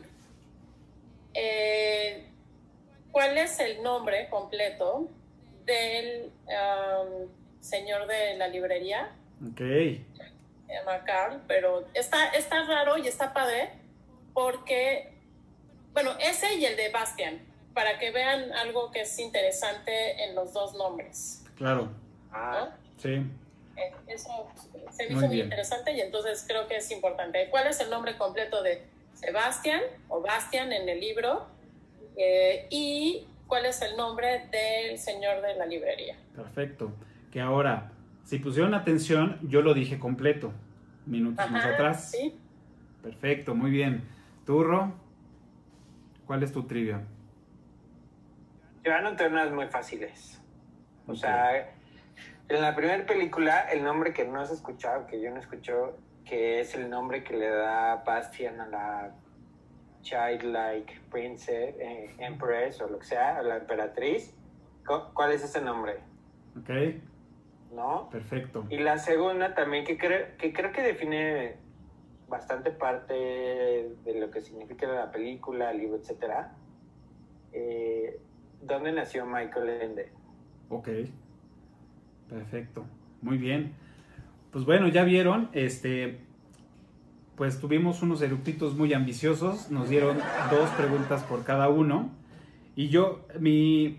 ¿Cuál es el nombre completo del señor de la librería? Ok. Se llama Carl, pero está raro y está padre porque, bueno, ese y el de Bastian, para que vean algo que es interesante en los dos nombres. Claro. ¿No? Sí. Eso se me hizo muy interesante y entonces creo que es importante. ¿Cuál es el nombre completo de Sebastián o Bastian en el libro? Y cuál es el nombre del señor de la librería. Perfecto. Que ahora, si pusieron atención, yo lo dije completo, minutos más atrás. Sí. Perfecto, muy bien. Turro, ¿cuál es tu trivia? Yo anoté unas muy fáciles. O sea, en la primera película, el nombre que no has escuchado, que yo no escucho, que es el nombre que le da Bastian a la Childlike Princess, Empress o lo que sea, a la emperatriz. ¿Cuál es ese nombre? Ok. ¿No? Perfecto. Y la segunda también, que creo que define bastante parte de lo que significa la película, el libro, etcétera. ¿Dónde nació Michael Ende? Ok. Perfecto. Muy bien. Pues bueno, ya vieron, pues tuvimos unos eructitos muy ambiciosos, nos dieron 2 preguntas por cada uno. Y yo, mi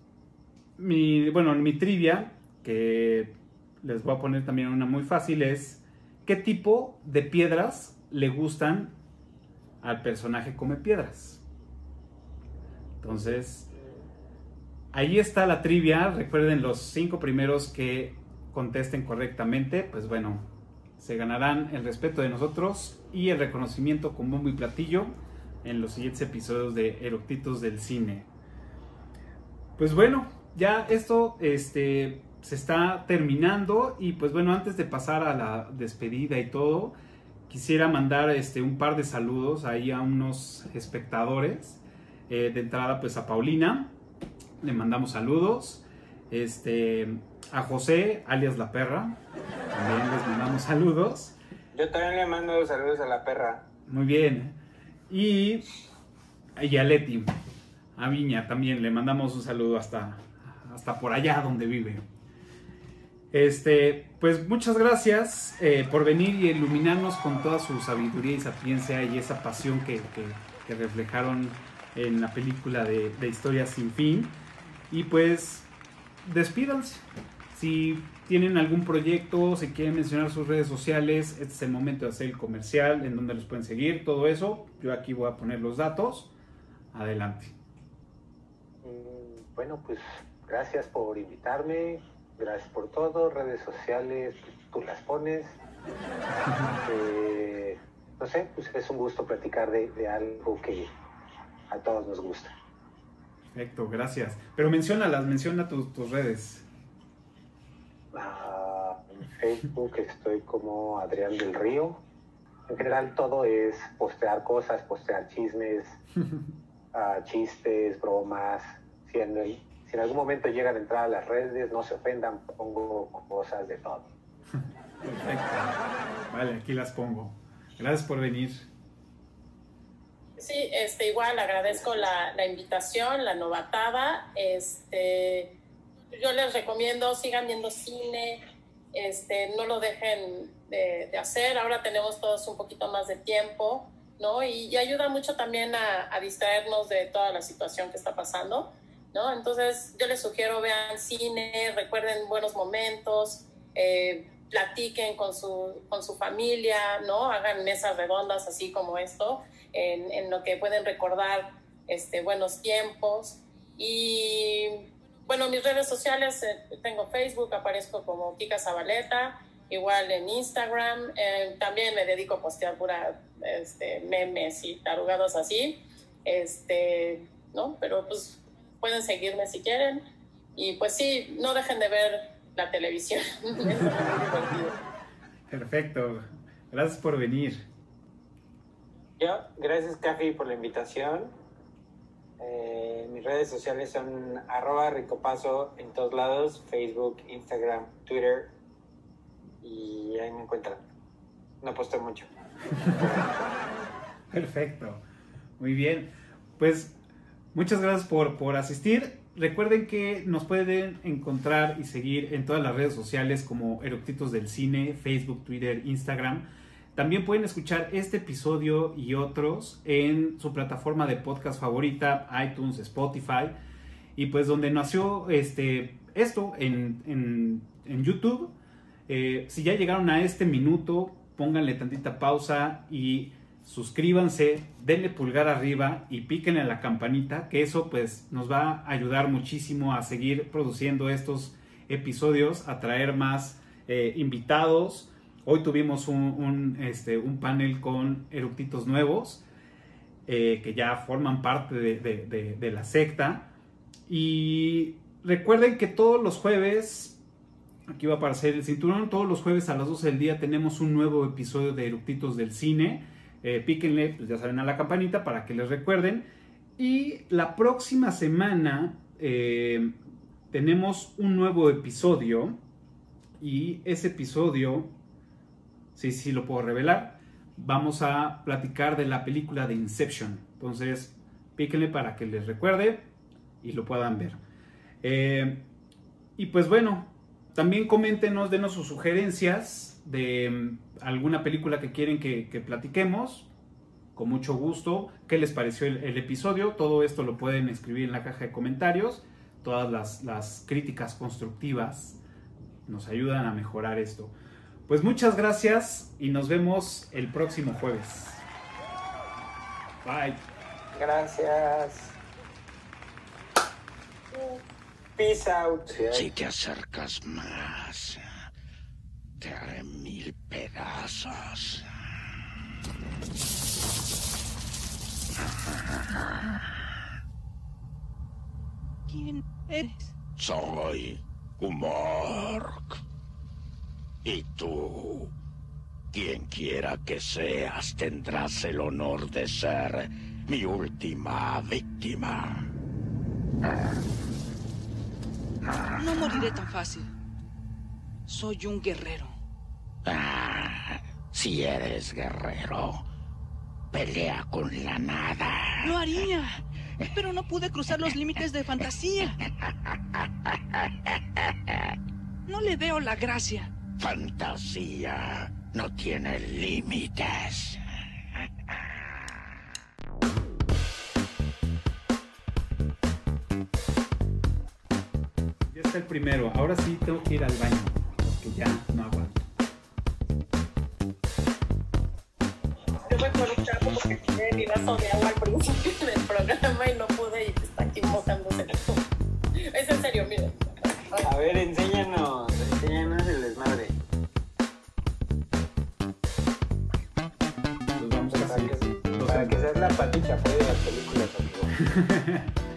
trivia, que les voy a poner también una muy fácil, es ¿qué tipo de piedras le gustan al personaje Come Piedras? Entonces, ahí está la trivia. Recuerden, los 5 primeros que contesten correctamente, pues bueno, se ganarán el respeto de nosotros y el reconocimiento con bombo y platillo en los siguientes episodios de Eructitos del Cine. Pues bueno, ya esto se está terminando y pues bueno, antes de pasar a la despedida y todo, quisiera mandar un par de saludos ahí a unos espectadores. De entrada pues a Paulina, le mandamos saludos. A José, alias La Perra, también les mandamos saludos. Yo también le mando saludos a La Perra. Muy bien. Y a Leti, a Viña también le mandamos un saludo hasta por allá donde vive. Pues muchas gracias por venir y iluminarnos con toda su sabiduría y sapiencia y esa pasión que reflejaron en la película de Historia Sin Fin. Y pues despídanse. Si tienen algún proyecto, si quieren mencionar sus redes sociales, este es el momento de hacer el comercial, en donde los pueden seguir, todo eso. Yo aquí voy a poner los datos. Adelante. Bueno, pues gracias por invitarme, gracias por todo. Redes sociales, pues, tú las pones. No sé, pues es un gusto platicar de algo que a todos nos gusta. Perfecto, gracias. Pero menciona tus redes. En Facebook estoy como Adrián del Río. En general todo es postear cosas, postear chismes, chistes, bromas. Si en algún momento llegan a entrar a las redes, no se ofendan, pongo cosas de todo. Perfecto. Vale, aquí las pongo. Gracias por venir. Sí, igual agradezco la invitación, la novatada. Yo les recomiendo, sigan viendo cine, no lo dejen de hacer. Ahora tenemos todos un poquito más de tiempo, ¿no? Y ayuda mucho también a distraernos de toda la situación que está pasando, ¿no? Entonces yo les sugiero, vean cine, recuerden buenos momentos, platiquen con su familia, ¿no? Hagan mesas redondas así como esto, en lo que pueden recordar buenos tiempos. Y bueno, mis redes sociales, tengo Facebook, aparezco como Kika Zabaleta, igual en Instagram, también me dedico a postear pura memes y tarugados así, ¿no? Pero pues pueden seguirme si quieren, y pues sí, no dejen de ver la televisión. Es muy divertido. Perfecto, gracias por venir. Gracias, Cafi, por la invitación. Mis redes sociales son @ricopaso en todos lados, Facebook, Instagram, Twitter, y ahí me encuentran. No posteo mucho. Perfecto, muy bien. Pues muchas gracias por asistir. Recuerden que nos pueden encontrar y seguir en todas las redes sociales como Eructitos del Cine, Facebook, Twitter, Instagram. También pueden escuchar este episodio y otros en su plataforma de podcast favorita, iTunes, Spotify. Y pues donde nació esto en YouTube. Si ya llegaron a este minuto, pónganle tantita pausa y suscríbanse, denle pulgar arriba y píquenle a la campanita, que eso pues nos va a ayudar muchísimo a seguir produciendo estos episodios, a traer más invitados. Hoy tuvimos un panel con eructitos nuevos que ya forman parte de la secta. Y recuerden que todos los jueves, aquí va a aparecer el cinturón, todos los jueves a las 12 del día tenemos un nuevo episodio de Eructitos del Cine. Píquenle, pues ya saben, a la campanita para que les recuerden. Y la próxima semana tenemos un nuevo episodio. Y ese episodio, sí lo puedo revelar, vamos a platicar de la película de Inception. Entonces píquenle para que les recuerde y lo puedan ver. Y pues bueno, también coméntenos, denos sus sugerencias de alguna película que quieren que platiquemos. Con mucho gusto. ¿Qué les pareció el episodio? Todo esto lo pueden escribir en la caja de comentarios. Todas las críticas constructivas nos ayudan a mejorar esto. Pues muchas gracias y nos vemos el próximo jueves. Bye. Gracias. Peace out. Si te acercas más, te haré 1000 pedazos. ¿Quién eres? Soy Gumork. Y tú, quien quiera que seas, tendrás el honor de ser mi última víctima. No moriré tan fácil. Soy un guerrero. Si eres guerrero, pelea con la nada. Lo haría, pero no pude cruzar los límites de fantasía. No le veo la gracia. Fantasía no tiene límites. Ya está el primero. Ahora sí tengo que ir al baño porque ya no aguanto. Yo me acuerdo porque tiré mi vaso de agua al principio del programa y no pude, y está aquí mojándose. Es en serio, miren. A ver, enséñanos el desmadre. Los vamos a hacer. Para que seas la patita fue de las películas, amigo.